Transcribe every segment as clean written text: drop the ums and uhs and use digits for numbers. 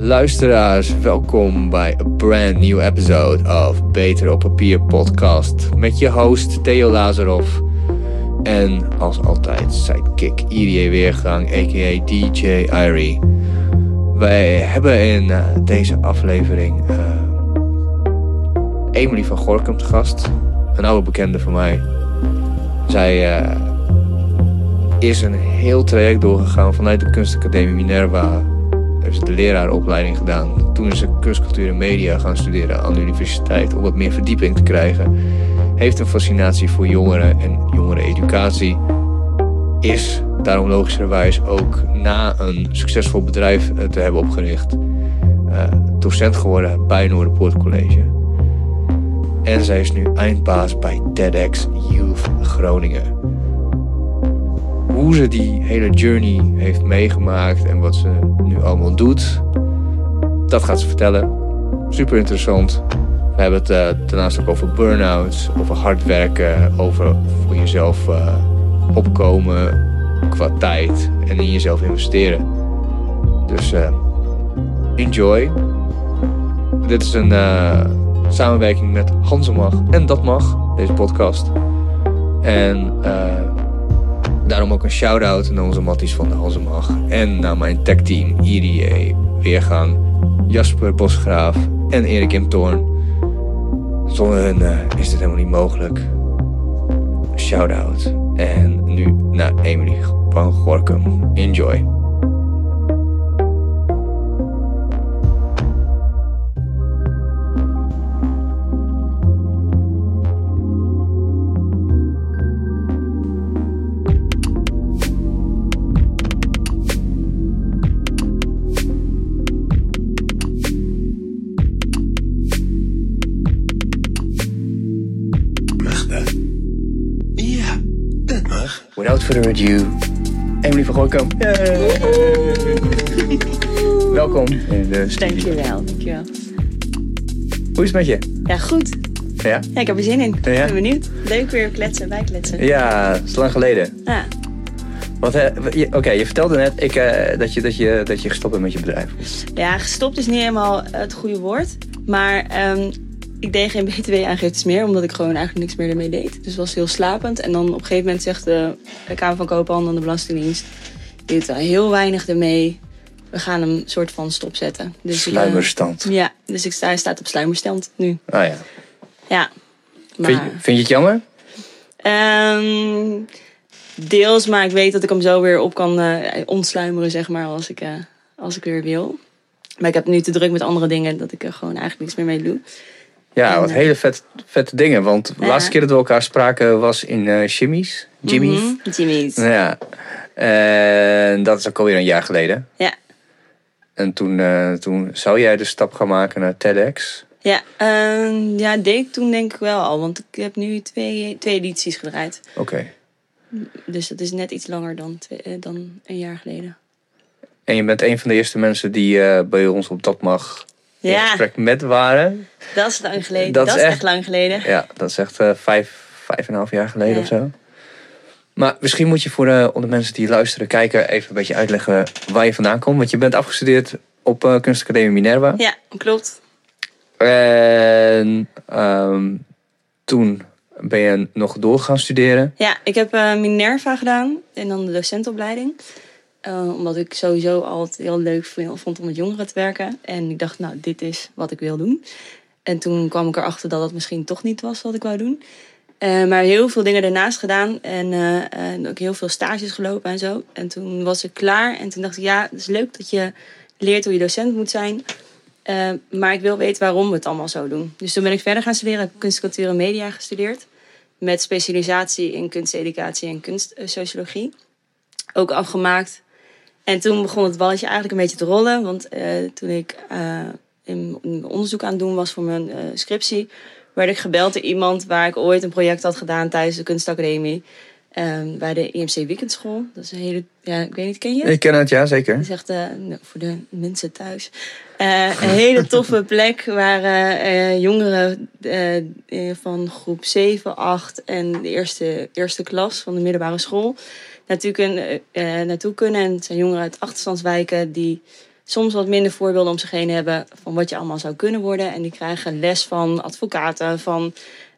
luisteraars, welkom bij a brand new episode of Beter op Papier podcast. Met je host Theo Lazarov en als altijd sidekick Irie Weergang a.k.a. DJ Irie. Wij hebben in deze aflevering Emily van Gorkum te gast. Een oude bekende van mij. Zij is een heel traject doorgegaan vanuit de kunstacademie Minerva. Heeft ze de leraaropleiding gedaan. Toen is ze kunstcultuur en media gaan studeren aan de universiteit om wat meer verdieping te krijgen. Heeft een fascinatie voor jongeren en jongereneducatie. Is daarom logischerwijs ook na een succesvol bedrijf te hebben opgericht docent geworden bij Noorderpoort College. En zij is nu eindbaas bij TEDx Youth Groningen. Hoe ze die hele journey heeft meegemaakt en wat ze nu allemaal doet, dat gaat ze vertellen. Super interessant. We hebben het daarnaast ook over burn-outs, over hard werken, over voor jezelf opkomen qua tijd en in jezelf investeren. Dus enjoy. Dit is een samenwerking met Hansemag en Dat Mag, deze podcast. En daarom ook een shout-out naar onze matties van de Hansemag en naar mijn techteam Irie Weergang, Jasper Bosgraaf en Erik M. Toorn. Zonder hen is dit helemaal niet mogelijk. Shout-out. En nu naar Emily van Gorkum. Enjoy. Without further ado, Emily van Gorkum. Welkom in de studio. Dankjewel. Hoe is het met je? Ja, goed. Ja? Ja, ik heb er zin in. Ja? Ik ben benieuwd. Leuk weer kletsen, bijkletsen. Ja, dat is lang geleden. Ja. Oké, je vertelde net dat je gestopt bent met je bedrijf. Ja, gestopt is niet helemaal het goede woord. Maar ik deed geen btw-aangiftes meer, omdat ik gewoon eigenlijk niks meer ermee deed. Dus het was heel slapend. En dan op een gegeven moment zegt de Kamer van Koophandel en de Belastingdienst: je doet heel weinig ermee. We gaan hem soort van stopzetten. Dus sluimerstand. Ja, dus hij staat op sluimerstand nu. Ah ja. Ja. Maar, vind je het jammer? Deels, maar ik weet dat ik hem zo weer op kan ontsluimeren, zeg maar, als ik weer wil. Maar ik heb nu te druk met andere dingen dat ik er gewoon eigenlijk niks meer mee doe. Ja, en, wat hele vette dingen. Want de laatste keer dat we elkaar spraken was in Jimmy's. Jimmy's. Ja. En dat is ook alweer een jaar geleden. Ja. En toen zou jij de stap gaan maken naar TEDx. Ja, deed ik toen denk ik wel al. Want ik heb nu twee edities gedraaid. Oké. Dus dat is net iets langer dan een jaar geleden. En je bent een van de eerste mensen die bij ons op Dat Mag in gesprek met waren. Dat is lang geleden. Dat is echt lang geleden. Ja, dat is echt 5,5 jaar geleden of zo. Maar misschien moet je voor de mensen die luisteren, kijken, even een beetje uitleggen waar je vandaan komt. Want je bent afgestudeerd op Kunstacademie Minerva. Ja, klopt. En toen ben je nog door gaan studeren. Ja, ik heb Minerva gedaan en dan de docentenopleiding. Omdat ik sowieso altijd heel leuk vond om met jongeren te werken. En ik dacht, nou, dit is wat ik wil doen. En toen kwam ik erachter dat dat misschien toch niet was wat ik wou doen. Maar heel veel dingen daarnaast gedaan. En ook heel veel stages gelopen en zo. En toen was ik klaar. En toen dacht ik, ja, het is leuk dat je leert hoe je docent moet zijn. Maar ik wil weten waarom we het allemaal zo doen. Dus toen ben ik verder gaan studeren. Ik heb kunstcultuur en media gestudeerd. Met specialisatie in kunsteducatie en kunstsociologie. Ook afgemaakt. En toen begon het balletje eigenlijk een beetje te rollen. Want toen ik in onderzoek aan het doen was voor mijn scriptie, werd ik gebeld door iemand waar ik ooit een project had gedaan tijdens de kunstacademie. Bij de IMC Weekendschool. Dat is een hele, ja, ik weet niet, ken je? Ik ken het, ja, zeker. Dat is echt, voor de mensen thuis, een hele toffe plek waar jongeren van groep 7, 8 en de eerste klas van de middelbare school naartoe kunnen. En het zijn jongeren uit achterstandswijken die soms wat minder voorbeelden om zich heen hebben van wat je allemaal zou kunnen worden. En die krijgen les van advocaten, van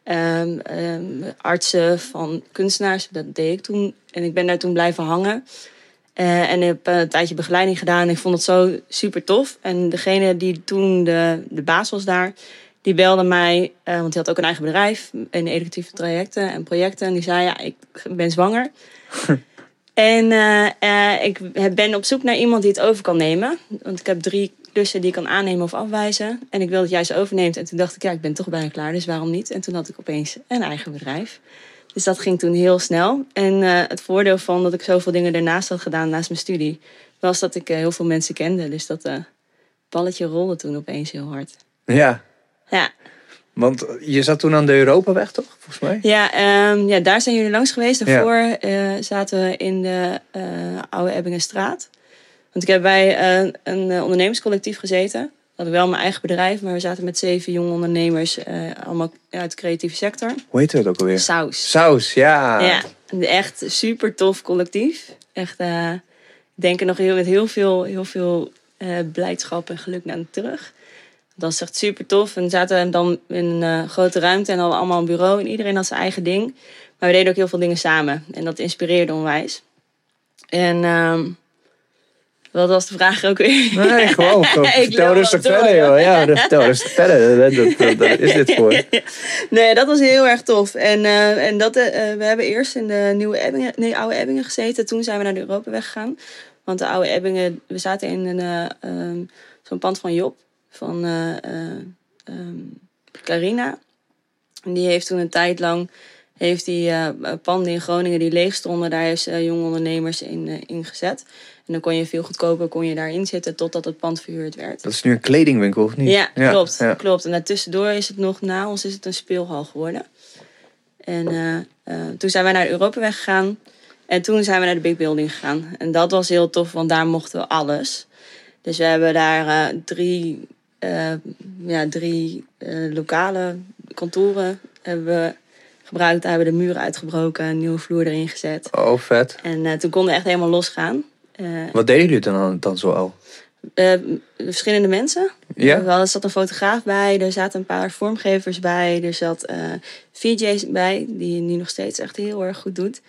artsen, van kunstenaars. Dat deed ik toen. En ik ben daar toen blijven hangen. En ik heb een tijdje begeleiding gedaan. En ik vond het zo super tof. En degene die toen de baas was daar, die belde mij. Want die had ook een eigen bedrijf in educatieve trajecten en projecten. En die zei, ja, ik ben zwanger. En ik ben op zoek naar iemand die het over kan nemen. Want ik heb 3 klussen die ik kan aannemen of afwijzen. En ik wil dat jij ze overneemt. En toen dacht ik, ja, ik ben toch bijna klaar, dus waarom niet? En toen had ik opeens een eigen bedrijf. Dus dat ging toen heel snel. En het voordeel van dat ik zoveel dingen ernaast had gedaan, naast mijn studie, was dat ik heel veel mensen kende. Dus dat balletje rolde toen opeens heel hard. Ja. Ja. Want je zat toen aan de Europaweg, toch? Volgens mij. Ja, daar zijn jullie langs geweest. Daarvoor zaten we in de Oude Ebbingenstraat. Want ik heb bij een ondernemerscollectief gezeten. We hadden wel mijn eigen bedrijf, maar we zaten met 7 jonge ondernemers, allemaal uit de creatieve sector. Hoe heette het ook alweer? Saus, ja. Ja, echt super tof collectief. Echt, ik denk er nog met heel veel blijdschap en geluk naar terug. Dat is echt super tof. En we zaten dan in een grote ruimte en hadden allemaal een bureau. En iedereen had zijn eigen ding. Maar we deden ook heel veel dingen samen. En dat inspireerde onwijs. En wat was de vraag ook weer? Nee, gewoon. Vertel rustig verder, joh. Ja, vertel rustig verder. Dat is dit voor. Nee, dat was heel erg tof. En we hebben eerst in de Oude Ebbingen gezeten. Toen zijn we naar de Europaweg gegaan. Want de Oude Ebbingen, we zaten in zo'n pand van Job. Van Carina. En die heeft toen een tijd lang panden in Groningen die leeg stonden. Daar heeft ze jonge ondernemers in gezet. En dan kon je veel goedkoper daarin zitten totdat het pand verhuurd werd. Dat is nu een kledingwinkel, of niet? Ja, klopt. Ja. Klopt. En daartussendoor is het nog, na ons is het een speelhal geworden. En toen zijn wij naar de Europaweg gegaan. En toen zijn we naar de Big Building gegaan. En dat was heel tof, want daar mochten we alles. Dus we hebben daar 3 lokale kantoren hebben we gebruikt. Daar hebben we de muren uitgebroken, een nieuwe vloer erin gezet. Oh, vet. En toen konden we echt helemaal losgaan. Wat deden jullie dan zo al? Verschillende mensen. Ja? Er zat een fotograaf bij, er zaten een paar vormgevers bij, er zat VJ's bij, die nu nog steeds echt heel erg goed doet.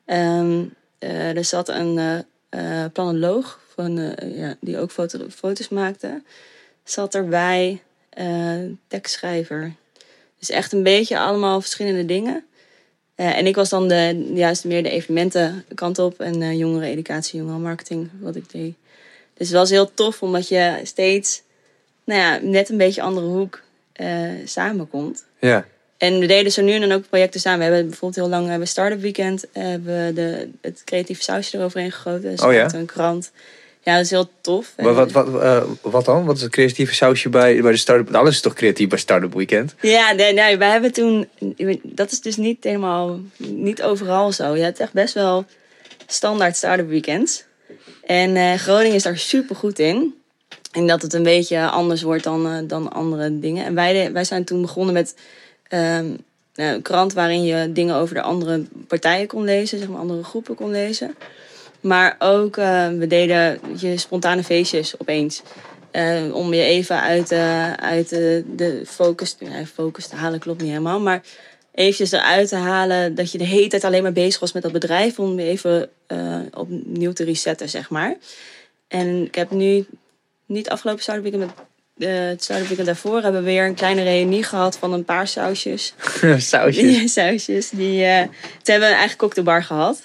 Er zat een planoloog die ook foto's maakte. Zat erbij, tekstschrijver. Dus echt een beetje allemaal verschillende dingen. En ik was dan meer de evenementenkant op en jongereneducatie, jongerenmarketing, wat ik deed. Dus het was heel tof, omdat je steeds net een beetje andere hoek samenkomt. Ja. En we deden zo nu en dan ook projecten samen. We hebben bijvoorbeeld heel lang bij Startup Weekend het creatieve sausje eroverheen gegoten. Dus een krant. Ja, dat is heel tof. Wat dan? Wat is het creatieve sausje bij de Startup? Alles is toch creatief bij Startup Weekend? Ja, nee, wij hebben toen... Dat is dus niet overal zo. Je hebt echt best wel standaard Startup Weekends. En Groningen is daar super goed in. En dat het een beetje anders wordt dan andere dingen. En wij zijn toen begonnen met een krant waarin je dingen over de andere partijen kon lezen. Zeg maar andere groepen kon lezen. Maar ook, we deden spontane feestjes opeens. Om je even uit de focus te halen, klopt niet helemaal. Maar eventjes eruit te halen dat je de hele tijd alleen maar bezig was met dat bedrijf. Om je even opnieuw te resetten, zeg maar. En ik heb nu, niet afgelopen Startup Weekend, het Startup Weekend daarvoor, hebben we weer een kleine reunie gehad van een paar sausjes. Sausjes. Toen hebben we een eigen cocktailbar gehad.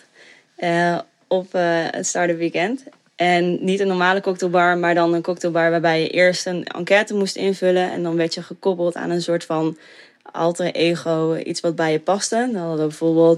Op het Startup Weekend. En niet een normale cocktailbar, maar dan een cocktailbar waarbij je eerst een enquête moest invullen. En dan werd je gekoppeld aan een soort van alter ego, iets wat bij je paste. Dan hadden we bijvoorbeeld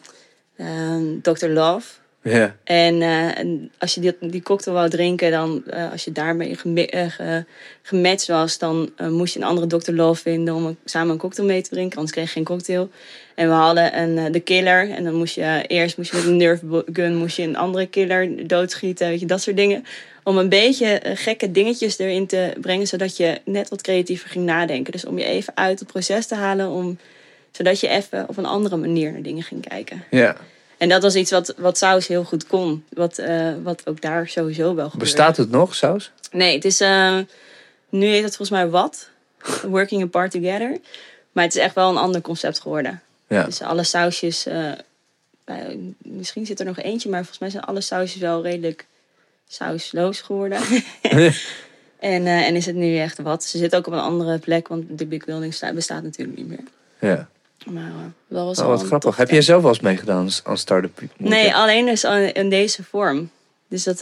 Dr. Love. Yeah. En als je die cocktail wou drinken, dan als je daarmee gematcht was, dan moest je een andere Dr. Love vinden om samen een cocktail mee te drinken. Anders kreeg je geen cocktail. En we hadden de killer. En dan moest je met een Nerf gun een andere killer doodschieten. Weet je, dat soort dingen. Om een beetje gekke dingetjes erin te brengen, zodat je net wat creatiever ging nadenken. Dus om je even uit het proces te halen, zodat je even op een andere manier naar dingen ging kijken. Ja. Yeah. En dat was iets wat Saus heel goed kon. Wat ook daar sowieso wel gebeurde. Bestaat het nog, Saus? Nee, het is... nu heet het volgens mij wat. Working Apart Together. Maar het is echt wel een ander concept geworden. Ja. Dus alle sausjes... misschien zit er nog eentje, maar volgens mij zijn alle sausjes wel redelijk sausloos geworden. En is het nu echt wat. Ze zit ook op een andere plek, want de Big Building bestaat natuurlijk niet meer. Ja. Maar dat was wat grappig. Heb jij zelf wel eens meegedaan aan start-up? Nee, alleen dus in deze vorm. Dus dat...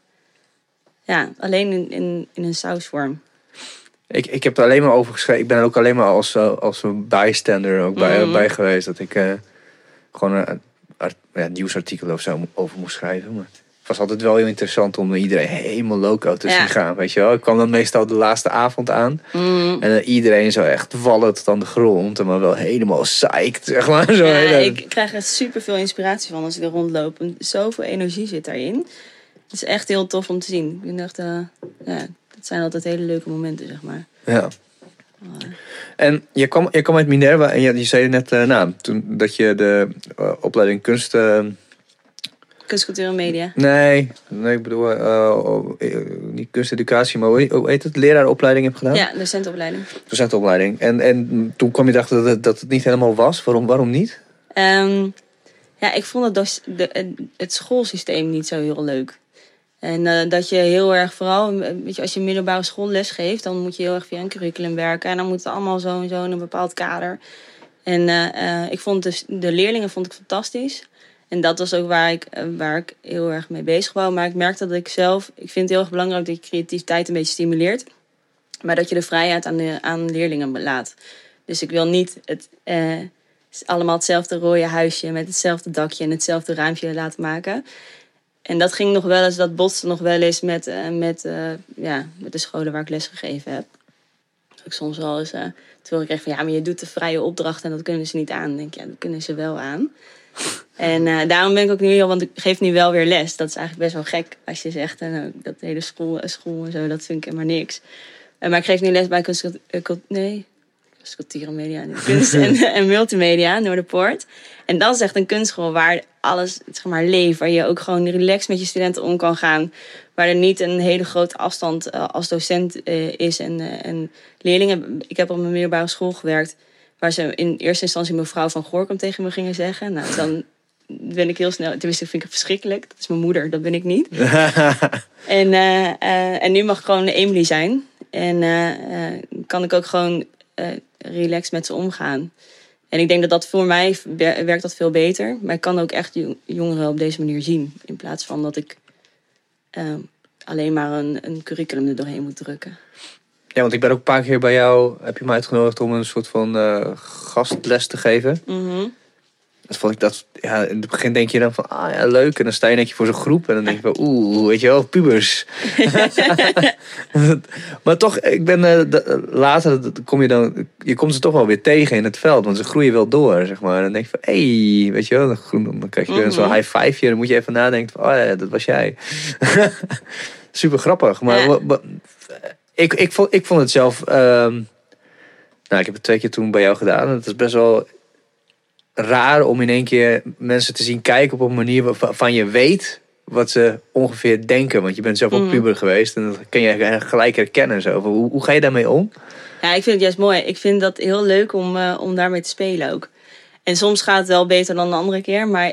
alleen in een sausvorm. Ik heb er alleen maar over geschreven. Ik ben er ook alleen maar als een bijstander ook bij geweest. Dat ik gewoon een nieuwsartikel of zo over moest schrijven. Maar het was altijd wel heel interessant om iedereen helemaal loco te zien gaan. Weet je wel? Ik kwam dan meestal de laatste avond aan. En iedereen zo echt wallen tot aan de grond. Maar wel helemaal psyched, zeg maar. Zo ik krijg er super veel inspiratie van als ik er rondloop. En zoveel energie zit daarin. Het is echt heel tof om te zien. Ik dacht, dat zijn altijd hele leuke momenten, zeg maar. Ja. En je kwam uit Minerva en je zei net toen dat je de opleiding kunst... Kunst, cultuur en media. Nee, ik bedoel niet kunsteducatie, maar hoe heet het? Leraaropleiding heb gedaan? Ja, docentenopleiding. Docentenopleiding. En toen kwam je erachter dat het niet helemaal was. Waarom niet? Ik vond het schoolsysteem niet zo heel leuk. En dat je heel erg vooral, weet je, als je middelbare school les geeft, dan moet je heel erg via een curriculum werken. En dan moet het allemaal zo en zo in een bepaald kader. En ik vond de leerlingen vond ik fantastisch. En dat was ook waar ik heel erg mee bezig was. Maar ik merkte dat ik vind het heel erg belangrijk dat je creativiteit een beetje stimuleert. Maar dat je de vrijheid aan leerlingen laat. Dus ik wil niet allemaal hetzelfde rode huisje met hetzelfde dakje en hetzelfde raampje laten maken. En dat ging nog wel eens, dat botste nog wel eens met de scholen waar ik les gegeven heb. Ik soms wel eens, terwijl ik echt van maar je doet de vrije opdracht en dat kunnen ze niet aan. Dan denk ik, dat kunnen ze wel aan. En daarom ben ik ook nu want ik geef nu wel weer les. Dat is eigenlijk best wel gek als je zegt, dat hele school en zo, dat vind ik helemaal niks. Maar ik geef nu les bij kunst, cultuur en media, kunst en multimedia, Noorderpoort. En dat is echt een kunstschool waar alles, zeg maar, leeft. Waar je ook gewoon relaxed met je studenten om kan gaan. Waar er niet een hele grote afstand als docent is. En leerlingen, ik heb op een middelbare school gewerkt. Waar ze in eerste instantie mevrouw van Goorkom tegen me gingen zeggen. Nou, dan ben ik heel snel, tenminste vind ik het verschrikkelijk. Dat is mijn moeder, dat ben ik niet. En nu mag ik gewoon Emily zijn. En kan ik ook gewoon relaxed met ze omgaan. En ik denk dat voor mij werkt dat veel beter. Maar ik kan ook echt jongeren op deze manier zien. In plaats van dat ik alleen maar een curriculum er doorheen moet drukken. Ja, want ik ben ook een paar keer bij jou, heb je me uitgenodigd om een soort van gastles te geven. Mm-hmm. Dat vond ik in het begin denk je dan van, leuk. En dan sta je net voor zo'n groep en dan denk je van, weet je wel, pubers. Maar toch, ik ben later kom je komt ze toch wel weer tegen in het veld. Want ze groeien wel door, zeg maar. En dan denk je van, weet je wel, dan krijg je weer zo'n high five. Dan moet je even nadenken van, dat was jij. Super grappig. Maar ik vond het zelf... ik heb het 2 keer toen bij jou gedaan. Het is best wel raar om in één keer mensen te zien kijken op een manier waarvan je weet wat ze ongeveer denken. Want je bent zelf ook puber geweest en dat kun je gelijk herkennen. Zo. Hoe ga je daarmee om? Ja, ik vind het juist mooi. Ik vind dat heel leuk om daarmee te spelen ook. En soms gaat het wel beter dan de andere keer. Maar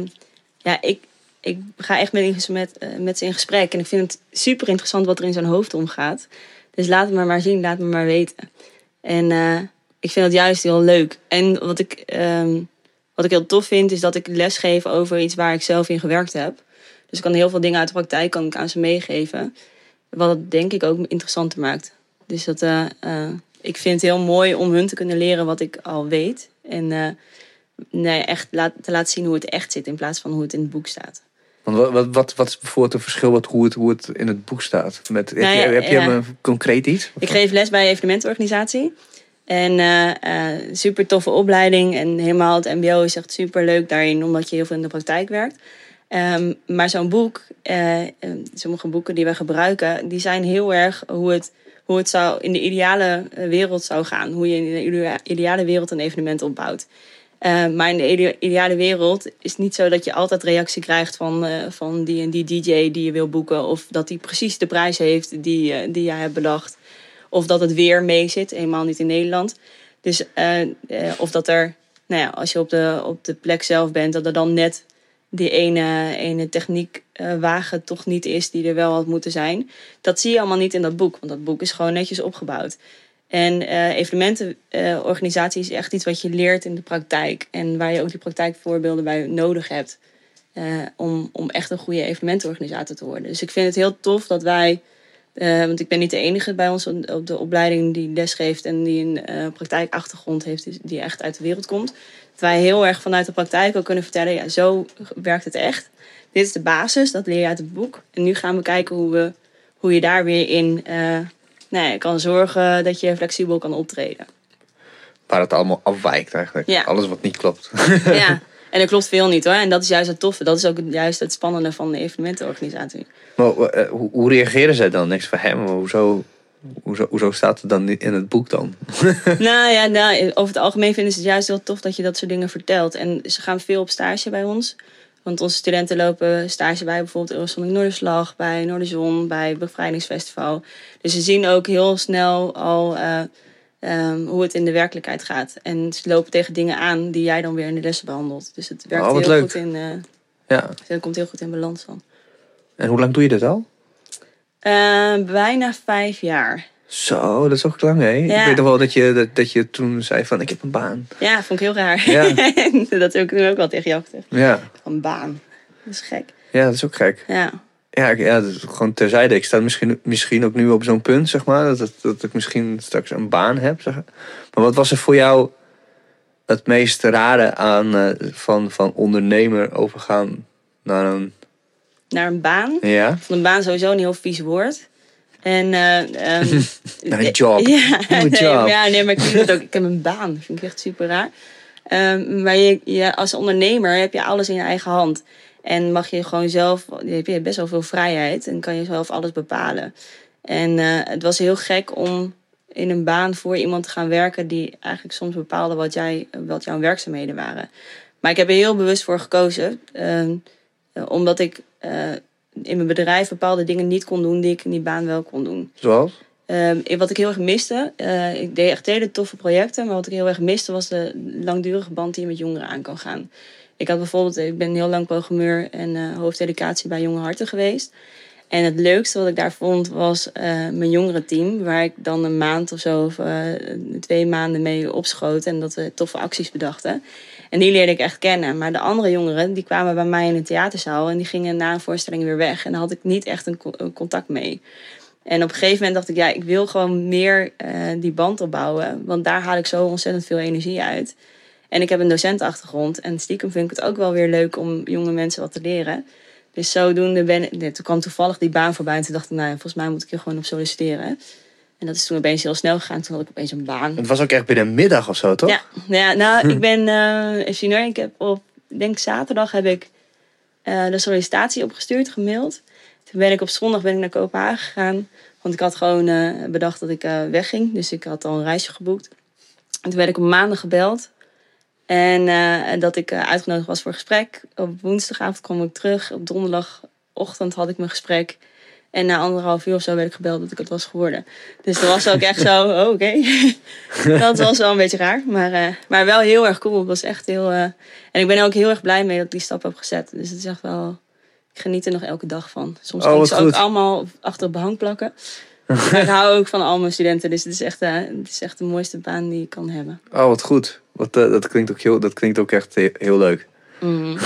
ik ga echt met ze in gesprek. En ik vind het super interessant wat er in zijn hoofd omgaat. Dus laat het maar zien, laat me maar weten. En ik vind het juist heel leuk. En wat ik heel tof vind, is dat ik les geef over iets waar ik zelf in gewerkt heb. Dus ik kan heel veel dingen uit de praktijk kan ik aan ze meegeven. Wat het denk ik ook interessanter maakt. Dus ik vind het heel mooi om hun te kunnen leren wat ik al weet. En echt te laten zien hoe het echt zit in plaats van hoe het in het boek staat. Want wat is bijvoorbeeld het verschil hoe het in het boek staat? Heb je een concreet iets? Ik geef les bij een evenementenorganisatie. En super toffe opleiding. En helemaal het mbo is echt super leuk daarin, omdat je heel veel in de praktijk werkt. Maar zo'n boek, sommige boeken die we gebruiken, die zijn heel erg hoe het zou in de ideale wereld zou gaan. Hoe je in de ideale wereld een evenement opbouwt. Maar in de ideale wereld is het niet zo dat je altijd reactie krijgt van die en die DJ die je wil boeken. Of dat hij precies de prijs heeft die jij hebt bedacht. Of dat het weer mee zit, eenmaal niet in Nederland. Dus of dat er, als je op de plek zelf bent, dat er dan net die ene techniekwagen toch niet is die er wel had moeten zijn. Dat zie je allemaal niet in dat boek, want dat boek is gewoon netjes opgebouwd. En evenementenorganisatie is echt iets wat je leert in de praktijk. En waar je ook die praktijkvoorbeelden bij nodig hebt. Om echt een goede evenementenorganisator te worden. Dus ik vind het heel tof dat wij... want ik ben niet de enige bij ons op de opleiding die lesgeeft... en die een praktijkachtergrond heeft die echt uit de wereld komt. Dat wij heel erg vanuit de praktijk ook kunnen vertellen... ja, zo werkt het echt. Dit is de basis, dat leer je uit het boek. En nu gaan we kijken hoe je daar weer in... kan zorgen dat je flexibel kan optreden. Waar het allemaal afwijkt eigenlijk. Ja. Alles wat niet klopt. Ja, en er klopt veel niet hoor. En dat is juist het toffe. Dat is ook juist het spannende van de evenementenorganisatie. Maar hoe reageren zij dan? Niks van hem? Hoezo staat het dan niet in het boek dan? Over het algemeen vinden ze het juist heel tof dat je dat soort dingen vertelt. En ze gaan veel op stage bij ons. Want onze studenten lopen stage bij bijvoorbeeld Eurosonic Noorderslag, bij Noorderzon, bij het Bevrijdingsfestival. Dus ze zien ook heel snel al hoe het in de werkelijkheid gaat. En ze lopen tegen dingen aan die jij dan weer in de lessen behandelt. Dus het werkt heel leuk. Goed in. Er komt heel goed in balans van. En hoe lang doe je dit al? Bijna 5 jaar. Zo, dat is ook lang, hè? Ja. Ik weet nog wel dat je toen zei van, ik heb een baan. Ja, vond ik heel raar. Ja. Dat heb ik nu ook wel tegen jou gezegd. Ja. Een baan. Dat is gek. Ja, dat is ook gek. Ja. Ja, dat is gewoon terzijde. Ik sta misschien ook nu op zo'n punt, zeg maar. Dat ik misschien straks een baan heb. Zeg. Maar wat was er voor jou het meest rare aan van ondernemer overgaan naar een... Naar een baan? Ja. Van een baan sowieso een heel vies woord. En, naar een job. Ja, job. Maar ik vind het ook. Ik heb een baan. Dat vind ik echt super raar. Maar je, als ondernemer heb je alles in je eigen hand. En mag je gewoon zelf... heb je best wel veel vrijheid. En kan je zelf alles bepalen. En het was heel gek om in een baan voor iemand te gaan werken... die eigenlijk soms bepaalde wat jouw werkzaamheden waren. Maar ik heb er heel bewust voor gekozen. Omdat ik... in mijn bedrijf bepaalde dingen niet kon doen die ik in die baan wel kon doen. Zoals? Wat ik heel erg miste, ik deed echt hele toffe projecten, maar wat ik heel erg miste was de langdurige band die je met jongeren aan kan gaan. Ik ben heel lang programmeur en hoofdeducatie bij Jonge Harten geweest. En het leukste wat ik daar vond was mijn jongerenteam, waar ik dan een maand of zo of 2 maanden mee opschoot en dat we toffe acties bedachten. En die leerde ik echt kennen. Maar de andere jongeren, die kwamen bij mij in de theaterzaal en die gingen na een voorstelling weer weg. En daar had ik niet echt een contact mee. En op een gegeven moment dacht ik, ja, ik wil gewoon meer die band opbouwen. Want daar haal ik zo ontzettend veel energie uit. En ik heb een docentenachtergrond. En stiekem vind ik het ook wel weer leuk om jonge mensen wat te leren. Dus zodoende toen kwam toevallig die baan voorbij. En toen dacht ik, nou ja, volgens mij moet ik hier gewoon op solliciteren. En dat is toen opeens heel snel gegaan. Toen had ik opeens een baan. Het was ook echt binnen een middag of zo, toch? Ja, nou, ik ben... ik heb zaterdag heb ik de sollicitatie opgestuurd, gemaild. Toen ben ik op zondag naar Kopenhagen gegaan. Want ik had gewoon bedacht dat ik wegging. Dus ik had al een reisje geboekt. En toen werd ik op maandag gebeld. En dat ik uitgenodigd was voor een gesprek. Op woensdagavond kwam ik terug. Op donderdagochtend had ik mijn gesprek. En na 1,5 uur of zo werd ik gebeld dat ik het was geworden. Dus dat was ook echt zo, oké. Dat was wel een beetje raar. Maar wel heel erg cool. Het was echt heel... En ik ben er ook heel erg blij mee dat ik die stap heb gezet. Dus het is echt wel... Ik geniet er nog elke dag van. Soms kan ik ze ook allemaal achter het behang plakken. Ik hou ook van al mijn studenten. Dus het is echt de mooiste baan die ik kan hebben. Oh, wat goed. Dat klinkt ook echt heel leuk. Mm.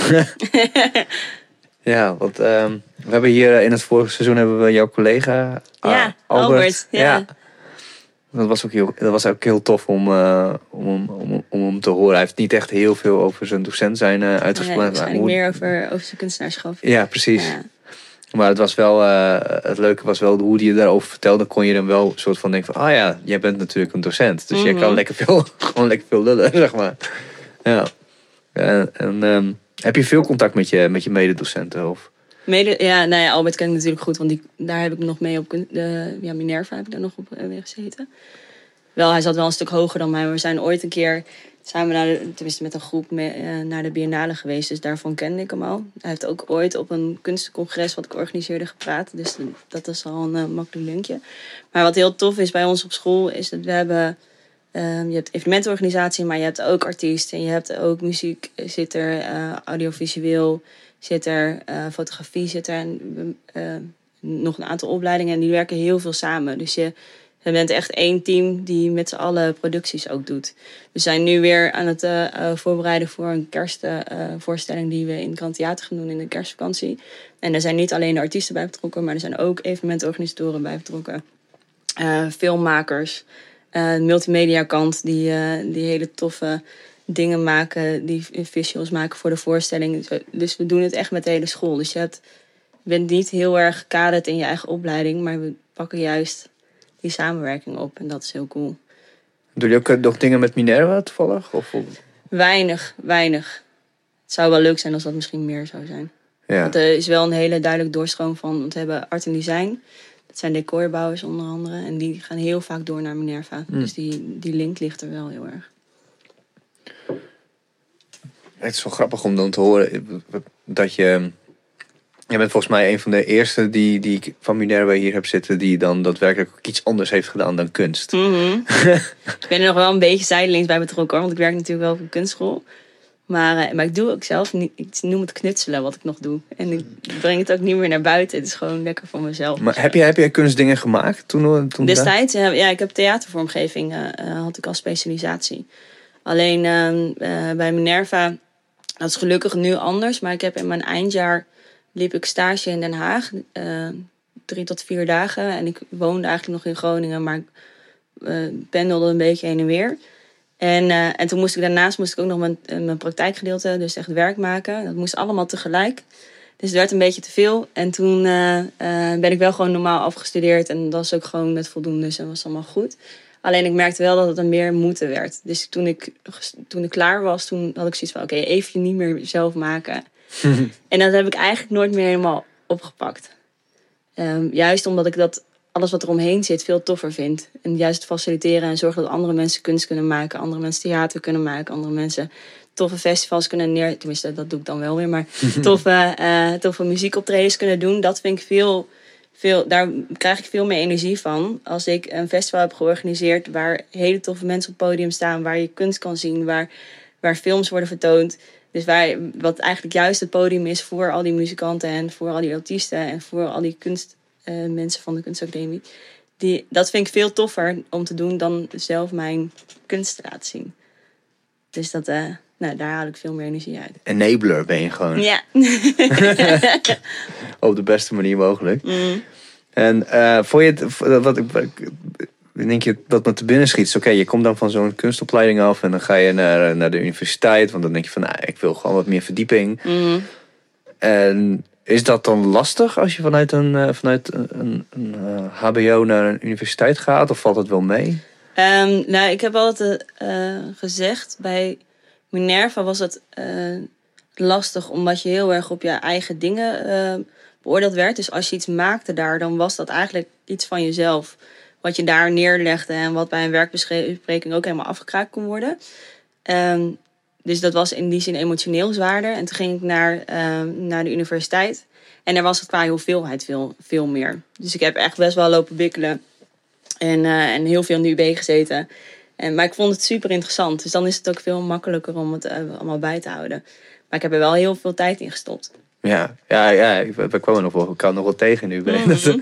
Ja, want we hebben hier in het vorige seizoen hebben we jouw collega Albert. Ja. Dat was ook heel tof om hem te horen. Hij heeft niet echt heel veel over zijn docent zijn uitgesproken. Nee, waarschijnlijk meer over zijn kunstenaarschap. Ja, precies. Ja. Maar het was wel, het leuke was wel hoe hij je daarover vertelde. Kon je dan wel een soort van denken van, ah ja, jij bent natuurlijk een docent. Dus jij kan gewoon lekker veel lullen, zeg maar. Ja. Heb je veel contact met je mededocenten? Of? Albert ken ik natuurlijk goed. Want daar heb ik nog mee op Minerva heb ik daar nog op weer gezeten. Wel, hij zat wel een stuk hoger dan mij. Maar we zijn ooit een keer samen tenminste met een groep naar de Biennale geweest. Dus daarvan kende ik hem al. Hij heeft ook ooit op een kunstencongres wat ik organiseerde gepraat. Dus dat is al een makkelijk linkje. Maar wat heel tof is bij ons op school is dat we hebben... je hebt evenementenorganisatie, maar je hebt ook artiest. En je hebt ook muziek zit er, audiovisueel zit er, fotografie zit er. En nog een aantal opleidingen en die werken heel veel samen. Dus je bent echt één team die met z'n allen producties ook doet. We zijn nu weer aan het voorbereiden voor een kerstvoorstelling die we in Grand Theater gaan doen in de kerstvakantie. En daar zijn niet alleen de artiesten bij betrokken, maar er zijn ook evenementenorganisatoren bij betrokken. Filmmakers, multimedia kant die hele toffe dingen maken, die visuals maken voor de voorstelling. Dus we doen het echt met de hele school. Dus je bent niet heel erg gekaderd in je eigen opleiding, maar we pakken juist die samenwerking op. En dat is heel cool. Doe je ook nog dingen met Minerva toevallig? Weinig. Het zou wel leuk zijn als dat misschien meer zou zijn. Ja. Want er is wel een hele duidelijk doorstroom van. Want we hebben art en design. Dat zijn decorbouwers onder andere. En die gaan heel vaak door naar Minerva. Dus die link ligt er wel heel erg. Het is wel grappig om dan te horen dat je... Je bent volgens mij een van de eerste die ik van Minerva hier heb zitten... die dan daadwerkelijk ook iets anders heeft gedaan dan kunst. Mm-hmm. Ik ben er nog wel een beetje zijdelings bij betrokken, hoor, want ik werk natuurlijk wel op een kunstschool. Maar ik doe ook zelf niet... Ik noem het knutselen wat ik nog doe. En ik breng het ook niet meer naar buiten. Het is gewoon lekker voor mezelf. Maar heb jij kunstdingen gemaakt toen destijds? Ja, ik heb theatervormgeving had ik als specialisatie. Alleen bij Minerva... Dat is gelukkig nu anders. Maar ik heb in mijn eindjaar... liep ik stage in Den Haag. 3 tot 4 dagen. En ik woonde eigenlijk nog in Groningen. Maar ik pendelde een beetje heen en weer. En toen moest ik ook nog mijn praktijkgedeelte, dus echt werk maken. Dat moest allemaal tegelijk. Dus het werd een beetje te veel. En toen ben ik wel gewoon normaal afgestudeerd. En dat was ook gewoon met voldoende, dus dat was allemaal goed. Alleen ik merkte wel dat het een meer moeten werd. Dus toen ik klaar was, toen had ik zoiets van... Oké, even niet meer zelf maken. En dat heb ik eigenlijk nooit meer helemaal opgepakt. Juist omdat ik alles wat er omheen zit veel toffer vind. En juist het faciliteren en zorgen dat andere mensen kunst kunnen maken. Andere mensen theater kunnen maken. Andere mensen toffe festivals kunnen tenminste, dat doe ik dan wel weer. Maar toffe muziekoptredens kunnen doen. Dat vind ik daar krijg ik veel meer energie van. Als ik een festival heb georganiseerd waar hele toffe mensen op het podium staan. Waar je kunst kan zien. Waar films worden vertoond. Dus wat eigenlijk juist het podium is voor al die muzikanten. En voor al die artiesten. En voor al die mensen van de kunstacademie. Dat vind ik veel toffer om te doen dan zelf mijn kunst te laten zien. Dus daar haal ik veel meer energie uit. Enabler ben je gewoon. Ja. Op de beste manier mogelijk. Mm. En vond je het... Denk je dat me te binnen schiet? Oké, je komt dan van zo'n kunstopleiding af... en dan ga je naar de universiteit. Want dan denk je van, ik wil gewoon wat meer verdieping. Mm. En... Is dat dan lastig als je vanuit een hbo naar een universiteit gaat? Of valt het wel mee? Ik heb altijd gezegd... Bij Minerva was het lastig... omdat je heel erg op je eigen dingen beoordeeld werd. Dus als je iets maakte daar... dan was dat eigenlijk iets van jezelf. Wat je daar neerlegde... en wat bij een werkbespreking ook helemaal afgekraakt kon worden. Dus dat was in die zin emotioneel zwaarder. En toen ging ik naar de universiteit. En daar was het qua hoeveelheid veel meer. Dus ik heb echt best wel lopen bikkelen. En heel veel in de UB gezeten. Maar ik vond het super interessant. Dus dan is het ook veel makkelijker om het allemaal bij te houden. Maar ik heb er wel heel veel tijd in gestopt. Ja, we kwamen nog wel tegen in de UB. Mm-hmm.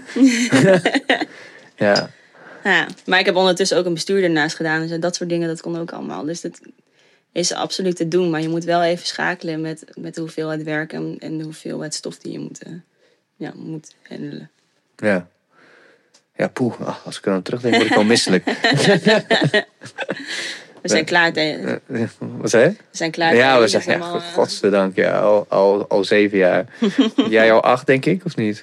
Ja. Ja, maar ik heb ondertussen ook een bestuur ernaast gedaan. Dus dat soort dingen, dat kon ook allemaal. Dus dat is absoluut te doen. Maar je moet wel even schakelen met de hoeveelheid werk en de hoeveelheid stof die je moet handelen. Ja. Ja, als ik er aan terugdenk, word ik wel misselijk. We zijn klaar. Wat zei je? We zijn klaar. Ja, we zijn godzijdank. Ja, al 7 jaar. Jij al 8, denk ik, of niet?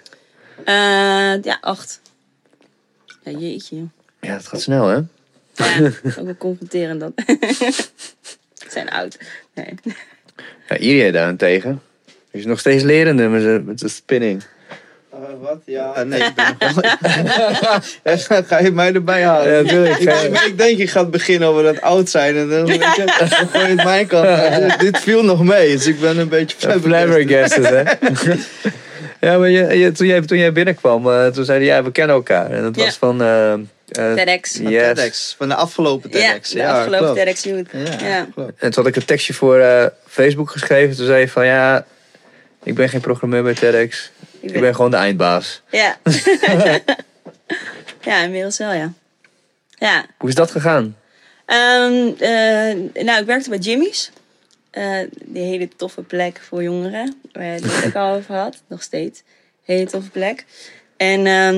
8. Ja, jeetje. Ja, het gaat snel, hè? Ja, ook wel confronterend dat. We zijn oud. Nee. Ja, Iria daarentegen is nog steeds lerende met de spinning. Wat? Ja, nee. Ik ben ga je mij erbij halen? Ja, natuurlijk. Ik denk je gaat beginnen over dat oud zijn. En dan gooi je het mijn kant uit. Dit viel nog mee, dus ik ben een beetje flabbergasted, hè? Ja, maar toen jij binnenkwam, toen zeiden ja, we kennen elkaar. En dat was van... TEDx. Yes. TEDx. Van de afgelopen TEDx. Ja, de afgelopen klopt. TEDx Youth. Ja. En toen had ik een tekstje voor Facebook geschreven. Toen zei je van ja, ik ben geen programmeur bij TEDx. Ik ben gewoon de eindbaas. Ja. Ja, inmiddels wel, ja. Hoe is dat gegaan? Nou, ik werkte bij Jimmy's. Die hele toffe plek voor jongeren. Waar je het ook al over had. Nog steeds. Hele toffe plek. En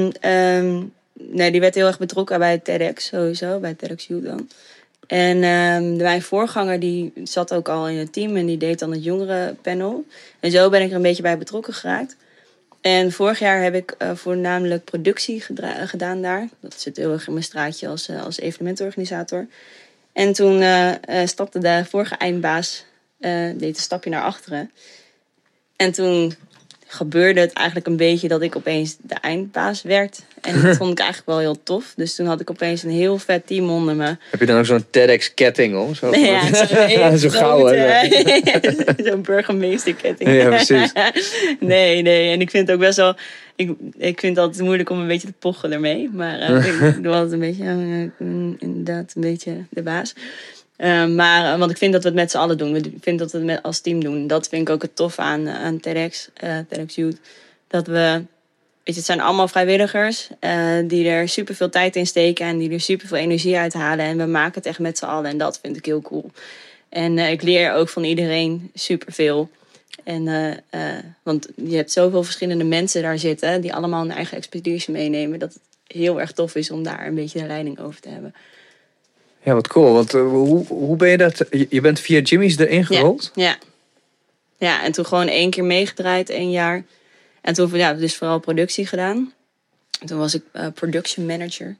nee, die werd heel erg betrokken bij TEDx sowieso. Bij TEDx Youth dan. En mijn voorganger die zat ook al in het team. En die deed dan het jongerenpanel. En zo ben ik er een beetje bij betrokken geraakt. En vorig jaar heb ik voornamelijk productie gedaan daar. Dat zit heel erg in mijn straatje als evenementorganisator. En toen stapte de vorige eindbaas, deed een stapje naar achteren. En toen gebeurde het eigenlijk een beetje dat ik opeens de eindbaas werd. En dat vond ik eigenlijk wel heel tof. Dus toen had ik opeens een heel vet team onder me. Heb je dan ook zo'n TEDx-ketting om? Zo Zo'n gouden. Zo'n burgemeesterketting. Ja, precies. Nee. En ik vind het ook best wel... Ik vind het altijd moeilijk om een beetje te pochen ermee. Maar ik doe altijd een beetje... inderdaad, een beetje de baas. Want ik vind dat we het met z'n allen doen. Ik vind dat we het als team doen. Dat vind ik ook het tof aan TEDx Youth. Dat we... Weet je, het zijn allemaal vrijwilligers die er superveel tijd in steken en die er superveel energie uithalen. En we maken het echt met z'n allen en dat vind ik heel cool. En ik leer ook van iedereen superveel. Want je hebt zoveel verschillende mensen daar zitten die allemaal een eigen expertise meenemen. Dat het heel erg tof is om daar een beetje de leiding over te hebben. Ja, wat cool. Want hoe ben je dat... Je bent via Jimmy's erin gerold? Ja, en toen gewoon 1 keer meegedraaid, 1 jaar. En toen dus vooral productie gedaan. En toen was ik production manager.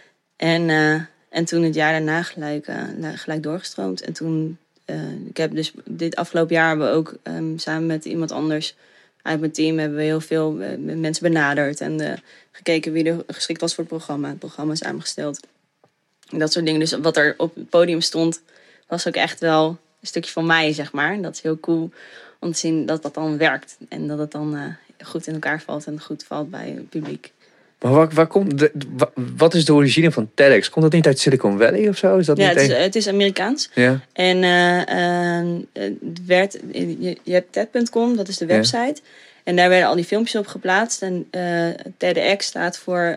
En toen het jaar daarna gelijk doorgestroomd. En toen, ik heb dus dit afgelopen jaar hebben we ook samen met iemand anders uit mijn team hebben we heel veel mensen benaderd. En gekeken wie er geschikt was voor het programma. Het programma is samengesteld. En dat soort dingen. Dus wat er op het podium stond, was ook echt wel een stukje van mij, zeg maar. Dat is heel cool om te zien dat dat dan werkt. En dat het dan goed in elkaar valt en goed valt bij het publiek. Maar wat is de origine van TEDx? Komt dat niet uit Silicon Valley of zo? Is dat het is Amerikaans. Ja. En je hebt TED.com, dat is de website. Ja. En daar werden al die filmpjes op geplaatst. En TEDx staat voor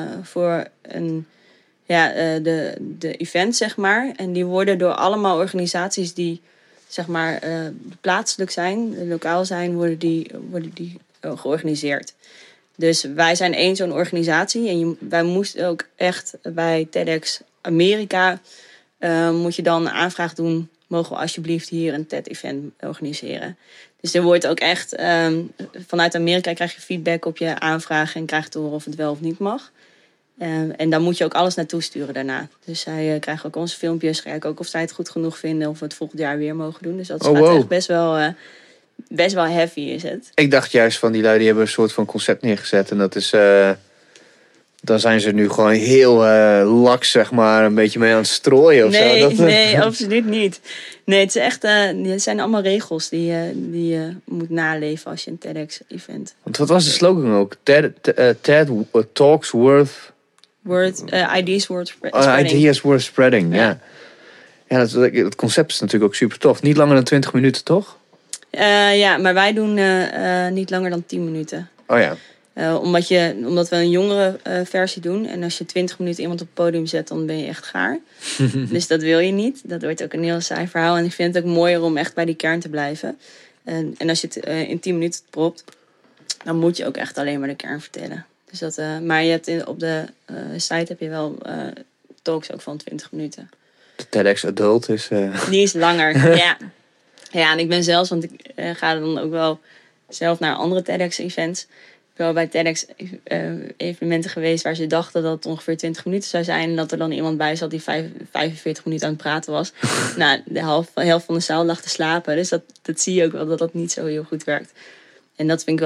de event, zeg maar. En die worden door allemaal organisaties die, zeg maar, plaatselijk zijn, lokaal zijn, worden die georganiseerd. Dus wij zijn één zo'n organisatie. En wij moesten ook echt bij TEDx Amerika... moet je dan een aanvraag doen... mogen we alsjeblieft hier een TED-event organiseren. Dus er wordt ook echt... vanuit Amerika krijg je feedback op je aanvraag... en krijgt te horen of het wel of niet mag. En dan moet je ook alles naartoe sturen daarna. Dus zij krijgen ook onze filmpjes... kijken ook of zij het goed genoeg vinden... of we het volgend jaar weer mogen doen. Dus dat gaat echt best wel heavy is het. Ik dacht juist van die lui die hebben een soort van concept neergezet. En dat is... dan zijn ze nu gewoon heel laks, zeg maar, een beetje mee aan het strooien of zo. Nee, absoluut niet. Nee, het is echt... het zijn allemaal regels die je moet naleven als je een TEDx-event... Want wat was de slogan ook? TED Talks Worth... Ideas Worth Spreading. Ideas Worth Spreading, ja. Ja, het concept is natuurlijk ook super tof. Niet langer dan 20 minuten, toch? Ja, maar wij doen niet langer dan 10 minuten. Oh ja. Omdat we een jongere versie doen. En als je 20 minuten iemand op het podium zet, dan ben je echt gaar. Dus dat wil je niet. Dat wordt ook een heel saai verhaal. En ik vind het ook mooier om echt bij die kern te blijven. En als je het in 10 minuten propt, dan moet je ook echt alleen maar de kern vertellen. Dus maar je hebt op de site heb je wel talks ook van 20 minuten. De TEDx Adult is... Die is langer, ja. Ja, en ik ben zelfs, want ik ga dan ook wel zelf naar andere TEDx-events. Ik ben wel bij TEDx-evenementen geweest waar ze dachten dat het ongeveer 20 minuten zou zijn. En dat er dan iemand bij zat die 45 minuten aan het praten was. Nou, de helft van de zaal lag te slapen. Dus dat zie je ook wel dat dat niet zo heel goed werkt. En dat vind ik wel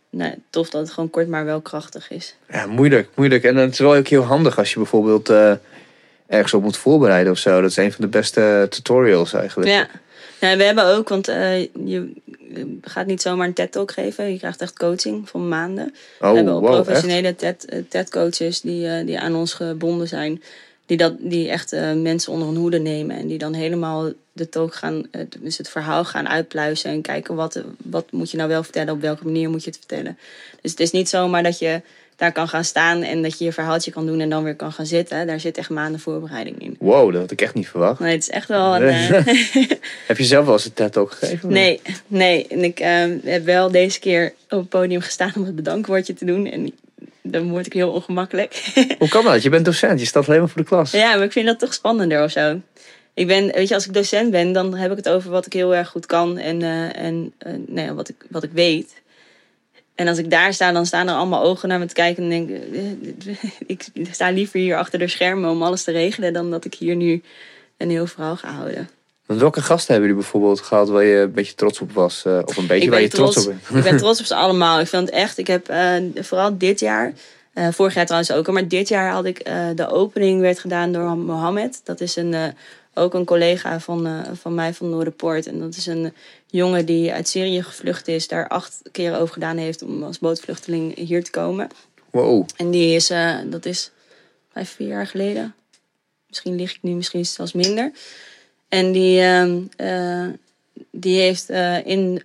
tof dat het gewoon kort maar wel krachtig is. Ja, moeilijk. En het is wel ook heel handig als je bijvoorbeeld ergens op moet voorbereiden of zo. Dat is een van de beste tutorials eigenlijk. Ja. Nou, we hebben ook, want je gaat niet zomaar een TED-talk geven. Je krijgt echt coaching van maanden. We hebben ook professionele TED-coaches die aan ons gebonden zijn. Die echt mensen onder hun hoede nemen. En die dan helemaal de talk dus het verhaal gaan uitpluizen. En kijken wat moet je nou wel vertellen. Op welke manier moet je het vertellen. Dus het is niet zomaar dat je daar kan gaan staan en dat je je verhaaltje kan doen en dan weer kan gaan zitten. Daar zit echt maanden voorbereiding in. Wow, dat had ik echt niet verwacht. Nee, het is echt wel Heb je zelf wel eens een TED-talk gegeven? Nee. En ik heb wel deze keer op het podium gestaan om het bedankwoordje te doen. En dan word ik heel ongemakkelijk. Hoe kan dat? Je bent docent, je staat alleen maar voor de klas. Ja, maar ik vind dat toch spannender of zo. Als ik docent ben, dan heb ik het over wat ik heel erg goed kan en wat ik weet. En als ik daar sta, dan staan er allemaal ogen naar me te kijken. En denk ik sta liever hier achter de schermen om alles te regelen dan dat ik hier nu een heel verhaal ga houden. Want welke gasten hebben jullie bijvoorbeeld gehad waar je een beetje trots op was? Of een beetje waar je trots op bent? Ik ben trots op ze allemaal. Ik vind het echt. Ik heb vooral dit jaar, vorig jaar trouwens ook, maar dit jaar had ik de opening werd gedaan door Mohammed. Dat is ook een collega van mij van Noorderpoort. En dat is een jongen die uit Syrië gevlucht is. Daar 8 keer over gedaan heeft om als bootvluchteling hier te komen. Wow. En dat is 5-4 jaar geleden. Misschien lig ik nu, misschien zelfs minder. En die heeft in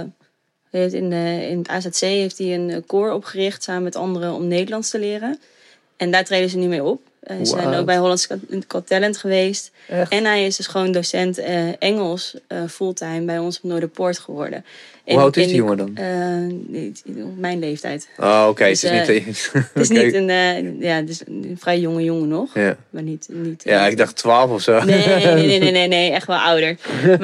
het AZC heeft hij een koor opgericht samen met anderen om Nederlands te leren. En daar treden ze nu mee op. Ze zijn ook bij Hollands Got Talent geweest. Echt? En hij is dus gewoon docent Engels fulltime bij ons op Noorderpoort geworden. Hoe oud is die jongen dan? Mijn leeftijd. Oh, oké. Dus, het is niet... Het is niet het is een vrij jonge jongen nog. Ja. Maar niet Ja, ik dacht 12 of zo. Nee, echt wel ouder.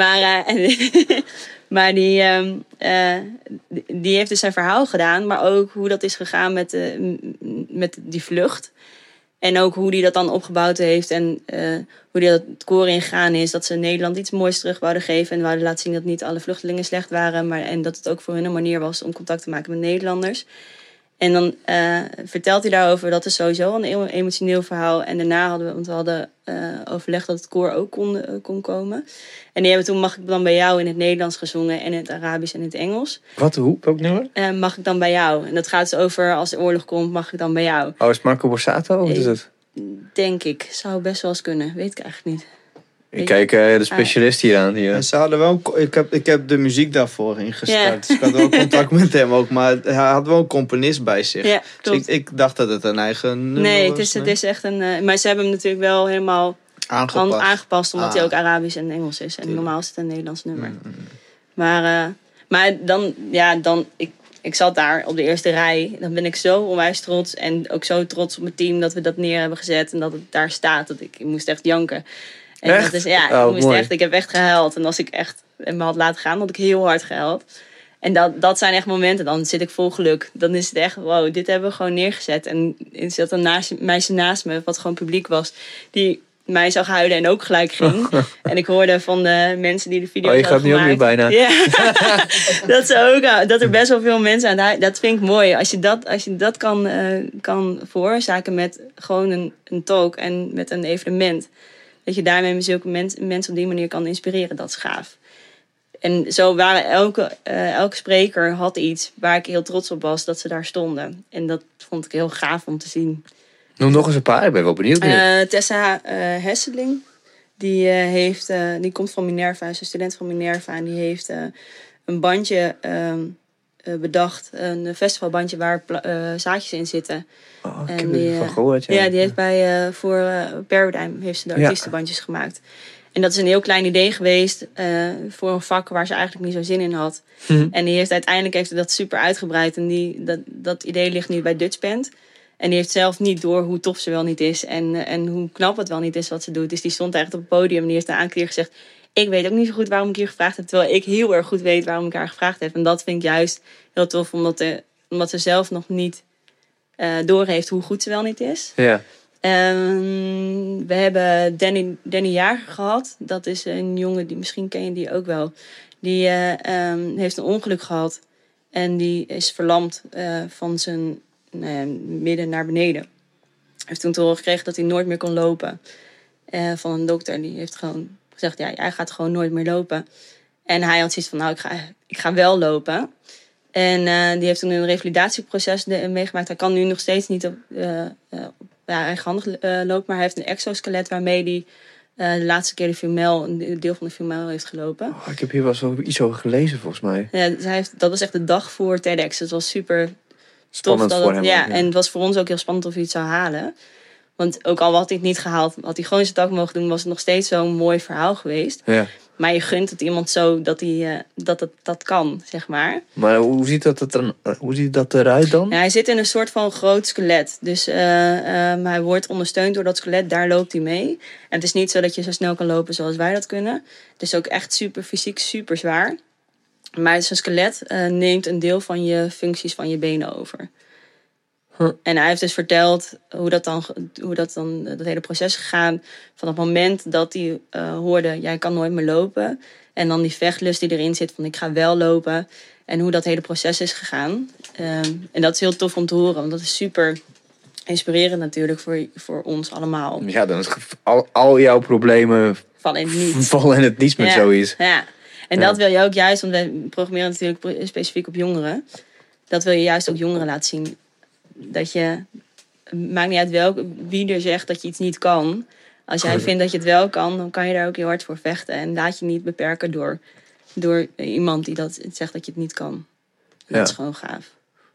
Maar die heeft dus zijn verhaal gedaan. Maar ook hoe dat is gegaan met die vlucht. En ook hoe die dat dan opgebouwd heeft. En hoe die dat het koor ingegaan is. Dat ze Nederland iets moois terug wouden geven. En wouden laten zien dat niet alle vluchtelingen slecht waren. En dat het ook voor hun een manier was om contact te maken met Nederlanders. En dan vertelt hij daarover. Dat is sowieso een emotioneel verhaal. En daarna hadden we overlegd dat het koor ook kon komen. En die hebben toen Mag ik dan bij jou in het Nederlands gezongen. En in het Arabisch en in het Engels. Wat? Hoe? Welk nummer? Mag ik dan bij jou? En dat gaat dus over als de oorlog komt, mag ik dan bij jou? Oh, is het Marco Borsato? Of wat is het? Denk ik. Zou best wel eens kunnen. Weet ik eigenlijk niet. Ik kijk de specialist hier aan. Hier. En ze hadden wel ik heb de muziek daarvoor ingestart. Ja. Dus ik had wel contact met hem ook. Maar hij had wel een componist bij zich. Ja, dus ik dacht dat het een eigen nummer nee, was. het is echt een... maar ze hebben hem natuurlijk wel helemaal aangepast omdat hij ook Arabisch en Engels is. En normaal is het een Nederlands nummer. Maar dan ik zat daar op de eerste rij. Dan ben ik zo onwijs trots. En ook zo trots op mijn team dat we dat neer hebben gezet. En dat het daar staat. Dat ik moest echt janken. En echt? Dat is, ik heb echt gehuild. En als ik echt me had laten gaan, had ik heel hard gehuild. En dat zijn echt momenten. Dan zit ik vol geluk. Dan is het echt, wow, dit hebben we gewoon neergezet. En er zat een meisje naast me, wat gewoon publiek was, die mij zag huilen en ook gelijk ging. En ik hoorde van de mensen die de video hadden gemaakt. Je gaat nu ook weer bijna. Ja. Dat er best wel veel mensen aan. Dat vind ik mooi. Als je dat kan veroorzaken met gewoon een talk en met een evenement. Dat je daarmee zulke mensen op die manier kan inspireren. Dat is gaaf. En zo waren elke spreker had iets waar ik heel trots op was dat ze daar stonden. En dat vond ik heel gaaf om te zien. Noem nog eens een paar, ik ben wel benieuwd. Tessa Hesseling, die komt van Minerva, is een student van Minerva. En die heeft een bandje bedacht, een festivalbandje waar zaadjes in zitten. Oh, ik heb er van gehoord. Ja, die heeft voor Paradigm heeft ze de artiestenbandjes gemaakt. En dat is een heel klein idee geweest voor een vak waar ze eigenlijk niet zo zin in had. En die uiteindelijk heeft dat super uitgebreid. En dat idee ligt nu bij Dutch Band. En die heeft zelf niet door hoe tof ze wel niet is. En hoe knap het wel niet is wat ze doet. Dus die stond echt op het podium. En die heeft een aantal keer gezegd, ik weet ook niet zo goed waarom ik hier gevraagd heb. Terwijl ik heel erg goed weet waarom ik haar gevraagd heb. En dat vind ik juist heel tof. Omdat ze zelf nog niet doorheeft hoe goed ze wel niet is. Ja. We hebben Danny Jager gehad. Dat is een jongen, misschien ken je die ook wel. Die heeft een ongeluk gehad. En die is verlamd van zijn midden naar beneden. Hij heeft toen te horen gekregen dat hij nooit meer kon lopen. Van een dokter. Die heeft gewoon gezegd, ja, hij gaat gewoon nooit meer lopen. En hij had zoiets van, nou, ik ga wel lopen. En die heeft toen een revalidatieproces meegemaakt. Hij kan nu nog steeds niet op eigenhandig lopen. Maar hij heeft een exoskelet waarmee hij de laatste keer een deel van de Fiumel heeft gelopen. Oh, ik heb hier wel zo iets over gelezen, volgens mij. Ja, dus dat was echt de dag voor TEDx. Het was super Spannend tof. voor hem. Ja, en het was voor ons ook heel spannend of hij het zou halen. Want ook al had hij het niet gehaald, had hij gewoon zijn tak mogen doen, was het nog steeds zo'n mooi verhaal geweest. Ja. Maar je gunt het iemand zo dat kan, zeg maar. Maar hoe ziet dat eruit dan? Ja, hij zit in een soort van groot skelet. Dus hij wordt ondersteund door dat skelet. Daar loopt hij mee. En het is niet zo dat je zo snel kan lopen zoals wij dat kunnen. Het is ook echt super fysiek, super zwaar. Maar zo'n skelet neemt een deel van je functies van je benen over. En hij heeft dus verteld hoe dat hele proces gegaan. Van het moment dat hij hoorde, jij kan nooit meer lopen. En dan die vechtlust die erin zit van ik ga wel lopen. En hoe dat hele proces is gegaan. En dat is heel tof om te horen. Want dat is super inspirerend natuurlijk voor ons allemaal. Ja, dan is al jouw problemen Vallen in het niet. vallen in het niets met zoiets. Ja. En dat wil je ook juist, want wij programmeren natuurlijk specifiek op jongeren. Dat wil je juist ook jongeren laten zien. Dat je, maakt niet uit wie er zegt dat je iets niet kan. Als jij vindt dat je het wel kan, dan kan je daar ook heel hard voor vechten. En laat je niet beperken door iemand die dat zegt dat je het niet kan. En dat is gewoon gaaf.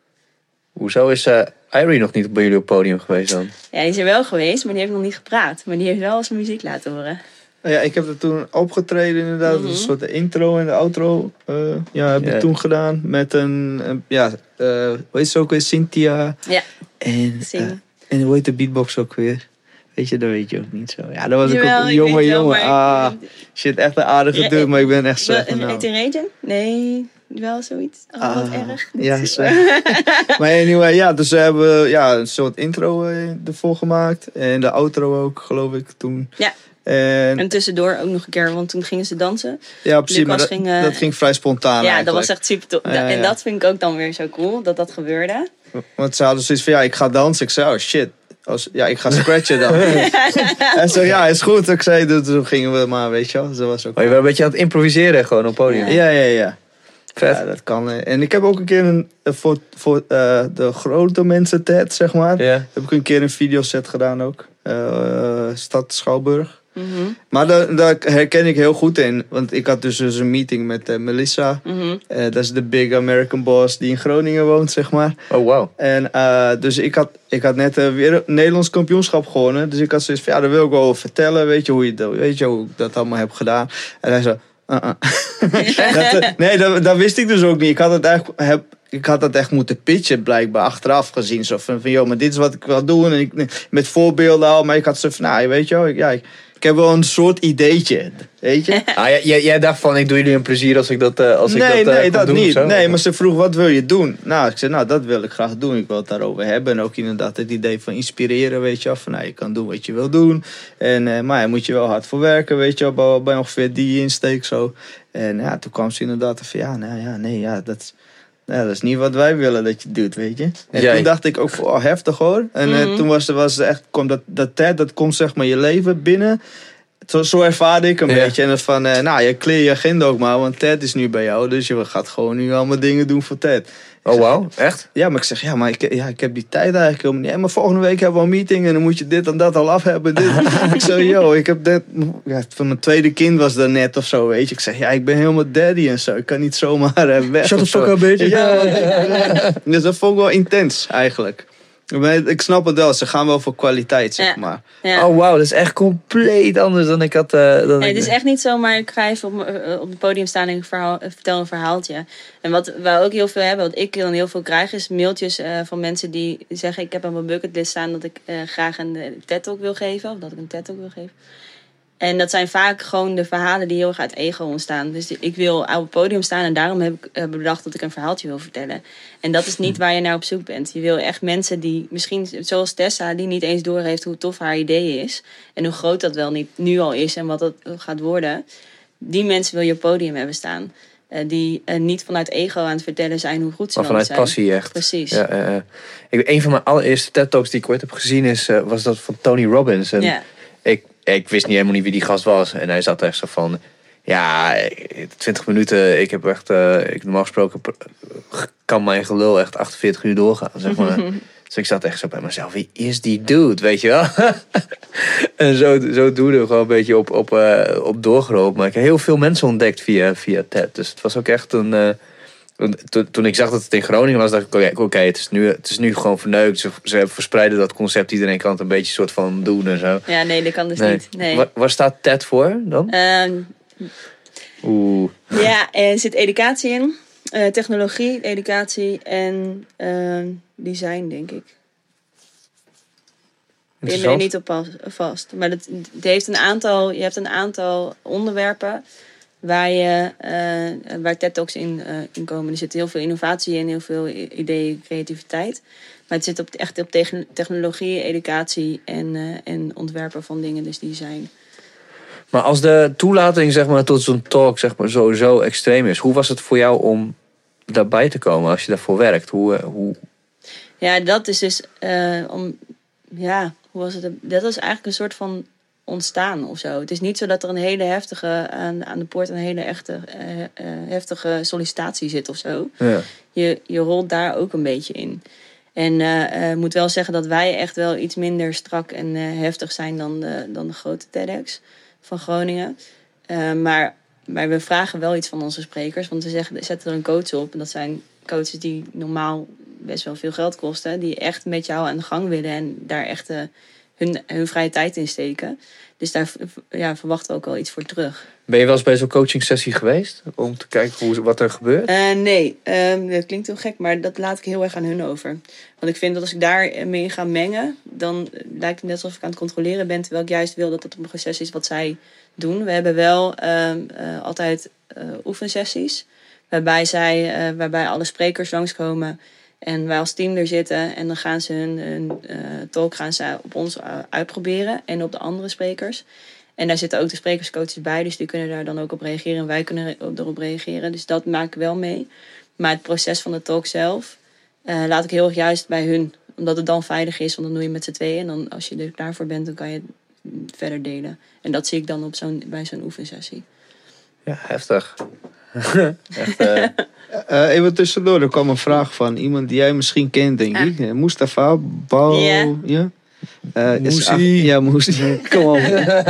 Hoezo is Irie nog niet bij jullie op het podium geweest dan? Ja, die is er wel geweest, maar die heeft nog niet gepraat. Maar die heeft wel zijn muziek laten horen. Ja, ik heb er toen opgetreden inderdaad. Een soort de intro en de outro heb ik toen gedaan. Met hoe heet ze ook weer? Cynthia. Ja, En hoe heet de beatbox ook weer? Weet je, dat weet je ook niet zo. Ja, dat was Jawel, ook een jongen. maar Shit, echt een aardige dude, maar ik ben echt zo van Heet hij Regen? Nee, wel zoiets. Wat erg. Ja, zo. Maar anyway, ja, dus we hebben een soort intro ervoor gemaakt. En de outro ook, geloof ik, toen. Ja. En tussendoor ook nog een keer, want toen gingen ze dansen. Ja, precies, maar dat ging vrij spontaan eigenlijk. Dat was echt super tof. En dat vind ik ook dan weer zo cool, dat gebeurde. Want ze hadden zoiets van, ik ga dansen. Ik zei, oh shit. Ik ga scratchen dan. En zo, is goed. Ik zei, dus toen gingen we maar, weet je wel. Dat was ook. Oh, je bent een beetje aan het improviseren gewoon op het podium. Ja. Vet. Ja, dat kan. En ik heb ook een keer voor de grote mensen TED, zeg maar. Ja. Heb ik een keer een videoset gedaan ook. Stad Schouwburg. Mm-hmm. Maar daar herken ik heel goed in. Want ik had dus een meeting met Melissa. Mm-hmm. Dat is de big American boss die in Groningen woont, zeg maar. Oh, wow. En dus ik had net weer een Nederlands kampioenschap gewonnen. Dus ik had zoiets van, daar wil ik wel over vertellen. Weet je hoe ik dat allemaal heb gedaan. En hij zei, nee, dat wist ik dus ook niet. Ik had dat echt moeten pitchen, blijkbaar, achteraf gezien. Zo van joh, maar dit is wat ik wil doen. En met voorbeelden al. Maar ik had zo van, weet je wel, ik heb wel een soort ideetje, weet je. Jij dacht van, ik doe jullie een plezier als ik dat Nee, dat doen, niet. of zo? Nee, maar ze vroeg, wat wil je doen? Nou, ik zei, dat wil ik graag doen. Ik wil het daarover hebben. En ook inderdaad het idee van inspireren, weet je wel. Van, je kan doen wat je wil doen. En, maar moet je wel hard voor werken, weet je wel. Bij ongeveer die insteek zo. En toen kwam ze inderdaad van, dat is niet wat wij willen dat je doet, weet je. En toen dacht ik ook, heftig hoor. En toen was het echt, dat komt zeg maar je leven binnen. Zo ervaarde ik een beetje. En dat van, je clear je agenda ook maar, want Ted is nu bij jou. Dus je gaat gewoon nu allemaal dingen doen voor Ted. Oh, wauw, echt? Ja, maar ik zeg, ik heb die tijd eigenlijk helemaal niet. Maar volgende week hebben we een meeting en dan moet je dit en dat al af hebben. Ik zeg, ik heb van mijn tweede kind was dat net of zo, weet je. Ik zeg, ik ben helemaal daddy en zo. Ik kan niet zomaar weg. Shut the fuck up, bitch. Ja. Dus dat vond ik wel intens, eigenlijk. Ik snap het wel, ze gaan wel voor kwaliteit, zeg maar. Ja. Oh, wauw, dat is echt compleet anders dan ik had. Het is echt niet zomaar, ik ga even op het podium staan en vertel een verhaaltje. En wat we ook heel veel hebben, wat ik dan heel veel krijg, is mailtjes van mensen die zeggen, ik heb op mijn bucketlist staan dat ik graag een TED-talk wil geven. Of dat ik een TED-talk wil geven. En dat zijn vaak gewoon de verhalen die heel erg uit ego ontstaan. Dus ik wil op het podium staan en daarom heb ik bedacht dat ik een verhaaltje wil vertellen. En dat is niet waar je naar op zoek bent. Je wil echt mensen die, misschien zoals Tessa, die niet eens doorheeft hoe tof haar idee is. En hoe groot dat wel niet nu al is en wat dat gaat worden. Die mensen wil je op het podium hebben staan. Die niet vanuit ego aan het vertellen zijn hoe goed ze Maar dan vanuit zijn. passie echt. Precies. Ja. Een van mijn allereerste TED-talks die ik ooit heb gezien was dat van Tony Robbins. En Ja. ik wist helemaal niet wie die gast was. En hij zat echt zo van... Ja, 20 minuten. Ik heb echt... normaal gesproken kan mijn gelul echt 48 uur doorgaan, zeg maar. Dus ik zat echt zo bij mezelf. Wie is die dude, weet je wel? En zo doe je er gewoon een beetje op doorgelopen. Maar ik heb heel veel mensen ontdekt via TED. Dus het was ook echt een... Toen ik zag dat het in Groningen was, dacht ik, oké, het is nu gewoon verneukt. Ze verspreiden dat concept, iedereen kan het een beetje soort van doen en zo. Ja, nee, dat kan dus niet. Nee. Waar staat TED voor dan? Ja, er zit educatie in. Technologie, educatie en design, denk ik. Ik ben er niet op vast. Maar het heeft je hebt een aantal onderwerpen waar TED Talks in komen. Er zit heel veel innovatie in, heel veel ideeën, creativiteit. Maar het zit echt op technologie, educatie en ontwerpen van dingen, dus design. Maar als de toelating, zeg maar, tot zo'n talk, zeg maar, zo extreem is, hoe was het voor jou om daarbij te komen als je daarvoor werkt? Hoe... Ja, dat is dus hoe was het? Dat is eigenlijk een soort van ontstaan of zo. Het is niet zo dat er een hele heftige aan de poort een hele heftige sollicitatie zit of zo. Ja. Je rolt daar ook een beetje in. En ik moet wel zeggen dat wij echt wel iets minder strak en heftig zijn dan de grote TEDx van Groningen. Maar we vragen wel iets van onze sprekers. Want we zetten er een coach op. En dat zijn coaches die normaal best wel veel geld kosten. Die echt met jou aan de gang willen. En daar echt hun vrije tijd in steken. Dus daar verwachten we ook wel iets voor terug. Ben je wel eens bij zo'n coaching sessie geweest? Om te kijken wat er gebeurt? Nee, dat klinkt heel gek. Maar dat laat ik heel erg aan hun over. Want ik vind dat als ik daarmee ga mengen, dan lijkt het net alsof ik aan het controleren ben. Terwijl ik juist wil dat het een proces is wat zij doen. We hebben wel altijd oefensessies. Waarbij alle sprekers langskomen. En wij als team er zitten. En dan gaan ze hun talk op ons uitproberen. En op de andere sprekers. En daar zitten ook de sprekerscoaches bij. Dus die kunnen daar dan ook op reageren. En wij kunnen erop reageren. Dus dat maak ik wel mee. Maar het proces van de talk zelf laat ik heel erg juist bij hun. Omdat het dan veilig is. Want dan doe je met z'n tweeën. En dan, als je er klaar voor bent, dan kan je het verder delen. En dat zie ik dan bij zo'n oefensessie. Ja, heftig. Echt, even tussendoor, er kwam een vraag van iemand die jij misschien kent, denk ik. Mustafa Bouw. Ja? Moesie. Ja, Moesie. Kom op.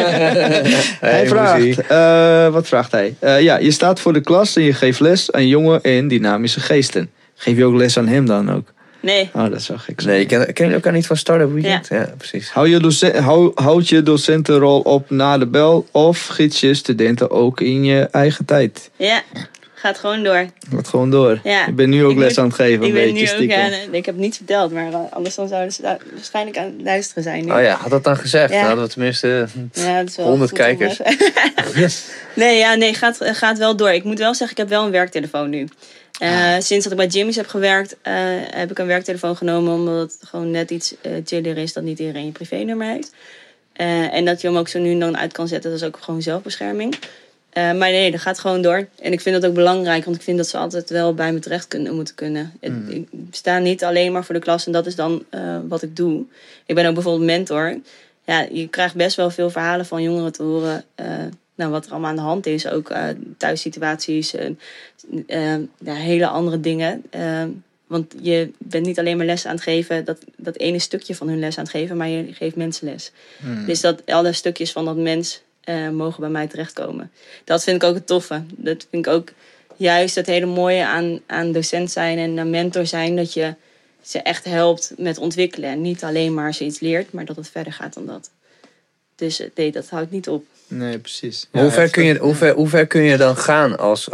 Hij vraagt, wat vraagt hij? Je staat voor de klas en je geeft les aan jonge en dynamische geesten. Geef je ook les aan hem dan ook? Nee. Oh, dat is wel gek. Nee, ken je elkaar niet van Startup Weekend? Ja, precies. Houd je docentenrol op na de bel of gids je studenten ook in je eigen tijd? Ja, gaat gewoon door. Gaat gewoon door. Ja. Ik ben nu ook les aan het geven, ik een ben beetje nu stiekem. ik heb het niet verteld, maar anders dan zouden ze waarschijnlijk aan het luisteren zijn nu. Oh ja, had dat dan gezegd? Ja. Dan hadden we tenminste dat is wel 100 goed kijkers. Nee, gaat wel door. Ik moet wel zeggen, ik heb wel een werktelefoon nu. Sinds dat ik bij Jimmy's heb gewerkt, heb ik een werktelefoon genomen. Omdat het gewoon net iets chiller is dat niet iedereen je privénummer heeft. En dat je hem ook zo nu en dan uit kan zetten. Dat is ook gewoon zelfbescherming. Maar nee, dat gaat gewoon door. En ik vind dat ook belangrijk. Want ik vind dat ze altijd wel bij me terecht moeten kunnen. Ik sta niet alleen maar voor de klas. En dat is dan wat ik doe. Ik ben ook bijvoorbeeld mentor. Ja, je krijgt best wel veel verhalen van jongeren te horen. Wat er allemaal aan de hand is. Ook thuissituaties. Hele andere dingen. Want je bent niet alleen maar les aan het geven. Dat ene stukje van hun les aan het geven. Maar je geeft mensen les. Dus dat alle stukjes van dat mens mogen bij mij terechtkomen. Dat vind ik ook het toffe. Dat vind ik ook juist het hele mooie aan docent zijn en aan mentor zijn. Dat je ze echt helpt met ontwikkelen. En niet alleen maar ze iets leert. Maar dat het verder gaat dan dat. Dus nee, dat houdt niet op. Nee, precies. Ja, hoe ver kun je dan gaan als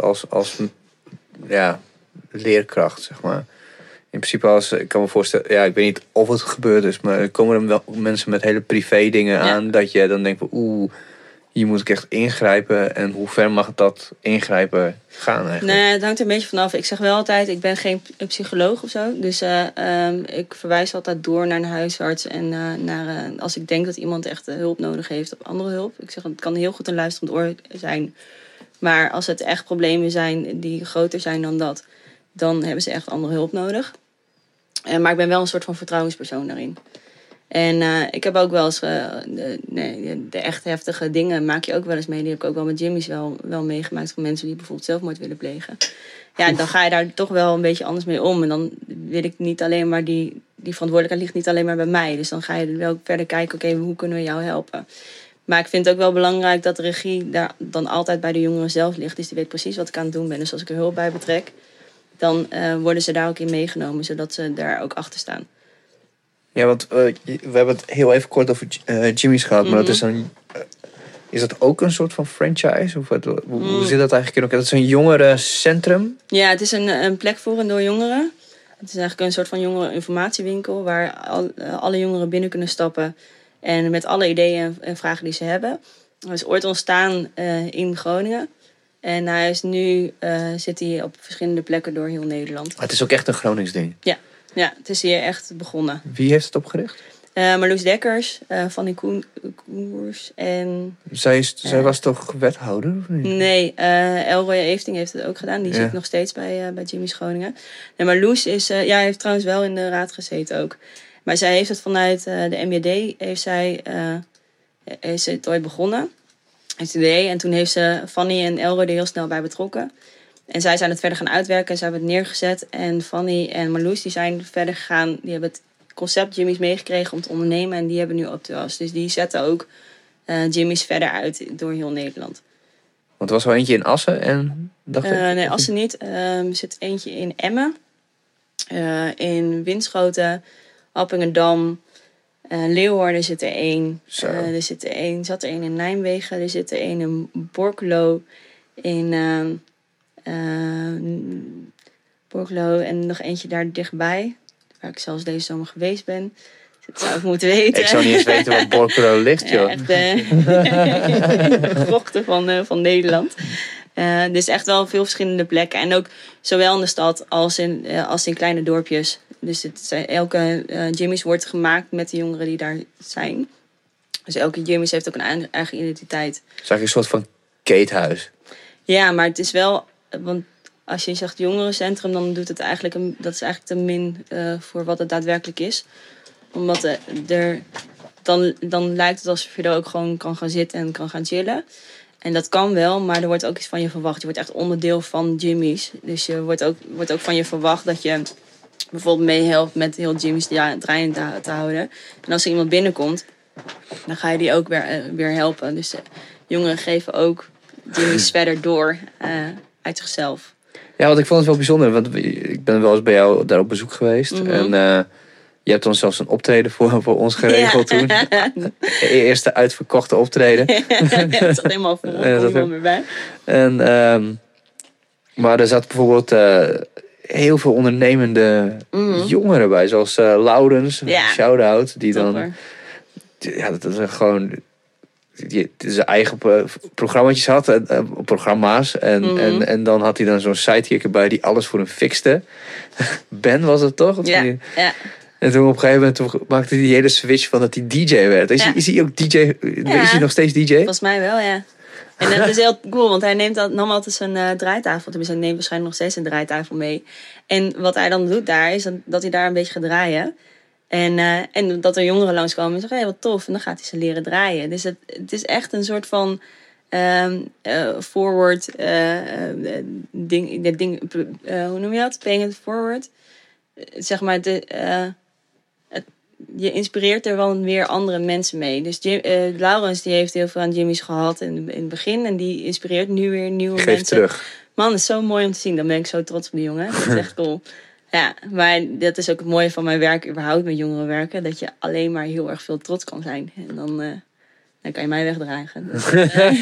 leerkracht, zeg maar? In principe, ik kan me voorstellen, ik weet niet of het gebeurd is, maar er komen er wel mensen met hele privé dingen aan, dat je dan denkt van, hier moet ik echt ingrijpen. En hoe ver mag dat ingrijpen gaan eigenlijk? Nee, het hangt er een beetje vanaf. Ik zeg wel altijd, ik ben geen psycholoog of zo. Dus ik verwijs altijd door naar een huisarts. En als ik denk dat iemand echt hulp nodig heeft of andere hulp. Ik zeg, het kan heel goed een luisterend oor zijn Maar als het echt problemen zijn die groter zijn dan dat, dan hebben ze echt andere hulp nodig. Maar ik ben wel een soort van vertrouwenspersoon daarin. En ik heb ook wel eens de echt heftige dingen maak je ook wel eens mee. Die heb ik ook wel met Jimmy's wel meegemaakt van mensen die bijvoorbeeld zelfmoord willen plegen. Ja, dan ga je daar toch wel een beetje anders mee om. En dan wil ik niet alleen maar die verantwoordelijkheid ligt niet alleen maar bij mij. Dus dan ga je wel verder kijken, oké, hoe kunnen we jou helpen? Maar ik vind het ook wel belangrijk dat de regie daar dan altijd bij de jongeren zelf ligt. Dus die weet precies wat ik aan het doen ben. Dus als ik er hulp bij betrek, dan worden ze daar ook in meegenomen, zodat ze daar ook achter staan. Ja, want we hebben het heel even kort over Jimmy's gehad. Maar dat is dan... is dat ook een soort van franchise? Of hoe zit dat eigenlijk in elkaar? Dat is een jongerencentrum? Ja, het is een plek voor en door jongeren. Het is eigenlijk een soort van jongereninformatiewinkel waar alle jongeren binnen kunnen stappen. En met alle ideeën en vragen die ze hebben. Hij is ooit ontstaan in Groningen. En hij is nu zit hij op verschillende plekken door heel Nederland. Maar het is ook echt een Gronings ding? Ja, het is hier echt begonnen. Wie heeft het opgericht? Marloes Dekkers, Fanny Koers en... Zij was toch wethouder? Of niet? Nee, Elroy Efting heeft het ook gedaan. Die zit nog steeds bij Jimmy's Groningen. En Marloes heeft trouwens wel in de raad gezeten ook. Maar zij heeft het vanuit de MJD, heeft ze het ooit begonnen. Het idee. En toen heeft ze Fanny en Elroy er heel snel bij betrokken. En zij zijn het verder gaan uitwerken en ze hebben het neergezet. En Fanny en Marloes die zijn verder gegaan. Die hebben het concept Jimmy's meegekregen om te ondernemen. En die hebben nu op de was. Dus die zetten ook Jimmy's verder uit door heel Nederland. Want er was wel eentje in Assen en... Nee, Assen niet. Er zit eentje in Emmen. In Winschoten. Appingedam. Leeuwarden zit er één. Zat er één in Nijmegen. Er zit er één in Borculo. In... Borculo en nog eentje daar dichtbij, waar ik zelfs deze zomer geweest ben. Dat zou ik moeten weten. Ik zou niet eens weten waar Borculo ligt, joh. Echt de krochten van Nederland. Dus echt wel veel verschillende plekken. En ook zowel in de stad als in kleine dorpjes. Dus elke Jimmy's wordt gemaakt met de jongeren die daar zijn. Dus elke Jimmy's heeft ook een eigen identiteit. Het is eigenlijk een soort van keethuis. Ja, maar het is wel... Want als je zegt jongerencentrum, dan doet het eigenlijk dat is eigenlijk te min voor wat het daadwerkelijk is. Omdat dan lijkt het alsof je er ook gewoon kan gaan zitten en kan gaan chillen. En dat kan wel, maar er wordt ook iets van je verwacht. Je wordt echt onderdeel van Jimmy's. Dus je wordt ook van je verwacht dat je bijvoorbeeld meehelpt met heel Jimmy's draaiend te houden. En als er iemand binnenkomt, dan ga je die ook weer helpen. Dus jongeren geven ook Jimmy's verder door uit zichzelf. Ja, want ik vond het wel bijzonder. Want ik ben wel eens bij jou daar op bezoek geweest. En je hebt dan zelfs een optreden voor ons geregeld toen. Eerste uitverkochte optreden. Het zat helemaal vol. Er komt niemand meer bij. Maar er zat bijvoorbeeld heel veel ondernemende jongeren bij. Zoals Laurens, shout-out. Die dan... Ja, dat is gewoon... Die zijn eigen programma's had, programma's. En dan had hij dan zo'n sidekick erbij die alles voor hem fixte. Ben was het toch? Ja. En toen op een gegeven moment maakte hij die hele switch van dat hij DJ werd. Is hij ook DJ? Is hij nog steeds DJ? Volgens mij wel, ja. En dat is heel cool, want hij nam altijd zijn draaitafel. Tenminste, hij neemt waarschijnlijk nog steeds een draaitafel mee. En wat hij dan doet daar, is dat hij daar een beetje gaat draaien. En dat er jongeren langskomen en zeggen, hey, wat tof. En dan gaat hij ze leren draaien. Dus het is echt een soort van forward ding. Hoe noem je dat? Paying it forward. Zeg maar, je inspireert er wel weer andere mensen mee. Dus Laurens die heeft heel veel aan Jimmy's gehad in het begin. En die inspireert nu weer nieuwe mensen. Geef terug. Man, het is zo mooi om te zien. Dan ben ik zo trots op die jongen. Dat is echt cool. Ja, maar dat is ook het mooie van mijn werk überhaupt met jongeren werken. Dat je alleen maar heel erg veel trots kan zijn. En dan kan je mij wegdragen. Dus,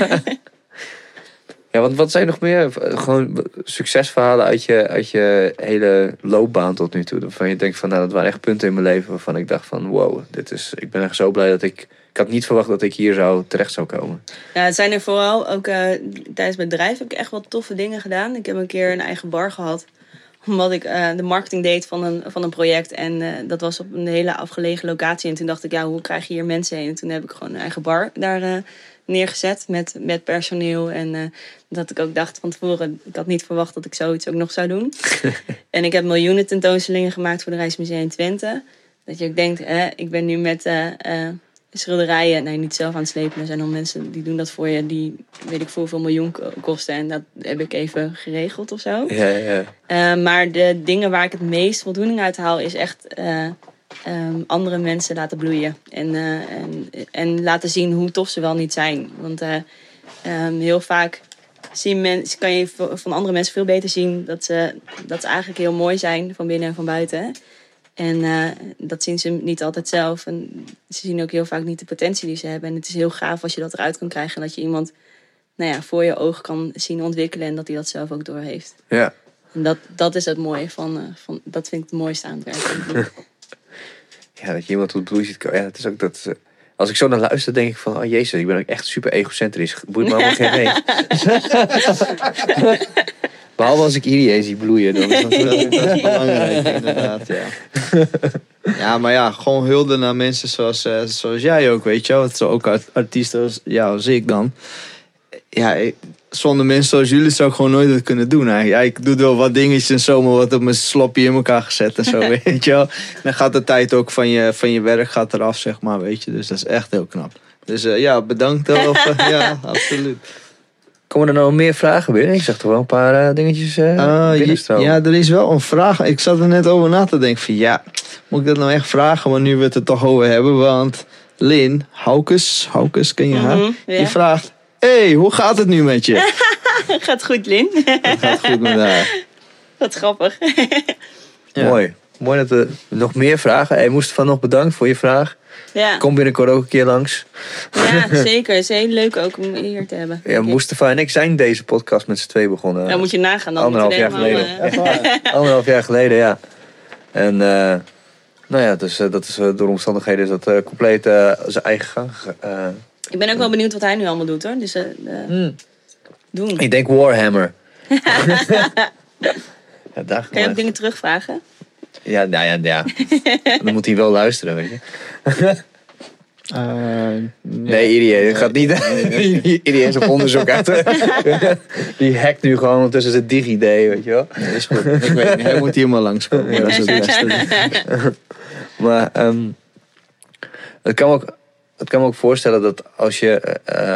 Ja, want wat zijn nog meer gewoon succesverhalen uit je hele loopbaan tot nu toe? Waarvan je denkt van, nou, dat waren echt punten in mijn leven waarvan ik dacht van, wow, ik ben echt zo blij dat ik had niet verwacht dat ik hier terecht zou komen. Ja, het zijn er vooral ook tijdens mijn bedrijf heb ik echt wel toffe dingen gedaan. Ik heb een keer een eigen bar gehad. Omdat ik de marketing deed van een project. En dat was op een hele afgelegen locatie. En toen dacht ik, ja, hoe krijg je hier mensen heen? En toen heb ik gewoon een eigen bar daar neergezet met personeel. En dat ik ook dacht van tevoren, ik had niet verwacht dat ik zoiets ook nog zou doen. En ik heb miljoenen tentoonstellingen gemaakt voor de Rijksmuseum Twente. Dat je ook denkt, ik ben nu met schilderijen, nee, niet zelf aan het slepen. Er zijn al mensen die doen dat voor je, die weet ik voor hoeveel miljoen kosten. En dat heb ik even geregeld of zo. Ja. Maar de dingen waar ik het meest voldoening uit haal, is echt andere mensen laten bloeien. En laten zien hoe tof ze wel niet zijn. Want heel vaak kan je van andere mensen veel beter zien dat ze eigenlijk heel mooi zijn van binnen en van buiten. En dat zien ze niet altijd zelf. En ze zien ook heel vaak niet de potentie die ze hebben. En het is heel gaaf als je dat eruit kan krijgen. En dat je iemand voor je ogen kan zien ontwikkelen. En dat hij dat zelf ook doorheeft. Ja. En dat is het mooie van dat vind ik het mooiste aan het werk. Ja, dat je iemand tot bloei ziet komen. Ja, het is ook dat... Als ik zo naar luister, denk ik van... Oh jezus, ik ben ook echt super egocentrisch. Boeit me allemaal geen reet. Behalve als ik Irie zie bloeien. Dan is dat is belangrijk, inderdaad, ja. Ja, maar ja, gewoon hulde naar mensen zoals jij ook, weet je wel. Het is ook artiesten als ik dan. Ja, zonder mensen zoals jullie zou ik gewoon nooit dat kunnen doen eigenlijk. Ja, ik doe wel wat dingetjes en zo, maar wat op mijn sloppie in elkaar gezet en zo, weet je wel. Dan gaat de tijd ook van je werk gaat eraf, zeg maar, weet je. Dus dat is echt heel knap. Dus bedankt. Ja, absoluut. Komen er nou meer vragen binnen? Ik zag toch wel een paar dingetjes binnenstromen. Ja, er is wel een vraag. Ik zat er net over na te denken van moet ik dat nou echt vragen? Maar nu we het er toch over hebben, want Lynn Haukes, ken je haar? Ja. Die vraagt, hey, hoe gaat het nu met je? Gaat goed, Lynn. Het gaat goed met haar. Wat grappig. Ja. Mooi dat we nog meer vragen. Hey, Mustafa, nog bedankt voor je vraag. Ja. Kom binnenkort ook een keer langs. Ja, zeker. Het is heel leuk ook om hier te hebben. Ja, Mustafa en ik zijn deze podcast met z'n twee begonnen. Dan moet je nagaan. Dan 1,5 jaar geleden. 1,5 jaar geleden, ja. En dus dat is door omstandigheden is dat compleet zijn eigen gang. Ik ben ook wel benieuwd wat hij nu allemaal doet, hoor. Dus doen. Ik denk Warhammer. Kan je ook dingen terugvragen? Ja. Dan moet hij wel luisteren, weet je. Nee, Irie gaat niet. Irie is op onderzoek uit. Die hackt nu gewoon tussen zijn DigiD, weet je wel. Dat is goed. Ik weet niet, hij moet hier maar langskomen. Ja. Dat is het beste. Maar het kan me ook voorstellen dat als je...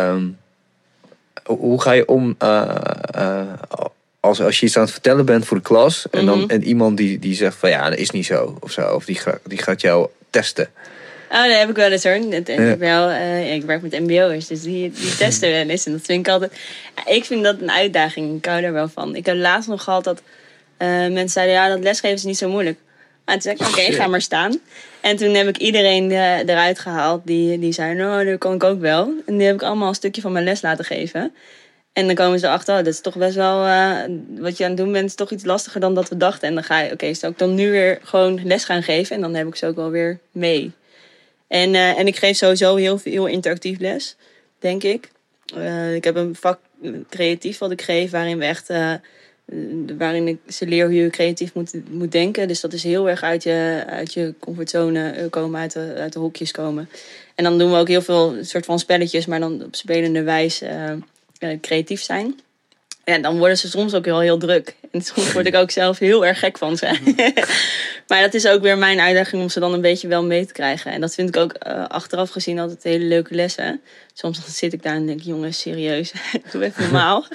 hoe ga je om... Als je iets aan het vertellen bent voor de klas... en iemand die zegt van ja, dat is niet zo. Of die gaat jou testen. Oh, dat heb ik wel eens, hoor. Ik werk met mbo'ers, dus die testen wel eens. En dat vind ik altijd... Ik vind dat een uitdaging. Ik hou daar wel van. Ik heb laatst nog gehad dat mensen zeiden... Ja, dat lesgeven is niet zo moeilijk. Maar toen zei ik, oké, ga maar staan. En toen heb ik iedereen eruit gehaald die zei... Nou, dat kan ik ook wel. En die heb ik allemaal een stukje van mijn les laten geven. En dan komen ze erachter, dat is toch best wel... wat je aan het doen bent, is toch iets lastiger dan dat we dachten. En dan ga je, oké, zou ik dan nu weer gewoon les gaan geven? En dan heb ik ze ook wel weer mee. En ik geef sowieso heel interactief les, denk ik. Ik heb een vak creatief wat ik geef, waarin we echt... waarin ze leer hoe je creatief moet denken. Dus dat is heel erg uit je comfortzone komen, uit de hokjes komen. En dan doen we ook heel veel soort van spelletjes, maar dan op spelende wijze creatief zijn. Ja, dan worden ze soms ook heel druk. En soms word ik ook zelf heel erg gek van ze. Maar dat is ook weer mijn uitdaging om ze dan een beetje wel mee te krijgen. En dat vind ik ook achteraf gezien altijd hele leuke lessen. Soms dan zit ik daar en denk ik, jongens, serieus, doe even normaal.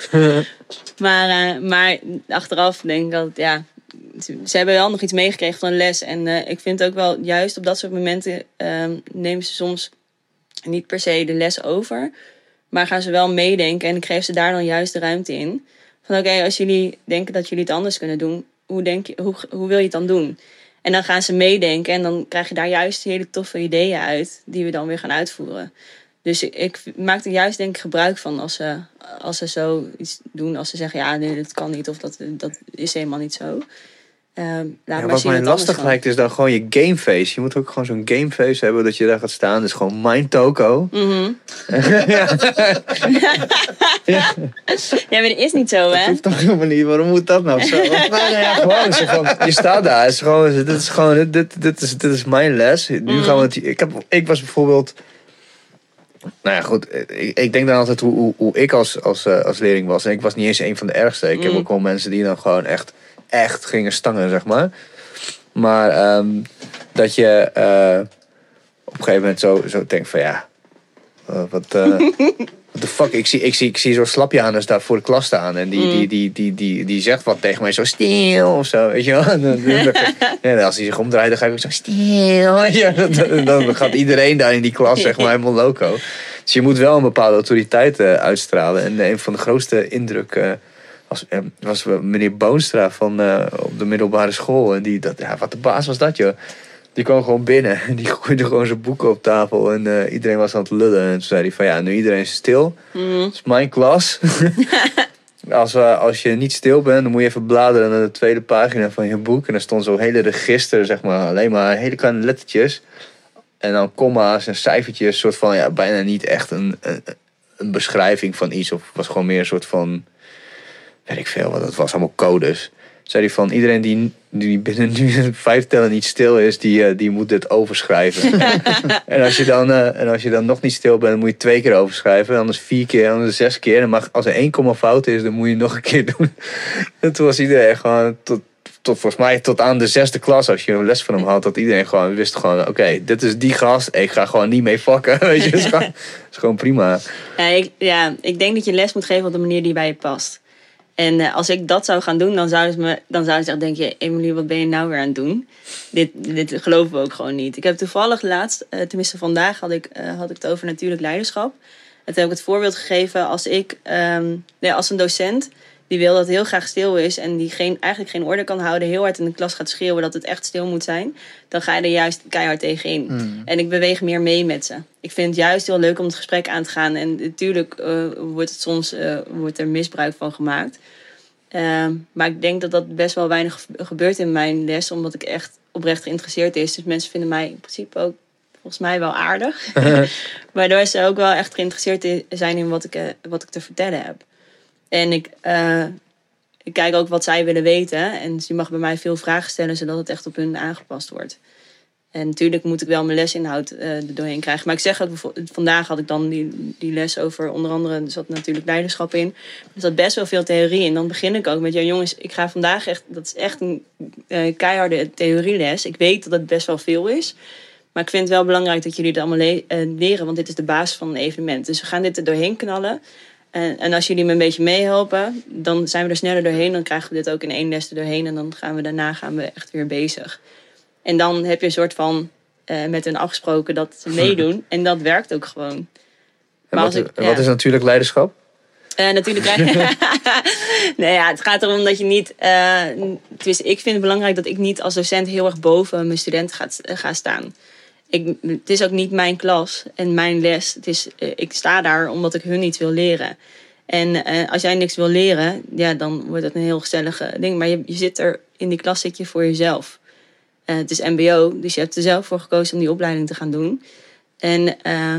Maar achteraf denk ik altijd, ja, ze hebben wel nog iets meegekregen van een les. En ik vind ook wel, juist op dat soort momenten nemen ze soms niet per se de les over. Maar gaan ze wel meedenken en ik geef ze daar dan juist de ruimte in. Van oké, als jullie denken dat jullie het anders kunnen doen, hoe wil je het dan doen? En dan gaan ze meedenken en dan krijg je daar juist hele toffe ideeën uit die we dan weer gaan uitvoeren. Dus ik maak er juist denk ik gebruik van als ze zoiets doen. Als ze zeggen, ja, nee, dat kan niet of dat is helemaal niet zo. Wat mij lastig lijkt is dan gewoon je gameface. Je moet ook gewoon zo'n gameface hebben dat je daar gaat staan. Dus gewoon mijn toko. Mm-hmm. Ja, maar dat is niet zo, hè? Dat hoeft toch helemaal niet. Waarom moet dat nou zo? Gewoon, je staat daar. Dit is mijn les. Nu gaan we het... Ik was bijvoorbeeld... Nou ja, goed. Ik denk dan altijd hoe ik als leerling was. En ik was niet eens een van de ergste. Ik heb ook wel mensen die dan gewoon echt gingen stangen, zeg maar. Maar dat je op een gegeven moment zo denkt van ja... What the fuck? Ik zie zo'n slapjanus daar voor de klas staan. En die zegt wat tegen mij. Zo stil of zo. Weet je wel? En als hij zich omdraait, dan ga ik ook zo stil. Ja, dan gaat iedereen daar in die klas zeg maar helemaal loco. Dus je moet wel een bepaalde autoriteit uitstralen. En een van de grootste indrukken was meneer Boonstra op de middelbare school. En wat de baas was dat, joh. Die kwam gewoon binnen en die gooide gewoon zijn boeken op tafel. En iedereen was aan het lullen. En toen zei hij van ja, nu iedereen is stil. Het is mijn klas. Als je niet stil bent, dan moet je even bladeren naar de tweede pagina van je boek. En daar stond zo'n hele register, zeg maar. Alleen maar hele kleine lettertjes. En dan komma's en cijfertjes. Soort van, ja, bijna niet echt een beschrijving van iets. Of het was gewoon meer een soort van, weet ik veel wat het was. Allemaal codes. Zei hij van, iedereen die binnen nu 5 tellen niet stil is, die moet dit overschrijven. En als je dan nog niet stil bent, dan moet je 2 keer overschrijven. Anders 4 keer, anders 6 keer. En als er 1 komma fout is, dan moet je nog een keer doen. En toen was iedereen gewoon volgens mij tot aan de 6e klas, als je een les van hem had, dat iedereen gewoon wist gewoon, oké, dit is die gast, ik ga gewoon niet mee fucken. Weet je, het is gewoon prima. Ik denk dat je les moet geven op de manier die bij je past. En als ik dat zou gaan doen, dan zouden ze zeggen, denk je, Emily, wat ben je nou weer aan het doen? Dit geloven we ook gewoon niet. Ik heb toevallig laatst, tenminste vandaag, had ik het over natuurlijk leiderschap. En toen heb ik het voorbeeld gegeven als een docent die wil dat het heel graag stil is en die eigenlijk geen orde kan houden, heel hard in de klas gaat schreeuwen dat het echt stil moet zijn, dan ga je er juist keihard tegenin. En ik beweeg meer mee met ze. Ik vind het juist heel leuk om het gesprek aan te gaan. En natuurlijk wordt er misbruik van gemaakt. Maar ik denk dat dat best wel weinig gebeurt in mijn les, omdat ik echt oprecht geïnteresseerd is. Dus mensen vinden mij in principe ook volgens mij wel aardig. Waardoor ze ook wel echt geïnteresseerd zijn in wat ik te vertellen heb. En ik kijk ook wat zij willen weten. En je mag bij mij veel vragen stellen, zodat het echt op hun aangepast wordt. En natuurlijk moet ik wel mijn lesinhoud er doorheen krijgen. Maar ik zeg ook, vandaag had ik dan die les over, onder andere, er zat natuurlijk leiderschap in. Er zat best wel veel theorie in. Dan begin ik ook met, ja jongens, ik ga vandaag echt, dat is echt een keiharde theorieles. Ik weet dat het best wel veel is. Maar ik vind het wel belangrijk dat jullie het allemaal leren, want dit is de basis van een evenement. Dus we gaan dit er doorheen knallen. En als jullie me een beetje meehelpen, dan zijn we er sneller doorheen. Dan krijgen we dit ook in 1 les er doorheen. En dan gaan we echt weer bezig. En dan heb je een soort van met hen afgesproken dat ze meedoen. En dat werkt ook gewoon. En wat is natuurlijk leiderschap? Natuurlijk nee, ja, het gaat erom dat je niet... ik vind het belangrijk dat ik niet als docent heel erg boven mijn student ga staan. Het is ook niet mijn klas en mijn les. Ik sta daar omdat ik hun iets wil leren. En als jij niks wil leren, ja, dan wordt het een heel gezellig ding. Maar je zit er, in die klas zit je voor jezelf. Het is mbo, dus je hebt er zelf voor gekozen om die opleiding te gaan doen. En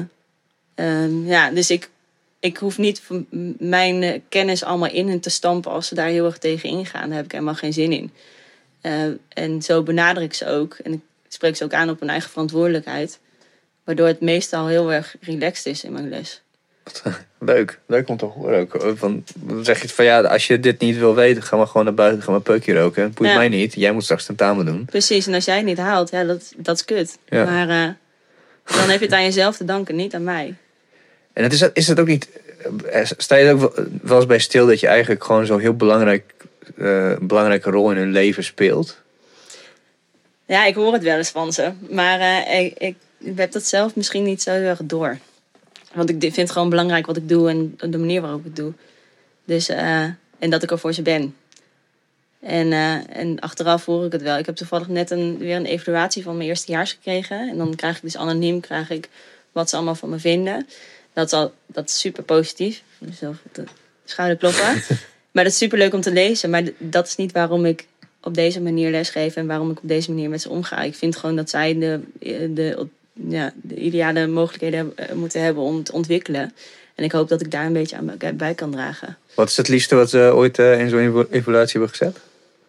dus ik hoef niet mijn kennis allemaal in hen te stampen als ze daar heel erg tegen ingaan. Daar heb ik helemaal geen zin in. En zo benader ik ze ook. En ik spreek ze ook aan op hun eigen verantwoordelijkheid. Waardoor het meestal heel erg relaxed is in mijn les. Leuk om te horen ook. Dan zeg je van ja, als je dit niet wil weten, ga maar gewoon naar buiten, ga maar peukje roken. Het boeit mij niet. Jij moet straks tentamen doen. Precies, en als jij het niet haalt, ja, dat is kut. Ja. Maar dan heb je het aan jezelf te danken, niet aan mij. En is het ook niet... Sta je er ook wel eens bij stil dat je eigenlijk gewoon zo'n heel belangrijke rol in hun leven speelt? Ja, ik hoor het wel eens van ze. Maar ik heb dat zelf misschien niet zo heel erg door. Want ik vind het gewoon belangrijk wat ik doe en de manier waarop ik het doe. Dus, en dat ik er voor ze ben. En achteraf hoor ik het wel. Ik heb toevallig net weer een evaluatie van mijn eerstejaars gekregen. En dan krijg ik dus anoniem wat ze allemaal van me vinden. Dat is super positief. Dus de schouderkloppen. Maar dat is super leuk om te lezen. Maar dat is niet waarom ik op deze manier lesgeef en waarom ik op deze manier met ze omga. Ik vind gewoon dat zij de ideale mogelijkheden moeten hebben om te ontwikkelen. En ik hoop dat ik daar een beetje aan bij kan dragen. Wat is het liefste wat ze ooit in zo'n evaluatie hebben gezet?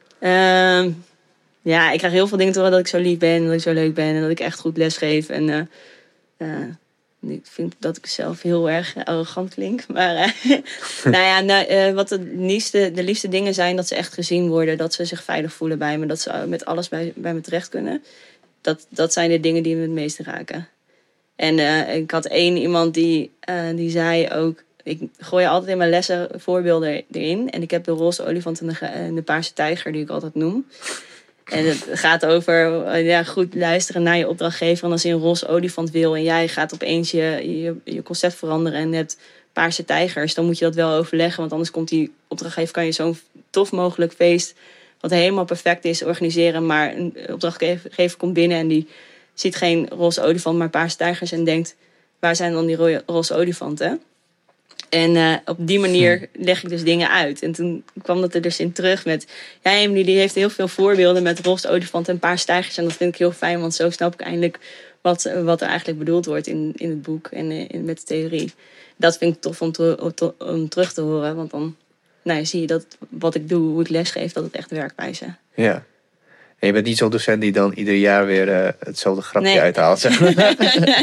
Ik krijg heel veel dingen te horen dat ik zo lief ben, dat ik zo leuk ben en dat ik echt goed lesgeef. En Ik vind dat ik zelf heel erg arrogant klink. Maar wat de liefste dingen zijn, dat ze echt gezien worden. Dat ze zich veilig voelen bij me. Dat ze met alles bij me terecht kunnen. Dat zijn de dingen die me het meest raken. En ik had iemand die zei ook... Ik gooi altijd in mijn lessen voorbeelden erin. En ik heb de roze olifant en de paarse tijger, die ik altijd noem. En het gaat over goed luisteren naar je opdrachtgever. En als hij een roze olifant wil en jij gaat opeens je concept veranderen en hebt paarse tijgers, dan moet je dat wel overleggen. Want anders komt die opdrachtgever, kan je zo'n tof mogelijk feest, wat helemaal perfect is, organiseren. Maar een opdrachtgever komt binnen en die ziet geen roze olifant, maar paarse tijgers en denkt, waar zijn dan die roze olifanten? En op die manier leg ik dus dingen uit. En toen kwam dat er dus in terug met... Ja, Emily die heeft heel veel voorbeelden met roze olifanten en paarse tijgers. En dat vind ik heel fijn, want zo snap ik eindelijk wat er eigenlijk bedoeld wordt in het boek en met de theorie. Dat vind ik tof om terug te horen. Want dan zie je dat wat ik doe, hoe ik lesgeef, dat het echt werkt bij ze. Ja. En je bent niet zo'n docent die dan ieder jaar weer hetzelfde grapje uithaalt. Zeg maar.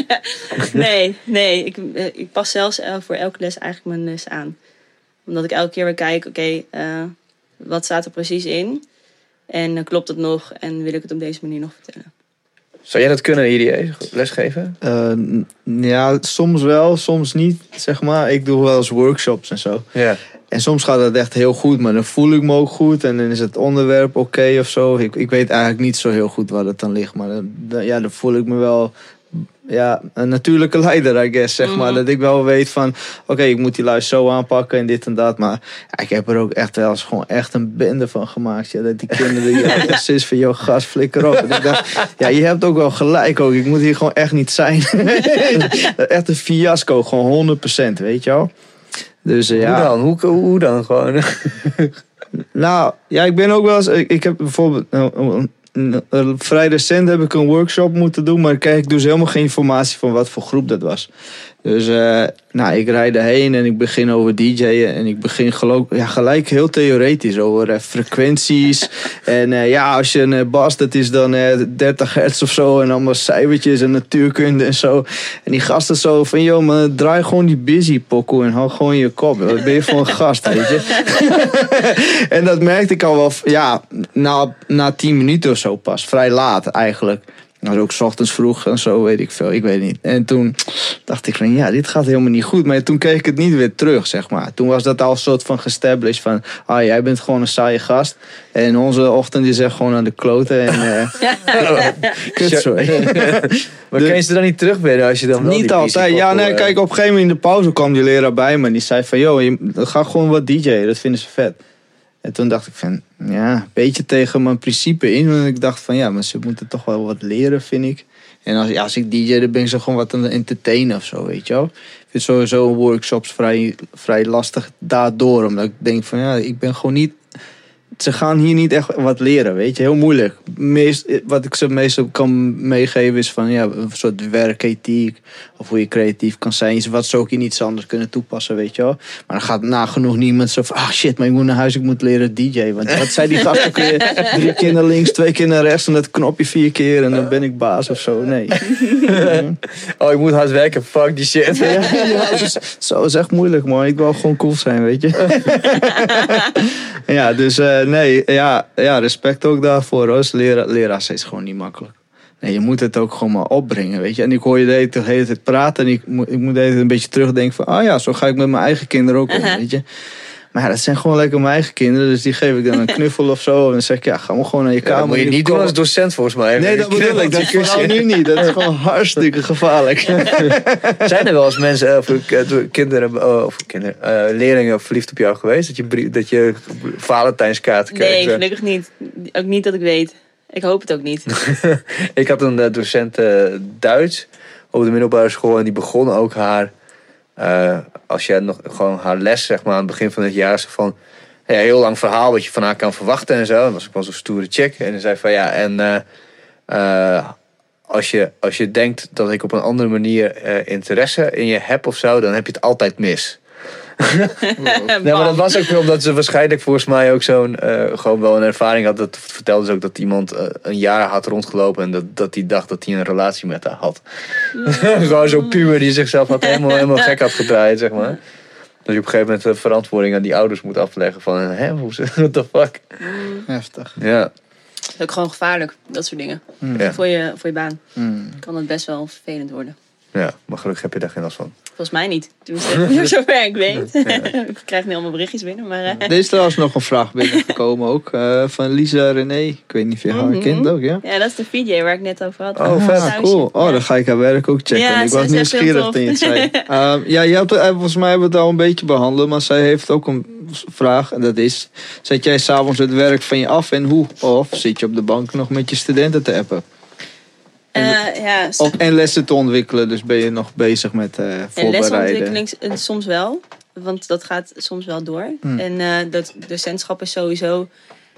Nee. Ik pas zelfs voor elke les eigenlijk mijn les aan. Omdat ik elke keer weer kijk, wat staat er precies in? En klopt het nog? En wil ik het op deze manier nog vertellen? Zou jij dat kunnen, IDE, lesgeven? Ja, soms wel, soms niet, zeg maar. Ik doe wel eens workshops en zo. Ja. En soms gaat het echt heel goed, maar dan voel ik me ook goed. En dan is het onderwerp oké of zo. Ik weet eigenlijk niet zo heel goed waar het dan ligt. Maar dan voel ik me wel... Ja, een natuurlijke leider, I guess, zeg maar. Dat ik wel weet van, oké, ik moet die luis zo aanpakken en dit en dat. Maar ik heb er ook echt wel eens gewoon echt een bende van gemaakt. Ja, dat die kinderen, precies van, joh, gas, flikker op. En ik dacht, ja, je hebt ook wel gelijk ook. Ik moet hier gewoon echt niet zijn. Echt een fiasco, gewoon 100%, weet je wel. Dus, ja. Hoe dan gewoon? Nou, ja, ik ben ook wel eens... Ik heb bijvoorbeeld... vrij recent heb ik een workshop moeten doen, maar ik kreeg dus helemaal geen informatie van wat voor groep dat was. Dus ik rijd erheen en ik begin over DJ'en en ik begin gelijk heel theoretisch over frequenties. En als je een bas, dat is dan 30 hertz of zo en allemaal cijfertjes en natuurkunde en zo. En die gasten zo van, joh, maar draai gewoon die busy pokoe en hou gewoon je kop. Wat ben je voor een gast, weet je? En dat merkte ik al wel, na 10 minuten of zo pas, vrij laat eigenlijk. Dat was ook 's ochtends vroeg en zo, weet ik veel. Ik weet niet. En toen dacht ik van, ja, dit gaat helemaal niet goed. Maar toen kreeg ik het niet weer terug, zeg maar. Toen was dat al een soort van gestablished van... jij bent gewoon een saaie gast. En onze ochtend is echt gewoon aan de kloten. En kutzooi. Maar kan je ze dan niet terugbrengen als je dan wel niet altijd. Kijk, op een gegeven moment in de pauze kwam die leraar bij me. En die zei van, joh, ga gewoon wat DJ'en. Dat vinden ze vet. En toen dacht ik van, een beetje tegen mijn principe in. Want ik dacht van, maar ze moeten toch wel wat leren, vind ik. En als ik DJ, dan ben ik zo gewoon wat aan het entertainen of zo, weet je wel. Ik vind sowieso workshops vrij lastig daardoor. Omdat ik denk van, ik ben gewoon niet... Ze gaan hier niet echt wat leren, weet je. Heel moeilijk. Wat ik ze meestal kan meegeven is van, een soort werkethiek. Of hoe je creatief kan zijn. Wat ze ook in iets anders kunnen toepassen, weet je wel. Maar dan gaat nagenoeg niemand zo van, shit, maar ik moet naar huis, ik moet leren DJ. Want wat zei die gast ook weer? 3 keer naar links, 2 keer naar rechts en dat knopje 4 keer en dan ben ik baas of zo. Nee. Ik moet hard werken, fuck die shit. Dus, zo is echt moeilijk, man. Ik wil gewoon cool zijn, weet je. Ja, dus respect ook daarvoor. Als leraar is gewoon niet makkelijk. Nee, je moet het ook gewoon maar opbrengen, weet je. En ik hoor je de hele tijd praten en ik moet de hele tijd een beetje terugdenken van... zo ga ik met mijn eigen kinderen ook om, weet je. Maar dat zijn gewoon lekker mijn eigen kinderen. Dus die geef ik dan een knuffel of zo. En dan zeg ik, ga maar gewoon naar je kamer. Dat moet je niet doen als docent, volgens mij. Nee, dat bedoel ik. Dat vooral nu niet. Dat is gewoon hartstikke gevaarlijk. Zijn er wel eens mensen, leerlingen verliefd op jou geweest? Dat je Valentijnskaarten kreeg? Nee, gelukkig niet. Ook niet dat ik weet. Ik hoop het ook niet. Ik had een docent Duits op de middelbare school. En die begon ook haar... als je nog gewoon haar les, zeg maar, aan het begin van het jaar, zo van heel lang verhaal wat je van haar kan verwachten en zo. Dat was ook wel zo'n stoere chick. En dan zei van als je denkt dat ik op een andere manier interesse in je heb of zo, dan heb je het altijd mis. Nee, maar dat was ook wel omdat ze waarschijnlijk volgens mij ook gewoon wel een ervaring had. Dat vertelde ze ook dat iemand een jaar had rondgelopen en dat hij dacht dat hij een relatie met haar had. Gewoon zo'n puber die zichzelf helemaal gek had gedraaid, zeg maar. Dat je op een gegeven moment de verantwoording aan die ouders moet afleggen van, what the fuck? Heftig. Ja. Dat is ook gewoon gevaarlijk, dat soort dingen. Ja. Voor je baan kan het best wel vervelend worden. Ja, maar gelukkig heb je daar geen last van. Volgens mij niet. Voor zover ik weet. Ik krijg nu allemaal berichtjes binnen. Maar, Er is trouwens nog een vraag binnengekomen ook. Van Lisa René. Ik weet niet of je haar kent ook, ja? Ja, dat is de VJ waar ik net over had. Oh, vet. Cool. Oh, dan ga ik haar werk ook checken. Ja, ik was ze is nieuwsgierig heel toen je het zei. Volgens mij hebben we het al een beetje behandeld. Maar zij heeft ook een vraag. En dat is, zet jij s'avonds het werk van je af en hoe? Of zit je op de bank nog met je studenten te appen? En lessen te ontwikkelen. Dus ben je nog bezig met voorbereiden? Lesontwikkeling soms wel. Want dat gaat soms wel door. En dat docentschap is sowieso...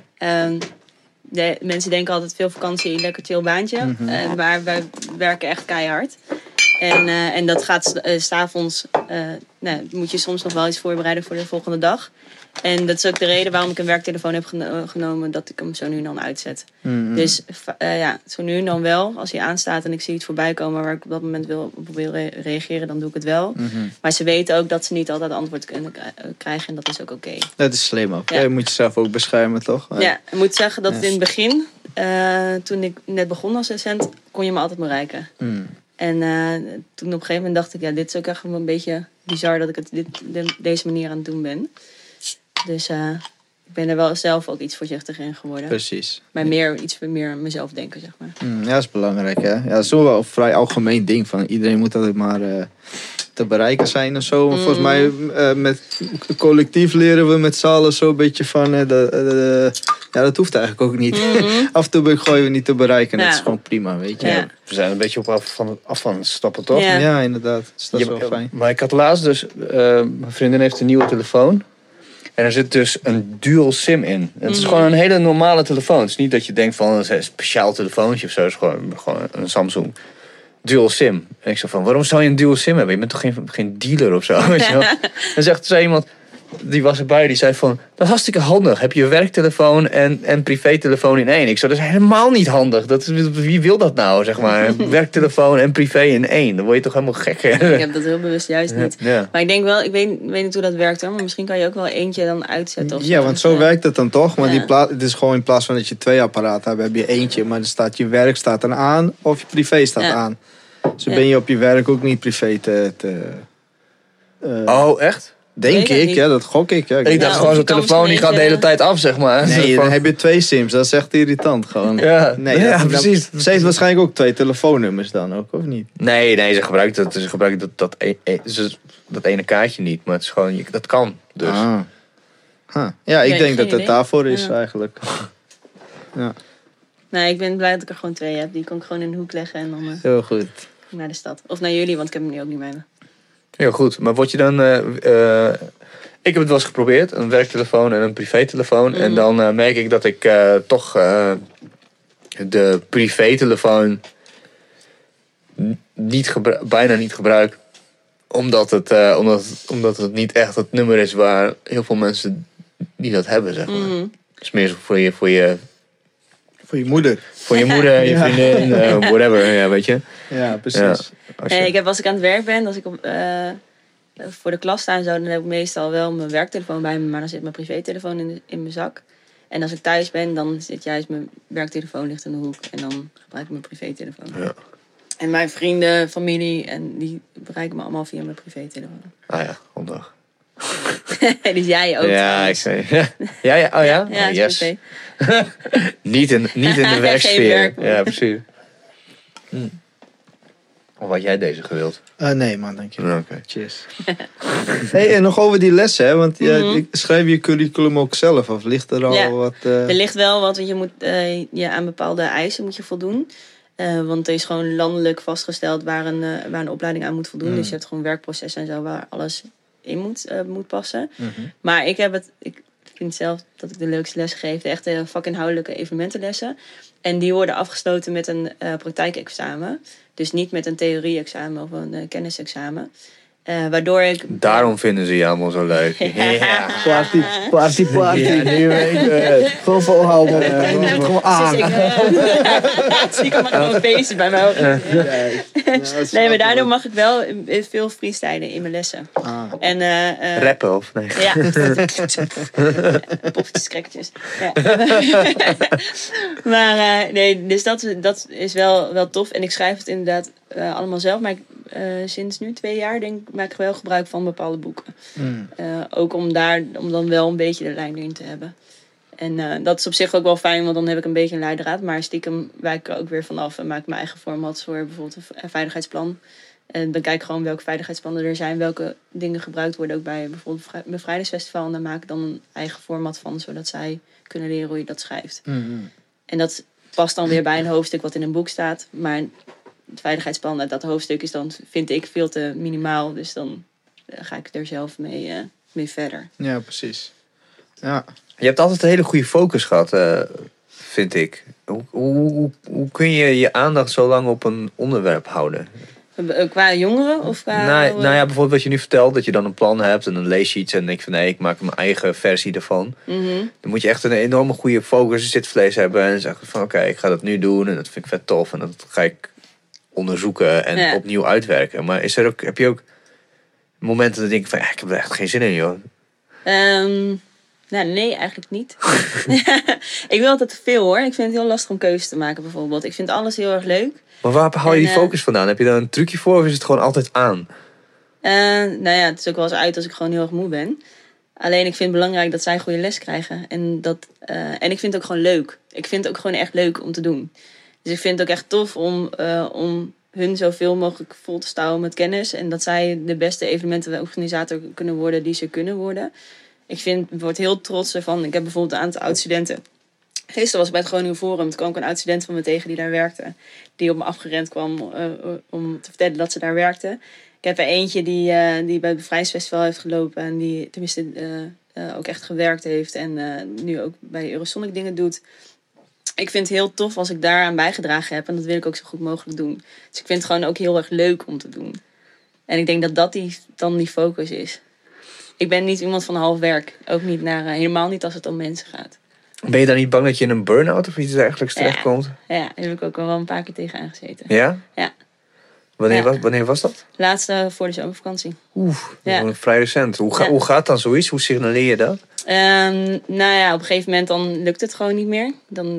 mensen denken altijd veel vakantie, lekker chill baantje. Maar wij werken echt keihard. En dat gaat 's avonds... moet je soms nog wel iets voorbereiden voor de volgende dag. En dat is ook de reden waarom ik een werktelefoon heb genomen, dat ik hem zo nu en dan uitzet. Dus zo nu en dan wel. Als hij aanstaat en ik zie het voorbij komen waar ik op dat moment wil reageren, dan doe ik het wel. Maar ze weten ook dat ze niet altijd antwoord kunnen krijgen en dat is ook oké. Dat is slim ook. Ja. Je moet jezelf ook beschermen, toch? Ja, ik moet zeggen dat in het begin, toen ik net begon als docent, kon je me altijd bereiken. En toen op een gegeven moment dacht ik, dit is ook echt een beetje bizar dat ik het deze manier aan het doen ben. Dus ik ben er wel zelf ook iets voorzichtiger in geworden. Precies. Maar iets meer aan mezelf denken, zeg maar. Ja, dat is belangrijk, hè. Ja, dat is wel een vrij algemeen ding. Van iedereen moet altijd maar te bereiken zijn en zo. Volgens mij, met collectief leren we met z'n allen zo'n beetje van... dat hoeft eigenlijk ook niet. Af en toe gooien we niet te bereiken. Dat is gewoon prima, weet je. Ja. We zijn een beetje af van het stappen, toch? Ja, inderdaad. Dus dat is wel fijn. Maar ik had laatst dus... mijn vriendin heeft een nieuwe telefoon. En er zit dus een dual sim in. Het is gewoon een hele normale telefoon. Het is niet dat je denkt van een speciaal telefoontje of zo. Het is gewoon een Samsung. Dual sim. En ik zei van, waarom zou je een dual sim hebben? Je bent toch geen dealer of zo? Weet je wel? Dan zei iemand, die was erbij, die zei van, dat is hartstikke handig. Heb je werktelefoon en privételefoon in één? Ik zei, dat is helemaal niet handig. Wie wil dat nou, zeg maar? Werktelefoon en privé in één. Dan word je toch helemaal gek. Ik heb dat heel bewust juist niet. Ja. Maar ik denk wel, ik weet niet hoe dat werkt hoor. Maar misschien kan je ook wel eentje dan uitzetten. Of ja, want zo werkt het dan toch. Maar het is gewoon in plaats van dat je 2 apparaten hebt, heb je eentje. Maar er staat je werk staat dan aan of je privé staat aan. Dus ben je op je werk ook niet privé oh, echt? Denk ik, ja, dat gok ik. Ja. Ik dacht gewoon zo'n telefoon die gaat de hele tijd af, zeg maar. Nee, dan heb je 2 sims, dat is echt irritant gewoon. Ja, precies. Ze heeft waarschijnlijk ook 2 telefoonnummers dan ook, of niet? Nee, ze gebruikt dat ene kaartje niet, maar het is gewoon, dat kan dus. Ja, ik denk dat het daarvoor is eigenlijk. Ja. Nee, ik ben blij dat ik er gewoon 2 heb. Die kan ik gewoon in de hoek leggen en dan heel goed. Naar de stad. Of naar jullie, want ik heb hem nu ook niet bij me. Heel goed, maar word je dan... ik heb het wel eens geprobeerd, een werktelefoon en een privételefoon. En dan merk ik dat ik toch de privételefoon bijna niet gebruik. Omdat het niet echt het nummer is waar heel veel mensen die dat hebben, zeg maar. Het is meer voor je moeder. Voor je moeder, je vriendin, whatever, ja, weet je. Ja, precies. Ja. Als ik aan het werk ben, als ik voor de klas sta en zo, dan heb ik meestal wel mijn werktelefoon bij me, maar dan zit mijn privételefoon in mijn zak. En als ik thuis ben, dan zit juist mijn werktelefoon ligt in de hoek en dan gebruik ik mijn privételefoon. Ja. En mijn vrienden, familie, en die bereiken me allemaal via mijn privételefoon. Ah ja, handig. Dus jij ook. Ja, ik zei. Ja, oh ja? Ja, oh, yes. niet in de werksfeer. Ja, precies. Of had jij deze gewild? Nee man, dank je. Okay. Cheers. Hey, en nog over die lessen, hè? Want schrijf je curriculum ook zelf of ligt er al wat? Er ligt wel wat, want je moet aan bepaalde eisen moet je voldoen. Want er is gewoon landelijk vastgesteld waar een opleiding aan moet voldoen. Dus je hebt gewoon werkprocessen en zo waar alles in moet passen. Maar ik vind zelf dat ik de leukste lessen geef. De echte vakinhoudelijke evenementenlessen. En die worden afgesloten met een praktijkexamen. Dus niet met een theorie-examen of een kennisexamen. Waardoor ik... Daarom vinden ze je allemaal zo leuk. Ja. Party. Ja, nu weet ik het. Gewoon volhouden. Gewoon aan. Dus ik kan maar gewoon bezig bij mij. Nee, maar daardoor mag ik wel veel freestylen in mijn lessen. En, Rappen of nee? Ja. Poffertjes, crackertjes. Ja. Maar nee, dus dat is wel tof. En ik schrijf het inderdaad allemaal zelf. Maar sinds nu 2 jaar maak ik wel gebruik van bepaalde boeken. Ook om dan wel een beetje de lijn erin te hebben. En dat is op zich ook wel fijn, want dan heb ik een beetje een leidraad. Maar stiekem wijk ik er ook weer vanaf en maak ik mijn eigen formats voor bijvoorbeeld een veiligheidsplan. En dan kijk ik gewoon welke veiligheidsplannen er zijn, welke dingen gebruikt worden ook bij bijvoorbeeld een bevrijdingsfestival. En daar maak ik dan een eigen format van, zodat zij kunnen leren hoe je dat schrijft. En dat past dan weer bij een hoofdstuk wat in een boek staat. Maar het veiligheidsplan uit dat hoofdstuk is dan, vind ik, veel te minimaal. Dus dan ga ik er zelf mee verder. Ja, precies. Ja. Je hebt altijd een hele goede focus gehad, vind ik. Hoe kun je je aandacht zo lang op een onderwerp houden? Qua jongeren of qua... Nou ja, bijvoorbeeld wat je nu vertelt, dat je dan een plan hebt en dan lees je iets en denk van nee, ik maak mijn eigen versie ervan. Dan moet je echt een enorme goede focus, zitvlees hebben en zeggen van oké, ik ga dat nu doen en dat vind ik vet tof en dat ga ik onderzoeken en opnieuw uitwerken. Maar heb je ook momenten dat denk ik van ik heb er echt geen zin in, joh? Nou, nee, eigenlijk niet. Ik wil altijd te veel, hoor. Ik vind het heel lastig om keuzes te maken, bijvoorbeeld. Ik vind alles heel erg leuk. Maar waar hou je die focus vandaan? Heb je daar een trucje voor of is het gewoon altijd aan? Nou ja, het is ook wel eens uit als ik gewoon heel erg moe ben. Alleen ik vind het belangrijk dat zij goede les krijgen. En ik vind het ook gewoon leuk. Ik vind het ook gewoon echt leuk om te doen. Dus ik vind het ook echt tof om hun zoveel mogelijk vol te stouwen met kennis. En dat zij de beste evenementenorganisator kunnen worden die ze kunnen worden. Ik word heel trots ervan. Ik heb bijvoorbeeld een aantal oud-studenten. Gisteren was ik bij het Groningen Forum. Toen kwam ik een oud-student van me tegen die daar werkte. Die op me afgerend kwam om te vertellen dat ze daar werkte. Ik heb er eentje die bij het Bevrijdingsfestival heeft gelopen. En die tenminste ook echt gewerkt heeft. En nu ook bij Eurosonic dingen doet. Ik vind het heel tof als ik daaraan bijgedragen heb. En dat wil ik ook zo goed mogelijk doen. Dus ik vind het gewoon ook heel erg leuk om te doen. En ik denk dat dan die focus is. Ik ben niet iemand van half werk. Ook niet helemaal niet als het om mensen gaat. Ben je dan niet bang dat je in een burn-out of iets dergelijks terechtkomt? Ja, daar heb ik ook al wel een paar keer tegen aangezeten. Ja? Ja. Wanneer was dat? Laatste voor de zomervakantie. Vrij recent. Hoe gaat dan zoiets? Hoe signaleer je dat? Nou ja, op een gegeven moment dan lukt het gewoon niet meer.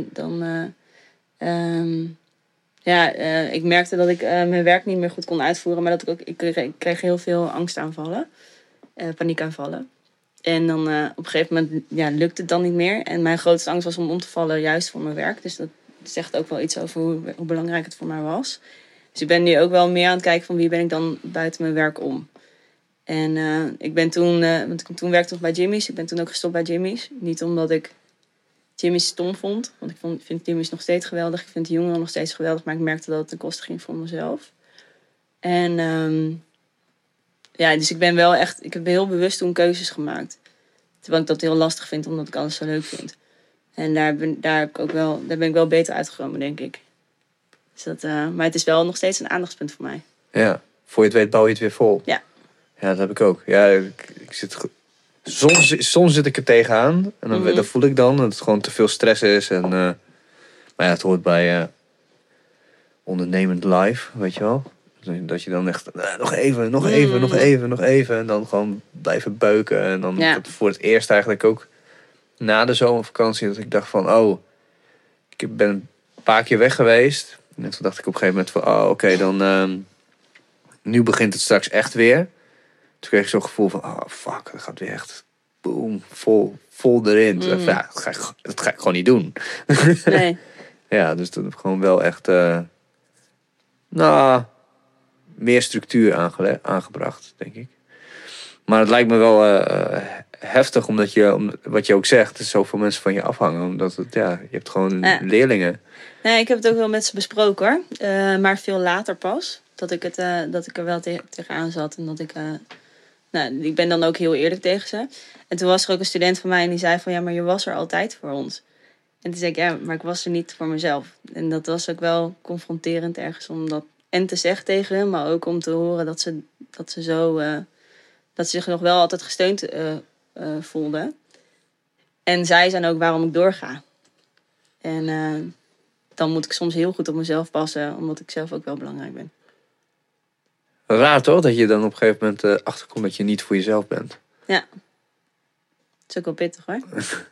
Ik merkte dat ik mijn werk niet meer goed kon uitvoeren. Maar dat ik kreeg heel veel angstaanvallen. Paniekaanvallen. En dan op een gegeven moment lukt het dan niet meer. En mijn grootste angst was om te vallen juist voor mijn werk. Dus dat zegt ook wel iets over hoe belangrijk het voor mij was. Dus ik ben nu ook wel meer aan het kijken van wie ben ik dan buiten mijn werk om. En ik ben want toen werkte ik nog bij Jimmy's. Ik ben toen ook gestopt bij Jimmy's. Niet omdat ik Jimmy's stom vond. Want ik vind Jimmy's nog steeds geweldig. Ik vind de jongeren nog steeds geweldig. Maar ik merkte dat het ten koste ging voor mezelf. En dus ik heb heel bewust toen keuzes gemaakt. Terwijl ik dat heel lastig vind, omdat ik alles zo leuk vind. En daar ben ik wel beter uitgekomen, denk ik. Dus maar het is wel nog steeds een aandachtspunt voor mij. Ja, voor je het weet bouw je het weer vol. Ja. Ja, dat heb ik ook. Ja, ik zit soms zit ik er tegenaan. En dan voel ik dan dat het gewoon te veel stress is. En, maar ja, het hoort bij ondernemend life, weet je wel. Dat je dan echt, nog even. En dan gewoon blijven beuken. En dan voor het eerst eigenlijk ook na de zomervakantie dat ik dacht van, ik ben een paar keer weg geweest. En toen dacht ik op een gegeven moment van, oké, dan nu begint het straks echt weer. Toen kreeg ik zo'n gevoel van, fuck, dat gaat weer echt boom, vol erin. Toen dacht ik, dat ga ik gewoon niet doen. Nee. Ja, dus dat heb ik gewoon wel echt, meer structuur aangebracht, denk ik. Maar het lijkt me wel heftig, omdat wat je ook zegt, er zoveel mensen van je afhangen. Omdat je hebt gewoon leerlingen. Nee, ik heb het ook wel met ze besproken, hoor. Maar veel later pas. Dat ik er wel tegenaan zat. En dat ik ben dan ook heel eerlijk tegen ze. En toen was er ook een student van mij en die zei van, ja, maar je was er altijd voor ons. En toen zei ik, ja, maar ik was er niet voor mezelf. En dat was ook wel confronterend ergens om dat en te zeggen tegen hem, maar ook om te horen dat ze dat ze dat ze zich nog wel altijd gesteund voelden. En zij zijn ook waarom ik doorga. En dan moet ik soms heel goed op mezelf passen, omdat ik zelf ook wel belangrijk ben. Raar toch, dat je dan op een gegeven moment achterkomt dat je niet voor jezelf bent. Ja. Dat is ook wel pittig hoor.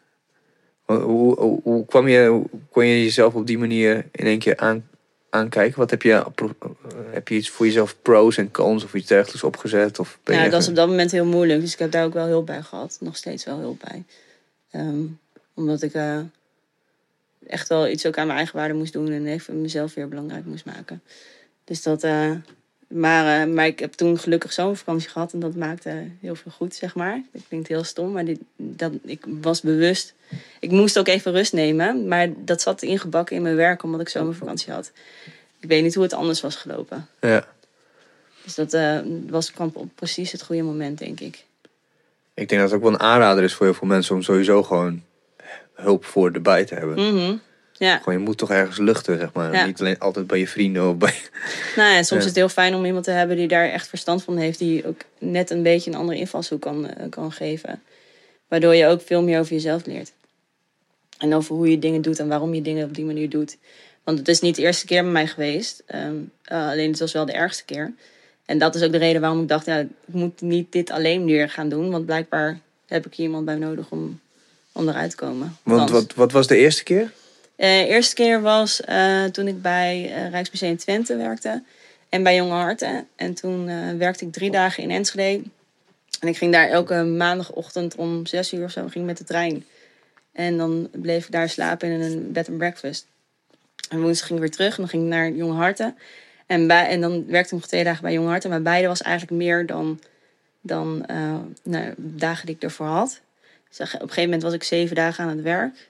Hoe kon je jezelf op die manier in één keer aankijken? Wat heb je iets voor jezelf pros en cons of iets dergelijks opgezet? Of Ja, dat was op dat moment heel moeilijk. Dus ik heb daar ook wel hulp bij gehad. Nog steeds wel hulp bij. Omdat ik echt wel iets ook aan mijn eigen waarde moest doen. En even mezelf weer belangrijk moest maken. Dus dat... Maar ik heb toen gelukkig zomervakantie gehad. En dat maakte heel veel goed, zeg maar. Dat klinkt heel stom, maar ik was bewust. Ik moest ook even rust nemen. Maar dat zat ingebakken in mijn werk, omdat ik zomervakantie had. Ik weet niet hoe het anders was gelopen. Ja. Dus dat kwam op precies het goede moment, denk ik. Ik denk dat het ook wel een aanrader is voor heel veel mensen om sowieso gewoon hulp voor erbij te hebben. Mm-hmm. Ja. Gewoon, je moet toch ergens luchten, zeg maar. Ja. Niet alleen altijd bij je vrienden of bij... Nou ja, soms is het heel fijn om iemand te hebben die daar echt verstand van heeft. Die ook net een beetje een andere invalshoek kan geven. Waardoor je ook veel meer over jezelf leert. En over hoe je dingen doet en waarom je dingen op die manier doet. Want het is niet de eerste keer bij mij geweest. Alleen het was wel de ergste keer. En dat is ook de reden waarom ik dacht, ja, ik moet niet dit alleen weer gaan doen. Want blijkbaar heb ik hier iemand bij nodig om eruit te komen. Want wat was de eerste keer? De eerste keer was toen ik bij Rijksmuseum Twente werkte. En bij Jonge Harten. En toen werkte ik 3 dagen in Enschede. En ik ging daar elke maandagochtend om 6 uur of zo ging met de trein. En dan bleef ik daar slapen in een bed and breakfast. En woensdag ging ik weer terug en dan ging ik naar Jonge Harten. En dan werkte ik nog 2 dagen bij Jonge Harten. Maar beide was eigenlijk meer dan de dagen die ik ervoor had. Dus op een gegeven moment was ik 7 dagen aan het werk.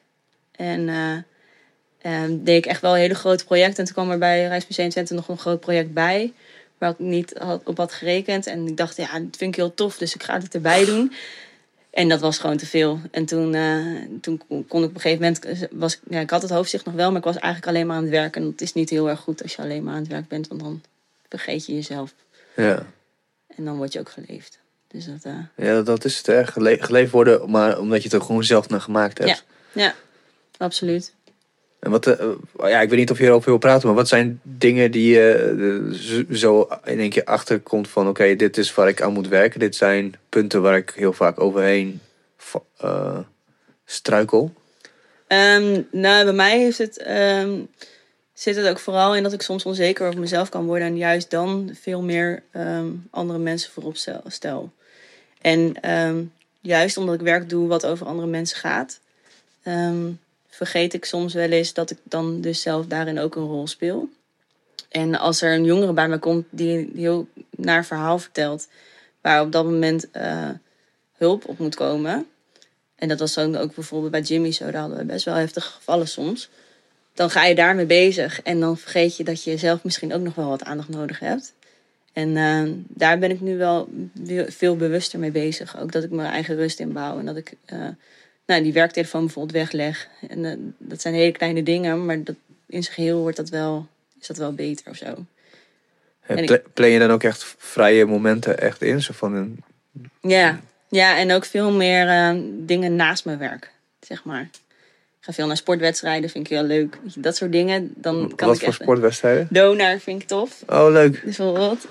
En deed ik echt wel hele grote projecten. En toen kwam er bij Rijksmuseum Twente nog een groot project bij. Waar ik niet op had gerekend. En ik dacht, ja, dat vind ik heel tof. Dus ik ga het erbij doen. En dat was gewoon te veel. En toen kon ik op een gegeven moment... ik had het hoofdzicht nog wel, maar ik was eigenlijk alleen maar aan het werk. En dat is niet heel erg goed als je alleen maar aan het werk bent. Want dan vergeet je jezelf. Ja. En dan word je ook geleefd. Dus dat... Ja, dat is het erg. Geleefd worden, maar omdat je het er gewoon zelf naar gemaakt hebt. Ja, absoluut. En wat, ik weet niet of je erover wil praten, maar wat zijn dingen die je zo in één keer achterkomt van oké, dit is waar ik aan moet werken. Dit zijn punten waar ik heel vaak overheen struikel. Bij mij zit het ook vooral in dat ik soms onzeker over mezelf kan worden. En juist dan veel meer andere mensen voorop stel. En juist omdat ik werk doe wat over andere mensen gaat... vergeet ik soms wel eens dat ik dan dus zelf daarin ook een rol speel. En als er een jongere bij me komt die heel naar verhaal vertelt... waar op dat moment hulp op moet komen... en dat was zo ook bijvoorbeeld bij Jimmy zo... daar hadden we best wel heftige gevallen soms... dan ga je daarmee bezig en dan vergeet je dat je zelf misschien ook nog wel wat aandacht nodig hebt. En daar ben ik nu wel veel bewuster mee bezig. Ook dat ik mijn eigen rust inbouw en dat ik... die werktelefoon bijvoorbeeld wegleg. En dat zijn hele kleine dingen, maar in zijn geheel is dat wel beter of zo. Plan je dan ook echt vrije momenten echt in? Zo van een... Ja, en ook veel meer dingen naast mijn werk, zeg maar. Ik ga veel naar sportwedstrijden, vind ik heel leuk. Dat soort dingen. Dan kan Wat voor sportwedstrijden? Donar vind ik tof. Oh, leuk. Bijvoorbeeld.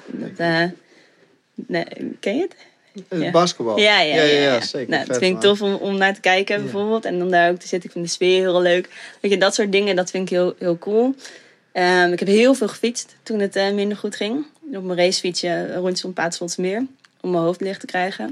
Ken je het? Ja. Basketbal. Ja, zeker. Nou, dat vind ik tof om naar te kijken, bijvoorbeeld. En dan daar ook te zitten. Ik vind de sfeer heel leuk. Weet je, dat soort dingen, dat vind ik heel, heel cool. Ik heb heel veel gefietst toen het minder goed ging. Op mijn racefietsje rondjes om Paterswoldsmeer. Om mijn hoofd licht te krijgen.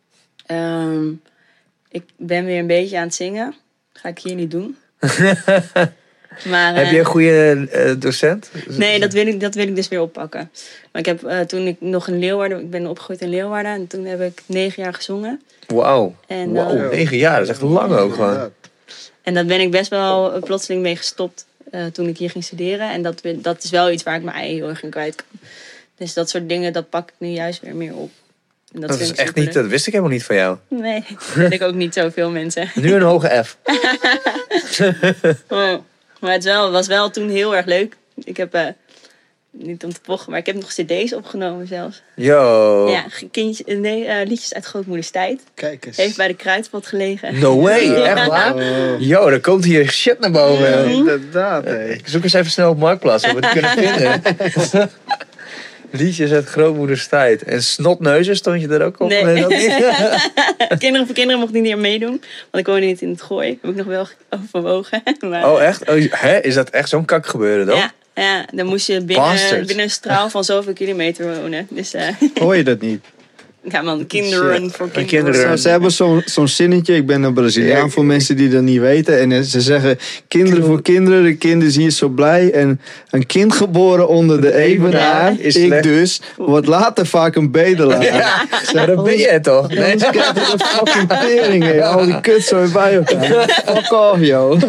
Ik ben weer een beetje aan het zingen. Dat ga ik hier niet doen. Maar, heb je een goede docent? Nee, dat wil ik dus weer oppakken. Maar ik heb toen ik nog in Leeuwarden... Ik ben opgegroeid in Leeuwarden. En toen heb ik 9 jaar gezongen. Wauw. 9 jaar. Dat is echt lang ook gewoon. En daar ben ik best wel plotseling mee gestopt. Toen ik hier ging studeren. En dat is wel iets waar ik mijn ei heel erg in kwijt kan. Dus dat soort dingen, dat pak ik nu juist weer meer op. En dat is echt niet, dat wist ik helemaal niet van jou. Nee, dat weet ik ook niet zoveel mensen. Nu een hoge F. Maar het was wel toen heel erg leuk. Ik heb niet om te pochen, maar ik heb nog cd's opgenomen zelfs. Yo. Ja, liedjes uit grootmoeders tijd. Kijk eens. Heeft bij de Kruidvat gelegen. No way, echt waar? Oh. Yo, er komt hier shit naar boven. Ja, inderdaad, hé. Ik zoek eens even snel op Marktplaats om het te kunnen vinden. Liedjes uit grootmoeders tijd. En snotneuzen stond je er ook op? Nee. Dat niet? Kinderen voor kinderen mocht niet meer meedoen. Want ik woonde niet in het Gooi. Heb ik nog wel overwogen. Maar, Oh, echt? Oh, hè? Is dat echt zo'n kak gebeuren dan? ja, dan moest je Bastards. binnen een straal van zoveel kilometer wonen. Dus Hoor je dat niet? ja man, kinderen voor kinderen. kinderen. Ze hebben zo'n zinnetje. Ik ben een Braziliaan Ja, voor mensen die dat niet weten. En ze zeggen, kinderen voor kinderen. De kind is hier zo blij. En een kind geboren onder de evenaar, is ik slecht. dus, wordt later vaak een bedelaar. Ja, dat ben je toch? Nee. Anders krijg je een fucking tering, hè. Al die kut zo bij elkaar. Fuck off, joh.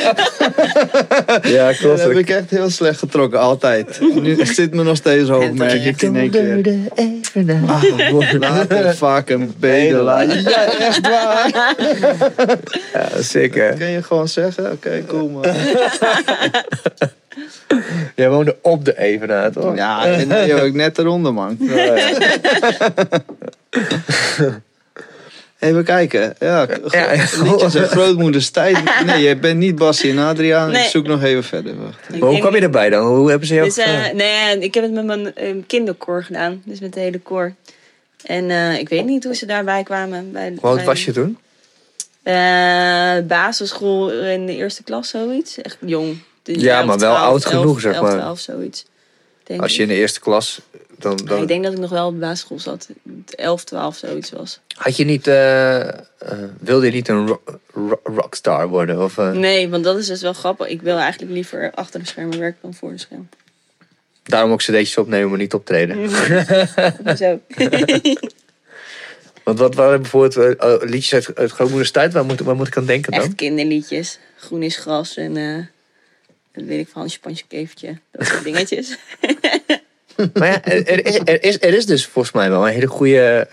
Ja, Dat klopt. heb ik echt heel slecht getrokken, altijd. Nu zit me nog steeds hoog, merk ik in één keer. Later vaak een bedelaar. Ja, echt waar. Ja, zeker. Kun je gewoon zeggen? Oké, cool man. Jij woonde op de Evenaar, toch? Ja, nee, joh, ik net eronder, man. Even kijken. Ja, liedjes uit grootmoeders tijd. Nee, je bent niet Bassie en Adriaan. Nee. Ik zoek nog even verder. Wacht. Maar hoe kwam je erbij dan? Hoe hebben ze jou Dus, gevraagd? ik heb het met mijn kinderkoor gedaan. Dus met de hele koor. En ik weet niet hoe ze daarbij kwamen. Hoe oud was je toen? Basisschool in de eerste klas, zoiets. Echt jong. Dus Ja, 11, maar wel 12, oud genoeg, zeg 11, maar. 12, zoiets. Denk Als ik. je in de eerste klas... Dan... Ik denk dat ik nog wel op de basisschool zat. 11, 12, zoiets was. Had je niet... wilde je niet een rockstar worden? Of, Nee, want dat is dus wel grappig. Ik wil eigenlijk liever achter de schermen werken dan voor de schermen. Daarom ook cd'tjes opnemen, maar niet optreden. Zo. Want wat waren bijvoorbeeld liedjes uit grootmoeders tijd? Waar moet ik aan denken dan? Echt kinderliedjes. Groen is gras en dat weet ik van Hansje Pansje Kevertje. Dat soort dingetjes. Maar ja, er is dus volgens mij wel een hele goede...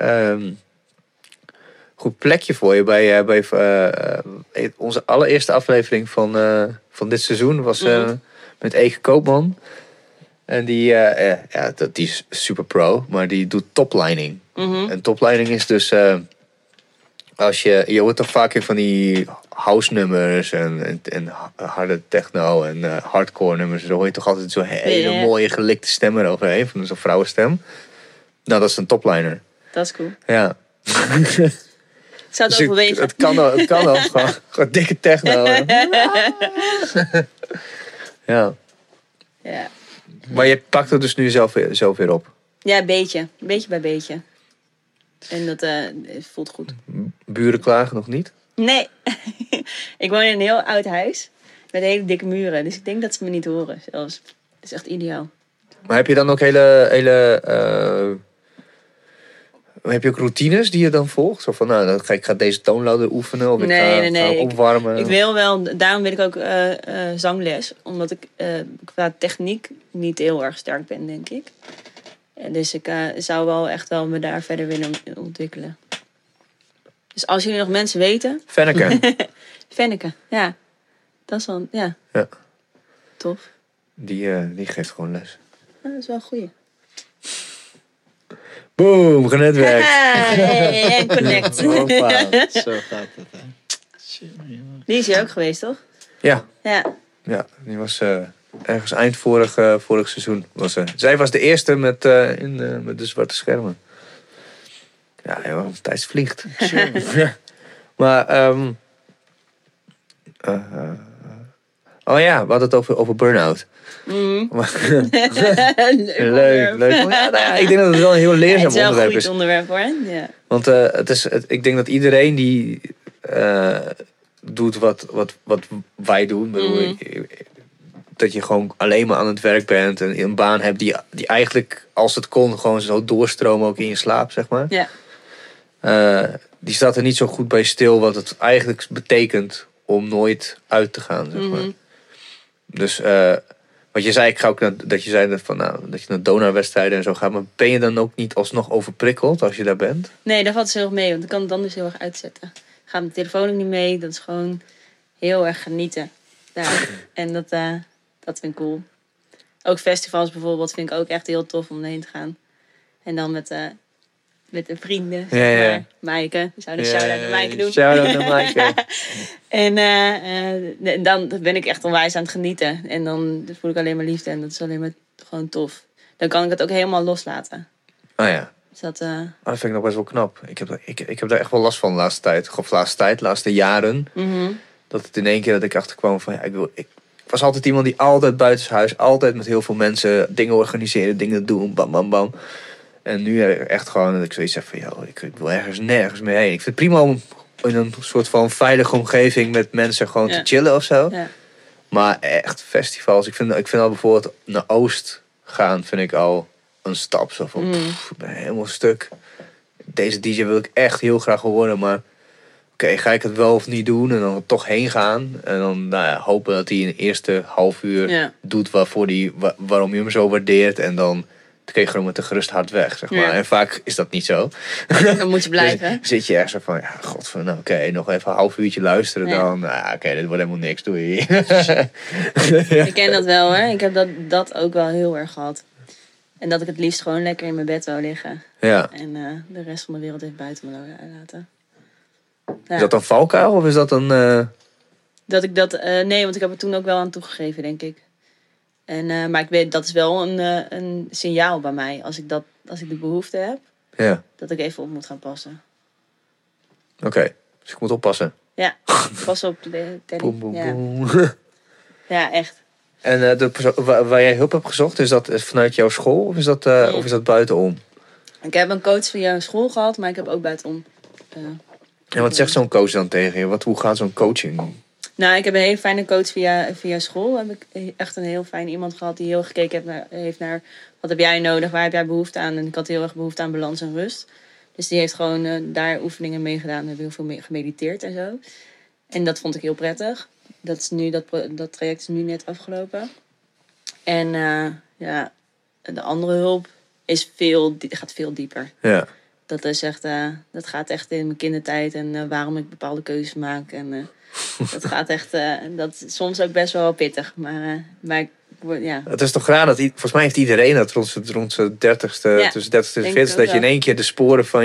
goed plekje voor je bij onze allereerste aflevering van dit seizoen was met Ege Koopman. En die is super pro, maar die doet toplining. En toplining is dus als je hoort toch vaak in van die house nummers en harde techno en hardcore nummers, dan hoor je toch altijd zo'n hele mooie gelikte stem eroverheen, van zo'n vrouwenstem. Nou, dat is een topliner. Dat is cool. Ja. Ik zou het overwegen. Het kan ook. Gewoon dikke techno. Ja. Ja. Maar je pakt het dus nu zelf weer op. Ja, een beetje. Beetje bij beetje. En dat voelt goed. Buren klagen nog niet? Nee. Ik woon in een heel oud huis. Met hele dikke muren. Dus ik denk dat ze me niet horen zelfs. Dat is echt ideaal. Maar heb je dan ook heb je ook routines die je dan volgt? Zo van, nou, ik ga deze toonladder oefenen of ik ga opwarmen. Ik wil wel, daarom wil ik ook zangles. Omdat ik qua techniek niet heel erg sterk ben, denk ik. En dus ik zou wel echt wel me daar verder willen ontwikkelen. Dus als jullie nog mensen weten... Fenneke. Fenneke, ja. Dat is wel, ja. Tof. Die geeft gewoon les. Ja, dat is wel een goeie. Boom, genetwerkt. En connect. Hoppa, zo gaat het, hè. Die is hier ook geweest, toch? Ja. Ja. Die was ergens eind vorig seizoen. Zij was de eerste met de zwarte schermen. Ja, joh, tijd vliegt. Maar, oh ja, we hadden het over burn-out. Leuk. Ja, ik denk dat het wel een heel leerzaam onderwerp is. Het is wel een goed onderwerp, hoor. Ja. Want ik denk dat iedereen die doet wat wij doen. Dat je gewoon alleen maar aan het werk bent en een baan hebt die eigenlijk, als het kon, gewoon zo doorstromen ook in je slaap, zeg maar. Ja. Die staat er niet zo goed bij stil wat het eigenlijk betekent om nooit uit te gaan, zeg maar. Dus wat je zei, dat je zei dat je naar donorwedstrijden en zo gaat, maar ben je dan ook niet alsnog overprikkeld als je daar bent? Nee, dat valt heel erg mee, want ik kan het dan dus heel erg uitzetten. Gaat mijn telefoon ook niet mee, dat is gewoon heel erg genieten daar. En dat vind ik cool. ook festivals bijvoorbeeld vind ik ook echt heel tof om heen te gaan. En dan met de vrienden, zeg maar. Maaike, we zouden een shout-out naar Maaike doen. Shout-out naar Maaike. En dan ben ik echt onwijs aan het genieten. En dan voel ik alleen maar liefde en dat is alleen maar gewoon tof. Dan kan ik het ook helemaal loslaten. Oh ja. Dus dat vind ik nog best wel knap. Ik heb daar echt wel last van de laatste tijd. Of de laatste jaren. Mm-hmm. Dat het in één keer dat ik achterkwam van... ik was altijd iemand die altijd buitenshuis... altijd met heel veel mensen dingen organiseren, dingen doen, bam, bam, bam. En nu echt gewoon dat ik zoiets zeg van... joh, ik wil ergens nergens mee heen. Ik vind het prima om in een soort van veilige omgeving... met mensen gewoon te chillen of zo. Ja. Maar echt festivals. Ik vind al bijvoorbeeld naar Oost gaan... vind ik al een stap. Zo van, ik ben helemaal stuk. Deze DJ wil ik echt heel graag horen, maar... Oké, ga ik het wel of niet doen? En dan toch heen gaan. En dan hopen dat hij in de eerste half uur doet waarom je hem zo waardeert. En dan kun je gewoon met een gerust hart weg, zeg maar. Ja. En vaak is dat niet zo. Dan moet je blijven. Dus zit je echt zo van, ja, godver, oké, nog even een half uurtje luisteren dan. Oké, dit wordt helemaal niks, doei. Ik ken dat wel, hè. Ik heb dat ook wel heel erg gehad. En dat ik het liefst gewoon lekker in mijn bed wou liggen. Ja. En de rest van de wereld even buiten me laten. Ja. Is dat een valkuil of is dat een... Nee, want ik heb er toen ook wel aan toegegeven, denk ik. En, maar ik weet, dat is wel een signaal bij mij. Als ik de behoefte heb, dat ik even op moet gaan passen. Oké, dus ik moet oppassen. Ja, pas op de Teddy. Boom, boom, Ja. boom. Ja, echt. En waar jij hulp hebt gezocht, is dat vanuit jouw school of is dat buitenom? Ik heb een coach via school gehad, maar ik heb ook buitenom. En wat zegt zo'n coach dan tegen je? Hoe gaat zo'n coaching? Nou, ik heb een hele fijne coach via school. Heb ik echt een heel fijn iemand gehad die heel gekeken heeft naar wat heb jij nodig, waar heb jij behoefte aan. En ik had heel erg behoefte aan balans en rust. Dus die heeft gewoon daar oefeningen mee gedaan. We hebben heel veel mee gemediteerd en zo. En dat vond ik heel prettig. Dat traject is nu net afgelopen. En de andere hulp gaat veel dieper. Ja. Dat is echt, dat gaat echt in mijn kindertijd en waarom ik bepaalde keuzes maak. En dat gaat echt, dat is soms ook best wel pittig. Maar ja. Het is toch raar dat, volgens mij heeft iedereen dat rond zijn 30ste, tussen 30ste en 40ste, dat je in één keer de sporen van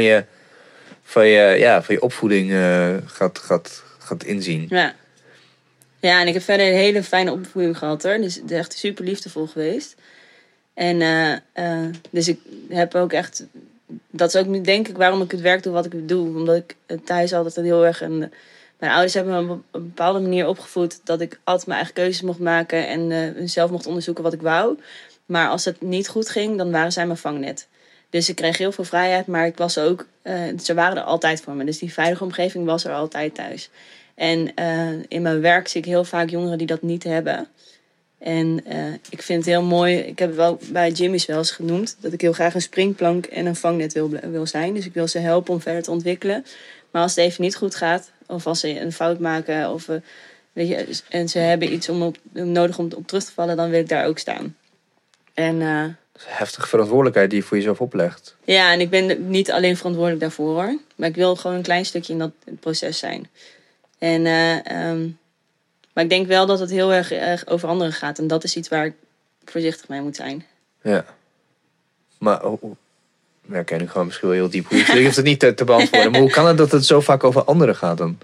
je opvoeding gaat inzien. Ja. Ja, en ik heb verder een hele fijne opvoeding gehad hoor. Dus het is echt super liefdevol geweest. En dus ik heb ook echt... Dat is ook nu denk ik waarom ik het werk doe wat ik doe. Omdat ik thuis altijd heel erg... Mijn ouders hebben me op een bepaalde manier opgevoed... dat ik altijd mijn eigen keuzes mocht maken... en zelf mocht onderzoeken wat ik wou. Maar als het niet goed ging, dan waren zij mijn vangnet. Dus ik kreeg heel veel vrijheid, maar ik was ook... ze waren er altijd voor me. Dus die veilige omgeving was er altijd thuis. En in mijn werk zie ik heel vaak jongeren die dat niet hebben... En ik vind het heel mooi. Ik heb het wel bij Jimmy's wel eens genoemd. Dat ik heel graag een springplank en een vangnet wil zijn. Dus ik wil ze helpen om verder te ontwikkelen. Maar als het even niet goed gaat. Of als ze een fout maken. Of, weet je, en ze hebben iets nodig om op terug te vallen. Dan wil ik daar ook staan. En, dat is een heftige verantwoordelijkheid die je voor jezelf oplegt. Ja, en ik ben niet alleen verantwoordelijk daarvoor hoor. Maar ik wil gewoon een klein stukje in dat proces zijn. En... Maar ik denk wel dat het heel erg over anderen gaat. En dat is iets waar ik voorzichtig mee moet zijn. Ja. Maar oké, nu gaan we misschien wel heel diep. Je hoeft het niet te beantwoorden. Maar hoe kan het dat het zo vaak over anderen gaat dan?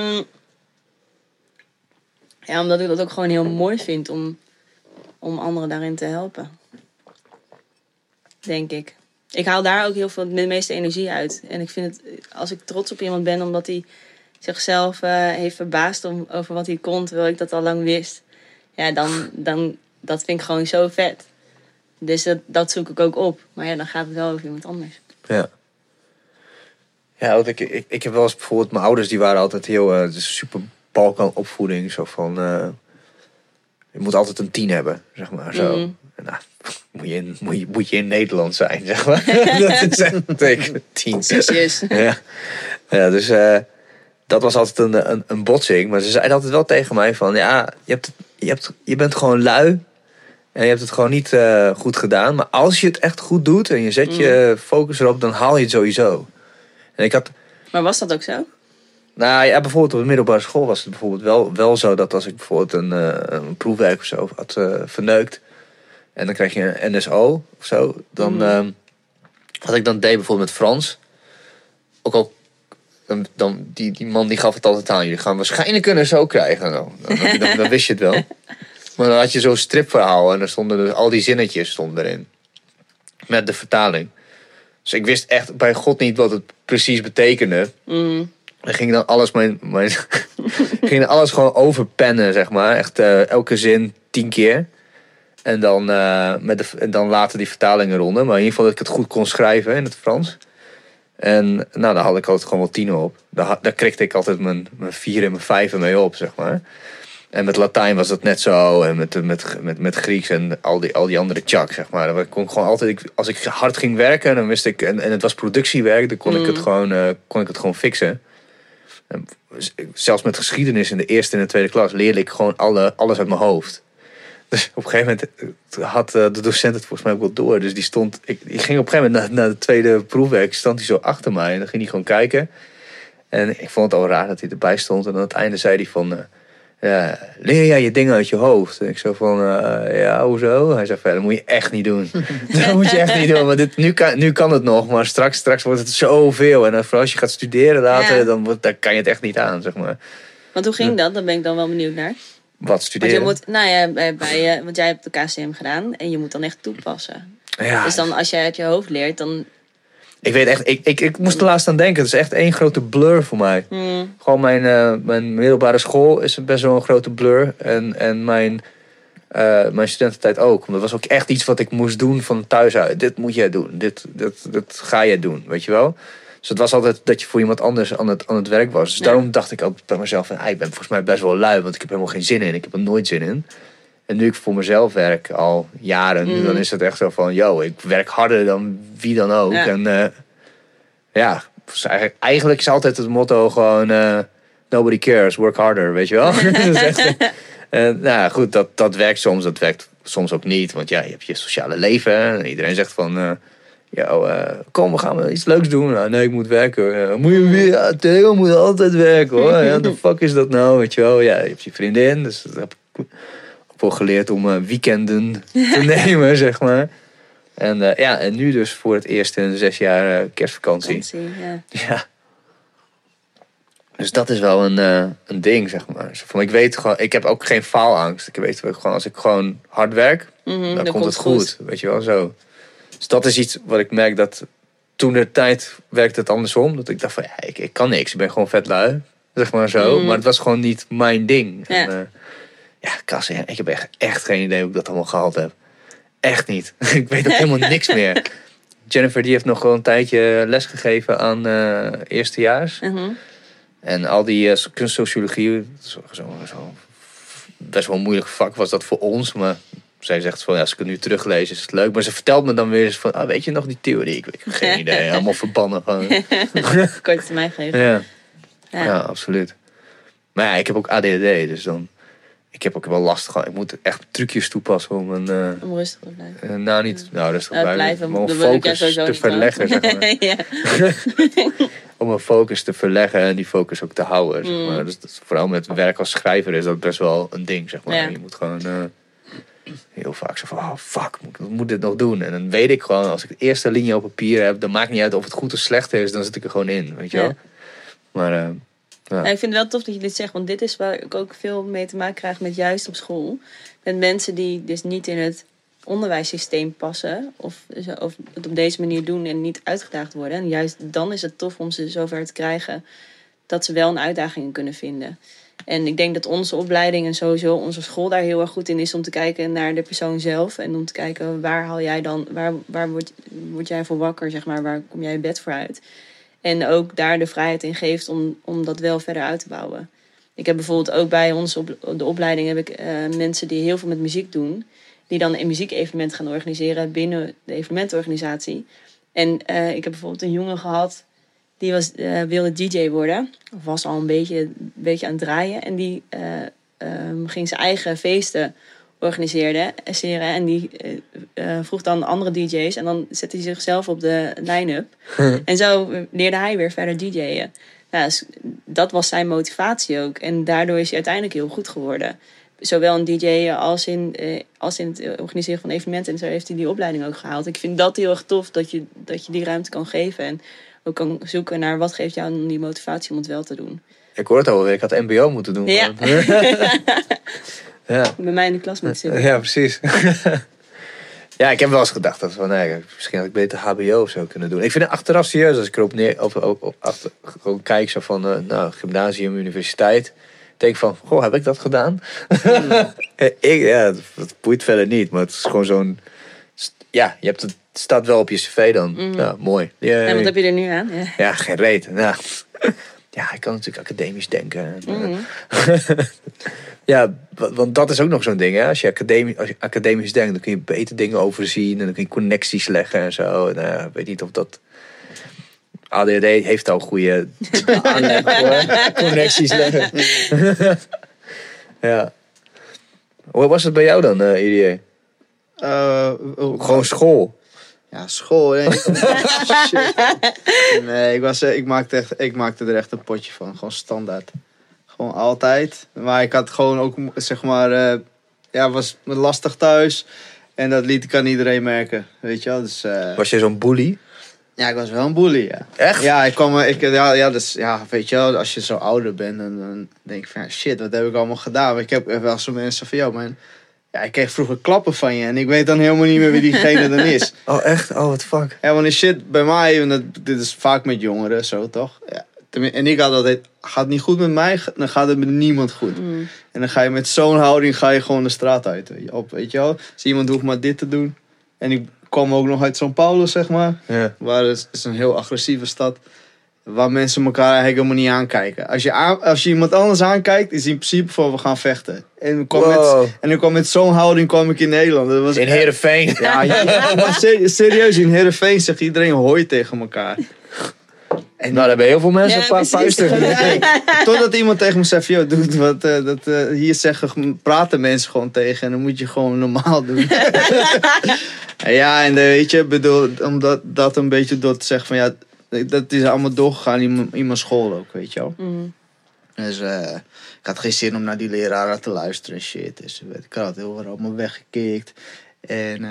Ja, omdat ik dat ook gewoon heel mooi vind om anderen daarin te helpen. Denk ik. Ik haal daar ook heel veel de meeste energie uit. En ik vind het, als ik trots op iemand ben omdat hij... zichzelf heeft verbaasd over wat hij kon, terwijl ik dat al lang wist. Ja, dan dat vind ik gewoon zo vet. Dus dat zoek ik ook op. Maar ja, dan gaat het wel over iemand anders. Ja. Ja, want ik heb wel eens bijvoorbeeld... Mijn ouders die waren altijd heel... super Balkan opvoeding. Zo van... je moet altijd een 10 hebben, zeg maar. Zo. Mm. En, moet je in Nederland zijn, zeg maar. Dat is echt een teken 10. Ja, dus... dat was altijd een botsing. Maar ze zeiden altijd wel tegen mij van... Ja, je bent gewoon lui. En je hebt het gewoon niet goed gedaan. Maar als je het echt goed doet... en je zet je focus erop... dan haal je het sowieso. En ik had... Maar was dat ook zo? Nou ja, bijvoorbeeld op de middelbare school was het bijvoorbeeld wel zo... dat als ik bijvoorbeeld een proefwerk of zo had verneukt... En dan krijg je een NSO of zo. Dan, wat ik dan deed bijvoorbeeld met Frans. Ook al, dan die man die gaf het altijd aan. Jullie gaan waarschijnlijk een NSO krijgen. Dan wist je het wel. Maar dan had je zo'n stripverhaal. En dan stonden dus al die zinnetjes stonden erin. Met de vertaling. Dus ik wist echt bij God niet wat het precies betekende. Dan ging dan alles ging alles gewoon overpennen, zeg maar. Echt elke zin 10 keer. En dan, en dan later die vertalingen ronden. Maar in ieder geval dat ik het goed kon schrijven in het Frans. En nou, daar had ik altijd gewoon wel 10 op. Daar kreeg ik altijd mijn 4 en mijn 5 mee op, zeg maar. En met Latijn was dat net zo. En met Grieks en al die andere tjak, zeg maar. Dan kon ik gewoon altijd, als ik hard ging werken, dan wist ik... En het was productiewerk, dan kon ik het gewoon fixen. En zelfs met geschiedenis in de eerste en de tweede klas leerde ik gewoon alles uit mijn hoofd. Dus op een gegeven moment had de docent het volgens mij ook wel door. Dus die stond... Ik ging op een gegeven moment naar de tweede proefwerk, stond hij zo achter mij. En dan ging hij gewoon kijken. En ik vond het al raar dat hij erbij stond. En aan het einde zei hij van... leer jij je dingen uit je hoofd? En ik zo van, ja, hoezo? Hij zei, dat moet je echt niet doen. Dat moet je echt niet doen. Want nu kan het nog, maar straks wordt het zoveel. En vooral als je gaat studeren later, dan kan je het echt niet aan, zeg maar. Want hoe ging dat? Daar ben ik dan wel benieuwd naar. Wat studeren? Want want jij hebt de KCM gedaan en je moet dan echt toepassen. Ja. Dus dan als jij uit je hoofd leert, dan... Ik weet echt, ik moest er laatst aan denken. Het is echt één grote blur voor mij. Gewoon mijn middelbare school is best wel een grote blur. En mijn studententijd ook. Dat was ook echt iets wat ik moest doen van thuis uit. Dit moet jij doen. Dit ga jij doen, weet je wel. Dus het was altijd dat je voor iemand anders aan het werk was. Dus daarom dacht ik altijd bij mezelf van... ik ben volgens mij best wel lui, want ik heb helemaal geen zin in. Ik heb er nooit zin in. En nu ik voor mezelf werk al jaren, dan is het echt zo van... ik werk harder dan wie dan ook. Ja. En eigenlijk is altijd het motto gewoon... nobody cares, work harder, weet je wel? Goed, dat werkt soms. Dat werkt soms ook niet. Want je hebt je sociale leven. En iedereen zegt van... kom, we gaan iets leuks doen. Nee, ik moet werken. Moet je weer? Theo moet altijd werken, hoor. What the fuck is dat nou, weet je wel? Ja, je hebt je vriendin, dus dat heb ik ook geleerd om weekenden te nemen, zeg maar. En nu dus voor het eerst in 6 jaar kerstvakantie. Ja. Dus dat is wel een ding, zeg maar. Ik weet gewoon, ik heb ook geen faalangst. Ik weet gewoon, als ik gewoon hard werk, dan komt het goed. Weet je wel, zo. Dus dat is iets wat ik merk dat toen de tijd werkte het andersom. Dat ik dacht van, ik kan niks. Ik ben gewoon vet lui, zeg maar zo. Maar het was gewoon niet mijn ding. Ja. En, Kassen, ik heb echt geen idee hoe ik dat allemaal gehaald heb. Echt niet. Ik weet ook helemaal niks meer. Jennifer die heeft nog gewoon een tijdje lesgegeven aan eerstejaars. En al die kunstsociologie, zo best wel een moeilijk vak was dat voor ons. Maar zij zegt van, als ik het nu teruglees is het leuk. Maar ze vertelt me dan weer eens van, weet je nog die theorie? Ik heb geen idee, allemaal verbannen. Korte termijn geven. Ja, absoluut. Maar ik heb ook ADHD, dus dan... Ik heb ook wel last gehad. Ik moet echt trucjes toepassen om om rustig te blijven. Rustig te blijven. Om een focus te verleggen, zeg maar. Om een focus te verleggen en die focus ook te houden, zeg maar. Dus vooral met werk als schrijver is dat best wel een ding, zeg maar. Ja. Je moet gewoon heel vaak zo van, fuck, moet dit nog doen? En dan weet ik gewoon, als ik de eerste linie op papier heb, dan maakt niet uit of het goed of slecht is, dan zit ik er gewoon in, weet je wel. Maar... Ja, ik vind het wel tof dat je dit zegt, want dit is waar ik ook veel mee te maken krijg met juist op school. Met mensen die dus niet in het onderwijssysteem passen of het op deze manier doen en niet uitgedaagd worden. En juist dan is het tof om ze zover te krijgen dat ze wel een uitdaging kunnen vinden. En ik denk dat onze opleiding en sowieso onze school daar heel erg goed in is om te kijken naar de persoon zelf. En om te kijken waar haal jij dan, waar word jij voor wakker, zeg maar, waar kom jij je bed voor uit. En ook daar de vrijheid in geeft om dat wel verder uit te bouwen. Ik heb bijvoorbeeld ook bij ons op de opleiding heb ik mensen die heel veel met muziek doen. Die dan een muziekevenement gaan organiseren binnen de evenementorganisatie. En ik heb bijvoorbeeld een jongen gehad die wilde DJ worden. Of was al een beetje aan het draaien. En die ging zijn eigen feesten organiseren. En die vroeg dan andere DJ's. En dan zette hij zichzelf op de line-up. En zo leerde hij weer verder DJ'en. Nou, dus dat was zijn motivatie ook. En daardoor is hij uiteindelijk heel goed geworden. zowel in DJ als in het organiseren van evenementen. En zo heeft hij die opleiding ook gehaald. Ik vind dat heel erg tof dat je die ruimte kan geven. En ook kan zoeken naar wat geeft jou die motivatie om het wel te doen. Ik hoor het alweer, ik had mbo moeten doen. Ja. Ja. Bij mij in de klas moeten zitten. Ja, precies. Ja, ik heb wel eens gedacht dat misschien had ik beter HBO of zo kunnen doen. Ik vind het achteraf serieus, als ik erop gewoon kijk zo van gymnasium, universiteit. Denk van, goh, heb ik dat gedaan? Dat boeit verder niet, maar het is gewoon zo'n... Ja, het staat wel op je cv dan. Ja, mooi. En wat heb je er nu aan? Ja, geen reet. Nou, ja, ik kan natuurlijk academisch denken. Ja, want dat is ook nog zo'n ding. Hè? Als je academisch denkt, dan kun je beter dingen overzien. En dan kun je connecties leggen en zo. En, ik weet niet of dat... ADHD heeft al goede aanleg voor connecties leggen. Ja. Hoe was het bij jou dan, IDA? Gewoon school? Ja, school. Shit. Nee, ik maakte er echt een potje van. Gewoon standaard. Gewoon altijd. Maar ik had gewoon ook, zeg maar... was lastig thuis. En dat liet ik aan iedereen merken. Weet je wel. Dus, was je zo'n bully? Ja, ik was wel een bully, ja. Echt? Ja, weet je wel, als je zo ouder bent, dan denk ik van, shit, wat heb ik allemaal gedaan? Maar ik heb wel zo mensen van, man, ja, ik kreeg vroeger klappen van je en ik weet dan helemaal niet meer wie diegene dan is. Oh, echt? Oh, what the fuck? Ja, want die shit bij mij, dit is vaak met jongeren, zo toch? Ja. En ik had altijd, gaat het niet goed met mij, dan gaat het met niemand goed. En dan ga je met zo'n houding, gewoon de straat uit, weet je wel? Dus iemand hoeft maar dit te doen. En ik kwam ook nog uit São Paulo, zeg maar. Ja. Waar het is een heel agressieve stad. Waar mensen elkaar eigenlijk helemaal niet aankijken. Als je iemand anders aankijkt, is in principe van we gaan vechten. En ik kwam met zo'n houding in Nederland. Dat was in Heerenveen. Ja, maar serieus, in Heerenveen zegt iedereen hoi tegen elkaar. En daar hebben heel veel mensen een paar vuisten. Totdat iemand tegen me zegt, joh, doe hier praten mensen gewoon tegen. En dan moet je gewoon normaal doen. Ja, en weet je, bedoel, omdat dat een beetje door te zeggen van ja, dat is allemaal doorgegaan in mijn school ook, weet je wel. Dus ik had geen zin om naar die leraren te luisteren en shit. Dus ik had heel veel allemaal weggekikt. En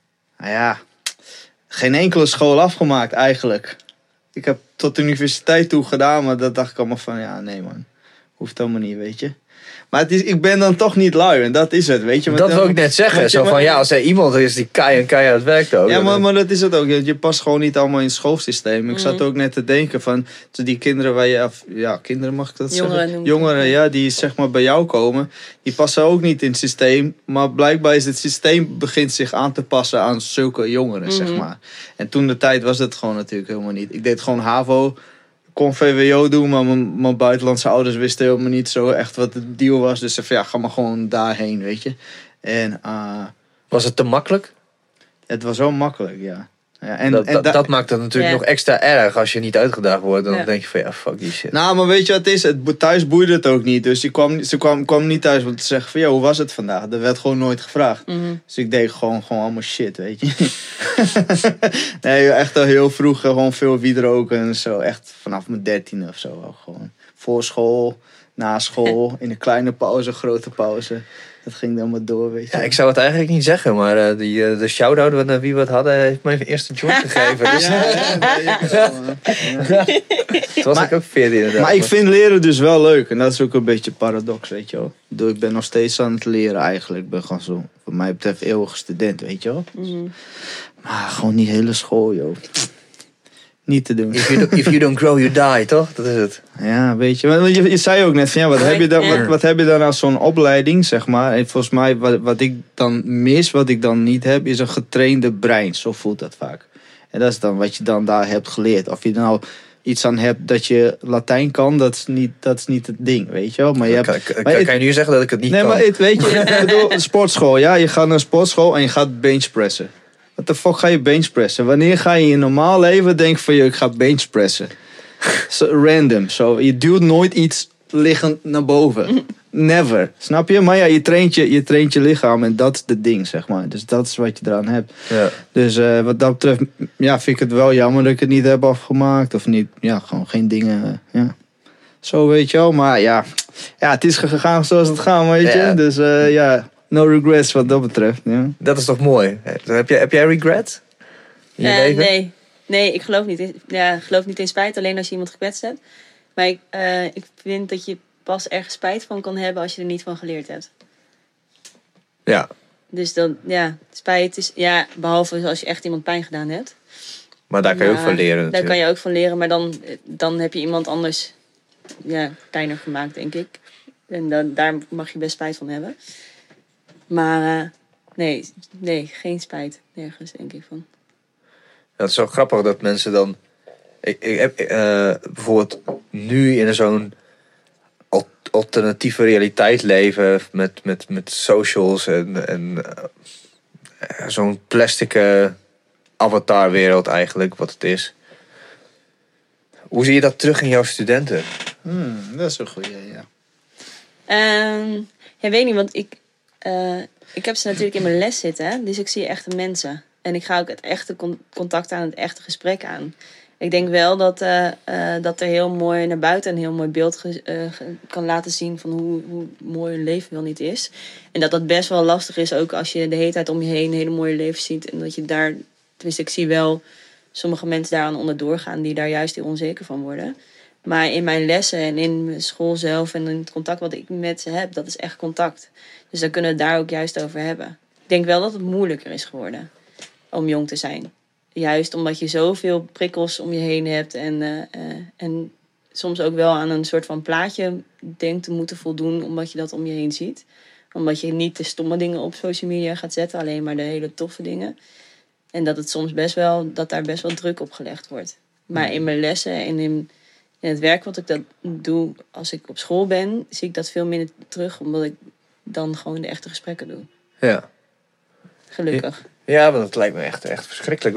geen enkele school afgemaakt eigenlijk. Ik heb tot de universiteit toe gedaan, maar dat dacht ik allemaal van ja, nee man, hoeft allemaal niet, weet je. Maar ik ben dan toch niet lui en dat is het, weet je. Dat wil ik net zeggen. Zo van, als er iemand is die keihard werkt ook. Ja, maar dat is het ook. Je past gewoon niet allemaal in het schoolsysteem. Ik zat ook net te denken van, die kinderen waar je... Ja, kinderen mag ik dat zeggen? Jongeren, ja, die zeg maar bij jou komen. Die passen ook niet in het systeem. Maar blijkbaar is het systeem begint zich aan te passen aan zulke jongeren, zeg maar. En toen de tijd was het gewoon natuurlijk helemaal niet. Ik deed gewoon HAVO... kon VWO doen, maar mijn buitenlandse ouders wisten helemaal niet zo echt wat de deal was. Dus ze van, ga maar gewoon daarheen, weet je. En, was het te makkelijk? Het was zo makkelijk, ja. Dat maakt het natuurlijk nog extra erg als je niet uitgedaagd wordt. Dan denk je van, ja, fuck die shit. Nou, maar weet je wat het is? Thuis boeide het ook niet. Dus ze kwam niet thuis om te zeggen van, hoe was het vandaag? Dat werd gewoon nooit gevraagd. Dus ik deed gewoon allemaal shit, weet je. Nee, echt al heel vroeg gewoon veel wiet roken en zo. Echt vanaf mijn 13e of zo. Gewoon voor school, na school, in een kleine pauze, grote pauze. Dat ging dan maar door, weet je. Ja, ik zou het eigenlijk niet zeggen, maar de shout-out wie we het hadden, heeft mij eerst een joint gegeven. Dus toen was ik ook 14 inderdaad. Maar ik vind leren dus wel leuk. En dat is ook een beetje paradox, weet je wel. Ik ben nog steeds aan het leren eigenlijk. Ik ben gewoon zo, wat mij betreft, eeuwige student, weet je wel. Maar gewoon die hele school, joh. Niet te doen. If you don't grow, you die, toch? Dat is het. Ja, weet je. Want je zei ook net van, wat heb je dan als zo'n opleiding, zeg maar. En volgens mij, wat ik dan mis, wat ik dan niet heb, is een getrainde brein. Zo voelt dat vaak. En dat is dan wat je dan daar hebt geleerd. Of je er nou iets aan hebt dat je Latijn kan, dat is niet het ding, weet je wel. Maar kan je nu zeggen dat ik het niet kan? Nee, maar weet je, ik bedoel, sportschool, ja. Je gaat naar een sportschool en je gaat benchpressen. Wat de fuck ga je benchpressen? Wanneer ga je in normaal leven denken van, ik ga benchpressen? Random. Je duwt nooit iets liggend naar boven. Never. Snap je? Maar ja, je traint je lichaam en dat is het ding, zeg maar. Dus dat is wat je eraan hebt. Ja. Dus wat dat betreft, vind ik het wel jammer dat ik het niet heb afgemaakt. Of niet, gewoon geen dingen, Zo, weet je wel. Maar ja, het is gegaan zoals het gaat, weet je. Ja. Dus no regrets wat dat betreft. Ja. Dat is toch mooi? Heb jij regret in je leven? Nee, ik geloof niet in spijt. Alleen als je iemand gekwetst hebt. Maar ik vind dat je pas ergens spijt van kan hebben als je er niet van geleerd hebt. Ja. Dus dan, spijt is... Ja, behalve als je echt iemand pijn gedaan hebt. Maar daar kan je ook van leren natuurlijk. Daar kan je ook van leren, maar dan heb je iemand anders kleiner gemaakt, denk ik. En daar mag je best spijt van hebben. Maar nee, geen spijt. Nergens, denk ik van. Ja, het is zo grappig dat mensen dan... Ik heb bijvoorbeeld nu in zo'n alternatieve realiteit leven met socials en zo'n plastic avatarwereld eigenlijk, wat het is. Hoe zie je dat terug in jouw studenten? Dat is een goeie, ja. Weet niet, want ik heb ze natuurlijk in mijn les zitten. Hè? Dus ik zie echte mensen. En ik ga ook het echte contact aan, het echte gesprek aan. Ik denk wel dat er heel mooi naar buiten een heel mooi beeld kan laten zien van hoe mooi een leven wel niet is. En dat best wel lastig is ook als je de hele tijd om je heen hele mooie levens ziet. En dat je daar, tenminste ik zie wel sommige mensen daaraan onderdoor gaan die daar juist heel onzeker van worden. Maar in mijn lessen en in mijn school zelf en in het contact wat ik met ze heb, dat is echt contact. Dus daar kunnen we het daar ook juist over hebben. Ik denk wel dat het moeilijker is geworden om jong te zijn. Juist omdat je zoveel prikkels om je heen hebt en soms ook wel aan een soort van plaatje denkt te moeten voldoen omdat je dat om je heen ziet. Omdat je niet de stomme dingen op social media gaat zetten, alleen maar de hele toffe dingen. En dat het soms dat daar best wel druk op gelegd wordt. Maar in mijn lessen en in het werk wat ik dat doe als ik op school ben, zie ik dat veel minder terug, omdat ik dan gewoon de echte gesprekken doe. Ja. Gelukkig. Ja, want het lijkt me echt verschrikkelijk.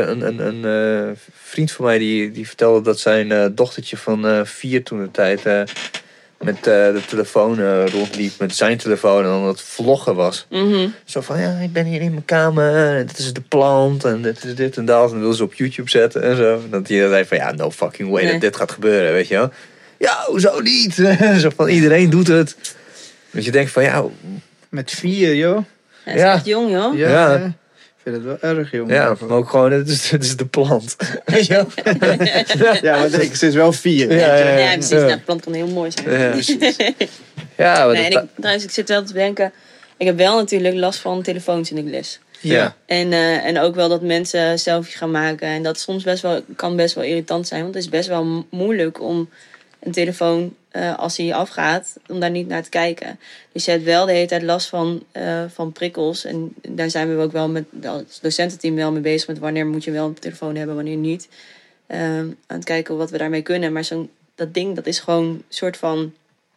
Een vriend van mij die vertelde dat zijn dochtertje van 4 toen de tijd met de telefoon rondliep. Met zijn telefoon en dan het vloggen was. Mm-hmm. Zo van, ja, ik ben hier in mijn kamer. En dit is de plant. En dit is dit en dat. En dan wil ze op YouTube zetten en zo. En dat hij zei van, ja, no fucking way dat dit gaat gebeuren, weet je wel. Ja, hoezo niet? Zo van, iedereen doet het. Dat je denkt van, ja... Met 4, joh. Hij is echt jong, joh. Ja. Ik vind het wel erg, jongen. Ja, maar ook gewoon, het is de plant. Weet je wel? Ja, maar ze is wel 4. Ja, precies. Nou, de plant kan heel mooi zijn. Ja, maar ik zit wel te denken, ik heb wel natuurlijk last van telefoons in de les. Ja. En ook wel dat mensen selfies gaan maken. En dat soms kan best wel irritant zijn. Want het is best wel moeilijk om een telefoon, als hij afgaat, om daar niet naar te kijken. Dus je hebt wel de hele tijd last van prikkels. En daar zijn we ook wel met het docententeam wel mee bezig. Met wanneer moet je wel een telefoon hebben, wanneer niet. Aan het kijken wat we daarmee kunnen. Maar dat ding, dat is gewoon een soort van...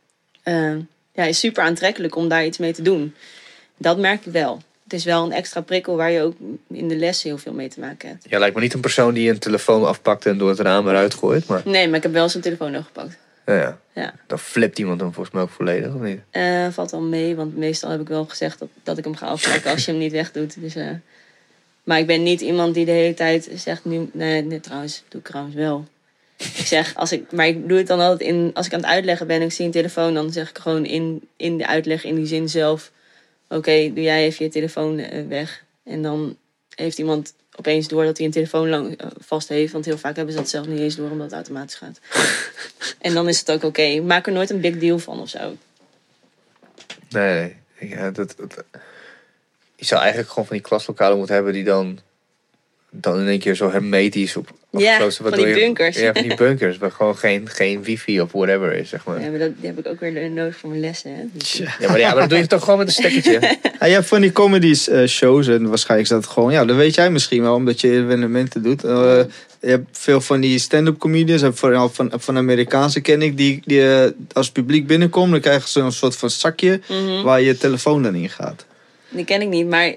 is super aantrekkelijk om daar iets mee te doen. Dat merk ik wel. Het is wel een extra prikkel waar je ook in de les heel veel mee te maken hebt. Ja, lijkt me niet een persoon die een telefoon afpakt en door het raam eruit gooit. Maar... Nee, maar ik heb wel zijn telefoon nog gepakt. Ja. Dan flipt iemand hem volgens mij ook volledig, of niet? Valt wel mee, want meestal heb ik wel gezegd dat ik hem ga afpakken als je hem niet wegdoet. Dus, maar ik ben niet iemand die de hele tijd zegt nu... Nee, trouwens, doe ik trouwens wel. Ik zeg, maar ik doe het dan altijd als ik aan het uitleggen ben en ik zie een telefoon, dan zeg ik gewoon in de uitleg, in die zin zelf... Oké, doe jij even je telefoon weg. En dan heeft iemand opeens door dat hij een telefoon vast heeft. Want heel vaak hebben ze dat zelf niet eens door, omdat het automatisch gaat. En dan is het ook oké. Maak er nooit een big deal van of zo. Nee. Ja, je zou eigenlijk gewoon van die klaslokalen moeten hebben die dan in één keer zo hermetisch afgesloten. Ja, van die bunkers. Ja, van die bunkers. Waar gewoon geen wifi of whatever is, zeg maar. Ja, maar die heb ik ook weer nodig voor mijn lessen, hè. Dus, ja, maar dat doe je toch gewoon met een stekkertje? Ja, je hebt van die comedy shows en waarschijnlijk is dat gewoon... Ja, dat weet jij misschien wel, omdat je evenementen doet. Je hebt veel van die stand-up comedians. Vooral van Amerikaanse ken ik. Die als het publiek binnenkomt, dan krijgen ze een soort van zakje... waar je telefoon dan in gaat. Die ken ik niet, maar...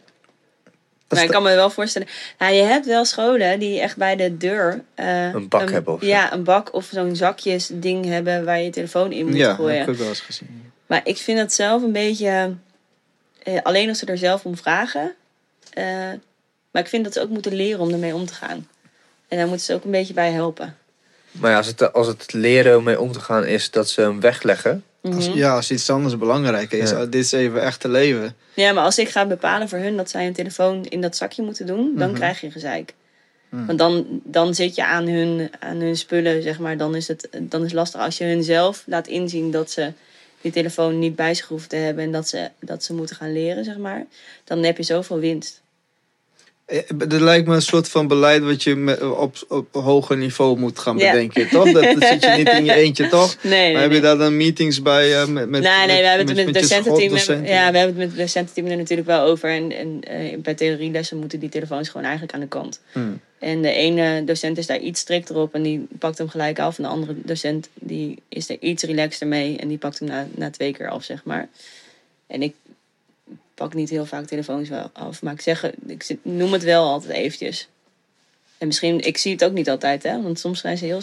Maar ik kan me wel voorstellen... Nou, je hebt wel scholen die echt bij de deur... een bak hebben of zo. Ja, een bak of zo'n zakjes ding hebben waar je je telefoon in moet gooien. Ja, dat heb ik wel eens gezien. Maar ik vind dat zelf een beetje... alleen als ze er zelf om vragen. Maar ik vind dat ze ook moeten leren om ermee om te gaan. En daar moeten ze ook een beetje bij helpen. Maar ja, als het leren mee om te gaan is dat ze hem wegleggen. Als iets anders belangrijk is. Ja. Dit is even echt te leven. Ja, maar als ik ga bepalen voor hun dat zij een telefoon in dat zakje moeten doen, dan krijg je gezeik. Want dan zit je aan hun spullen, zeg maar. Dan is het lastig als je hun zelf laat inzien dat ze die telefoon niet bij zich hoeven te hebben en dat ze moeten gaan leren, zeg maar. Dan heb je zoveel winst. Er lijkt me een soort van beleid wat je op hoger niveau moet gaan bedenken, toch? Dat zit je niet in je eentje, toch? Nee, maar heb je daar dan meetings bij we hebben het met het docententeam. We hebben het met het docententeam er natuurlijk wel over. En bij theorielessen moeten die telefoons gewoon eigenlijk aan de kant. En de ene docent is daar iets strikter op en die pakt hem gelijk af. En de andere docent die is er iets relaxter mee en die pakt hem na 2 keer af, zeg maar. En ik pak niet heel vaak telefoons wel af. Maar ik noem het wel altijd eventjes. En misschien, ik zie het ook niet altijd, hè. Want soms zijn ze heel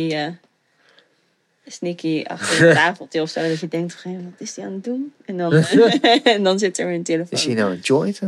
sneaky achter het tafeltje of zo. Dat je denkt, wat is die aan het doen? En dan, en dan zit er weer een telefoon. Is hij nou een joint?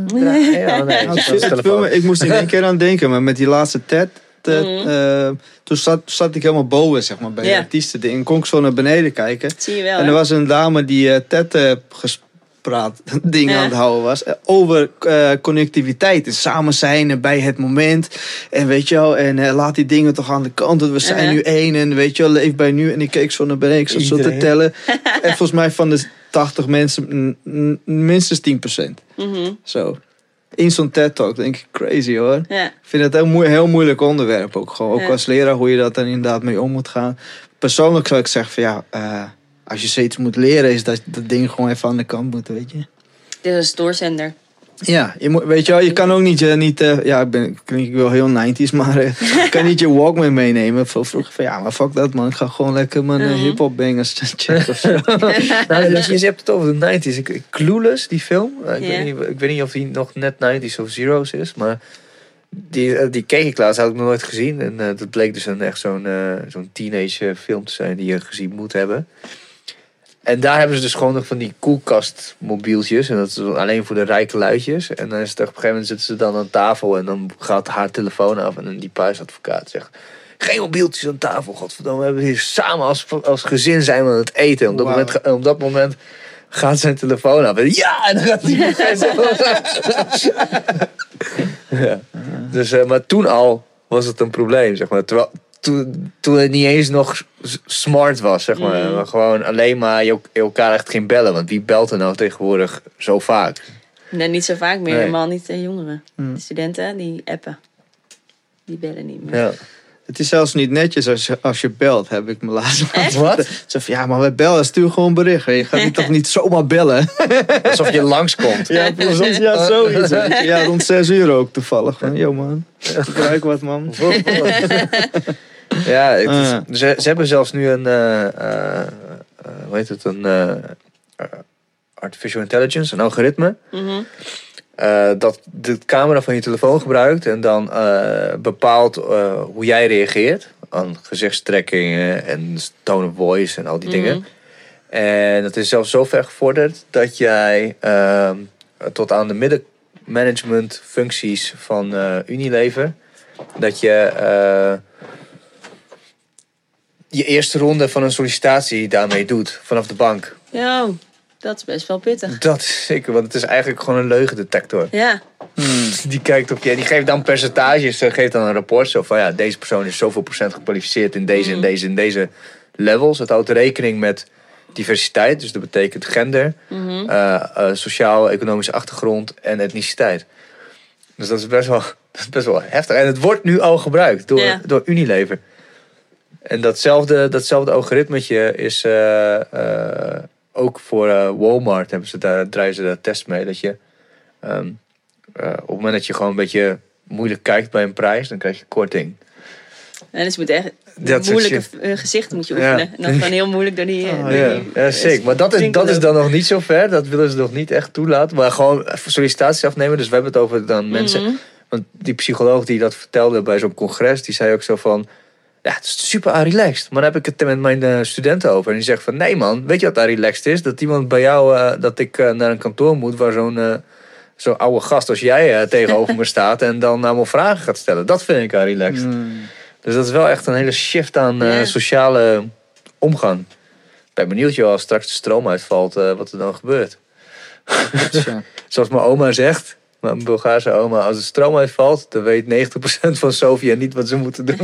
Ik moest er 1 keer aan denken, maar met die laatste TED... toen zat ik helemaal boven, zeg maar, bij de artiesten. En kon ik zo naar beneden kijken. Dat zie je wel, en er was een dame die TED ding aan het houden was. Over connectiviteit en samen zijn bij het moment. En weet je wel, en laat die dingen toch aan de kant. Want we zijn nu 1 en weet je wel, leef bij nu. En ik keek zo naar beneden, ik zat zo te tellen. En volgens mij van de 80 mensen minstens 10%. Zo. In zo'n TED-talk, denk ik, crazy hoor. Ja. Ik vind het een heel moeilijk onderwerp ook. Gewoon, ook als leraar, hoe je dat dan inderdaad mee om moet gaan. Persoonlijk zou ik zeggen van als je zoiets moet leren, is dat ding gewoon even aan de kant moet, weet je. Dit is een stoorzender. Ja, weet je wel, je kan ook niet ik wil heel 90's, maar je kan niet je Walkman meenemen. Vroeger van maar fuck dat man, ik ga gewoon lekker mijn hip-hop bangers checken of zo. Je hebt het over de 90's. Clueless, die film. Ik weet niet of die nog net 90's of zero's is, maar die keek ik laatst, had ik nog nooit gezien. En dat bleek dus echt zo'n teenage film te zijn die je gezien moet hebben. En daar hebben ze dus gewoon nog van die koelkastmobieltjes. En dat is alleen voor de rijke luidjes. En dan is het op een gegeven moment zitten ze dan aan tafel. En dan gaat haar telefoon af. En dan die paasadvocaat zegt: geen mobieltjes aan tafel, godverdomme. We hebben hier samen als gezin zijn we aan het eten. Op dat moment gaat zijn telefoon af. En en dan gaat hij Dus, maar toen al was het een probleem, zeg maar. Terwijl toen het niet eens nog smart was, zeg maar. Maar gewoon alleen maar je elkaar echt ging bellen. Want wie belt er nou tegenwoordig zo vaak? Nee, niet zo vaak meer. Helemaal niet de jongeren. De studenten, die appen. Die bellen niet meer. Ja. Het is zelfs niet netjes als je belt, heb ik me laatst. Wat? Zo van, maar we bellen, stuur gewoon bericht. Je gaat toch niet zomaar bellen? Alsof je langskomt. Ja, precies. Ja, zoiets. Ja, rond 6 uur ook toevallig. Van, yo man, gebruik wat man. Ja, ze hebben zelfs nu een hoe heet het, een artificial intelligence, een algoritme. Dat de camera van je telefoon gebruikt en dan bepaalt hoe jij reageert aan gezichtstrekkingen en tone of voice en al die dingen. En dat is zelfs zo ver gevorderd dat jij tot aan de middenmanagement functies van Unilever, dat je je eerste ronde van een sollicitatie daarmee doet vanaf de bank. Ja, dat is best wel pittig. Dat is zeker, want het is eigenlijk gewoon een leugendetector. Ja. Die kijkt op je, die geeft dan percentages, geeft dan een rapport zo van deze persoon is zoveel procent gekwalificeerd in deze en deze levels. Het houdt rekening met diversiteit, dus dat betekent gender, sociaal-economische achtergrond en etniciteit. Dus dat is best wel heftig. En het wordt nu al gebruikt door Unilever. En datzelfde algoritmetje is ook voor Walmart draaien ze daar test mee. Dat je op het moment dat je gewoon een beetje moeilijk kijkt bij een prijs, dan krijg je korting. En dus je moet echt moeilijke gezicht moet je oefenen. En dat is gewoon heel moeilijk door die... ja, zeker. Maar dat is dan nog niet zo ver. Dat willen ze nog niet echt toelaten. Maar gewoon sollicitaties afnemen. Dus we hebben het over dan mensen... Want die psycholoog die dat vertelde bij zo'n congres, die zei ook zo van... Ja, het is super relaxed. Maar dan heb ik het met mijn studenten over. En die zegt van, nee man, weet je wat relaxed is? Dat iemand bij jou, dat ik naar een kantoor moet waar zo'n oude gast als jij tegenover me staat en dan allemaal vragen gaat stellen. Dat vind ik relaxed. Dus dat is wel echt een hele shift aan Ja. sociale omgang. Ik ben benieuwd, joh, als straks de stroom uitvalt, wat er dan gebeurt. Ja. Zoals mijn oma zegt, mijn Bulgaarse oma, als de stroom uitvalt, dan weet 90% van Sofia niet wat ze moeten doen.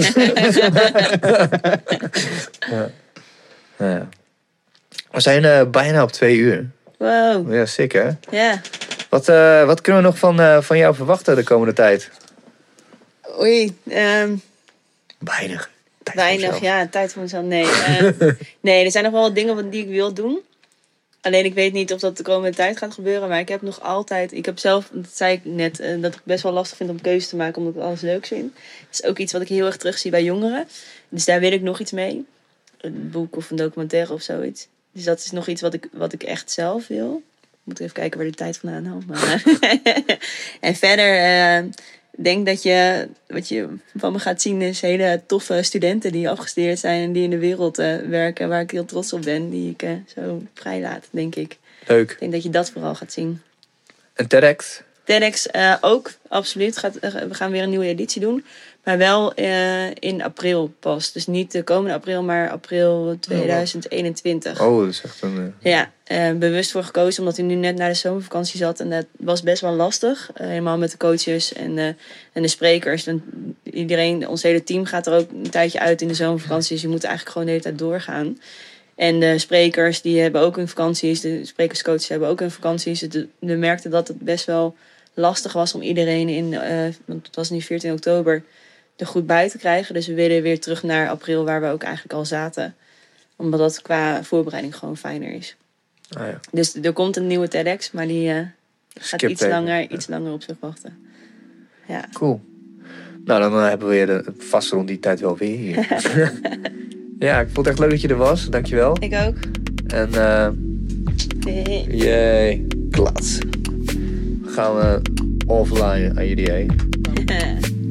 Ja. Nou ja. We zijn bijna op 2 uur. Wow, Ja, sick hè? ja. Wat kunnen we nog van jou verwachten de komende tijd? Oei, Weinig. Tijd voor weinig, mezelf. ja, tijd voor mezelf. Nee, nee, er zijn nog wel wat dingen die ik wil doen. Alleen ik weet niet of dat de komende tijd gaat gebeuren. Maar ik heb nog altijd... Ik heb zelf, dat zei ik net, dat ik best wel lastig vind om keuze te maken. Omdat ik alles leuk vind. Dat is ook iets wat ik heel erg terugzie bij jongeren. Dus daar wil ik nog iets mee. Een boek of een documentaire of zoiets. Dus dat is nog iets wat ik echt zelf wil. Ik moet even kijken waar de tijd vandaan haalt. Maar en verder... Ik denk dat wat je van me gaat zien is hele toffe studenten die afgestudeerd zijn en die in de wereld werken, waar ik heel trots op ben, die ik zo vrijlaat, denk ik. Leuk. Ik denk dat je dat vooral gaat zien. En TEDx? TEDx ook, absoluut. We gaan weer een nieuwe editie doen. Maar wel in april pas. Dus niet de komende april, maar april 2021. Oh, dat is echt een... Ja, bewust voor gekozen omdat hij nu net na de zomervakantie zat. En dat was best wel lastig. Helemaal met de coaches en de sprekers. En iedereen, ons hele team gaat er ook een tijdje uit in de zomervakantie. Dus je moet eigenlijk gewoon de hele tijd doorgaan. En de sprekers die hebben ook hun vakanties. De sprekerscoaches hebben ook hun vakanties. Dus we merkten dat het best wel lastig was om iedereen want het was nu 14 oktober, er goed bij te krijgen. Dus we willen weer terug naar april, waar we ook eigenlijk al zaten. Omdat dat qua voorbereiding gewoon fijner is. Ah, ja. Dus er komt een nieuwe TEDx, maar die gaat Skip iets even. langer op zich wachten. Ja. Cool. Nou, dan hebben we weer vast rond die tijd wel weer hier. Ja, ik vond het echt leuk dat je er was. Dankjewel. Ik ook. En jee, klats. Gaan we offline aan jullie heen.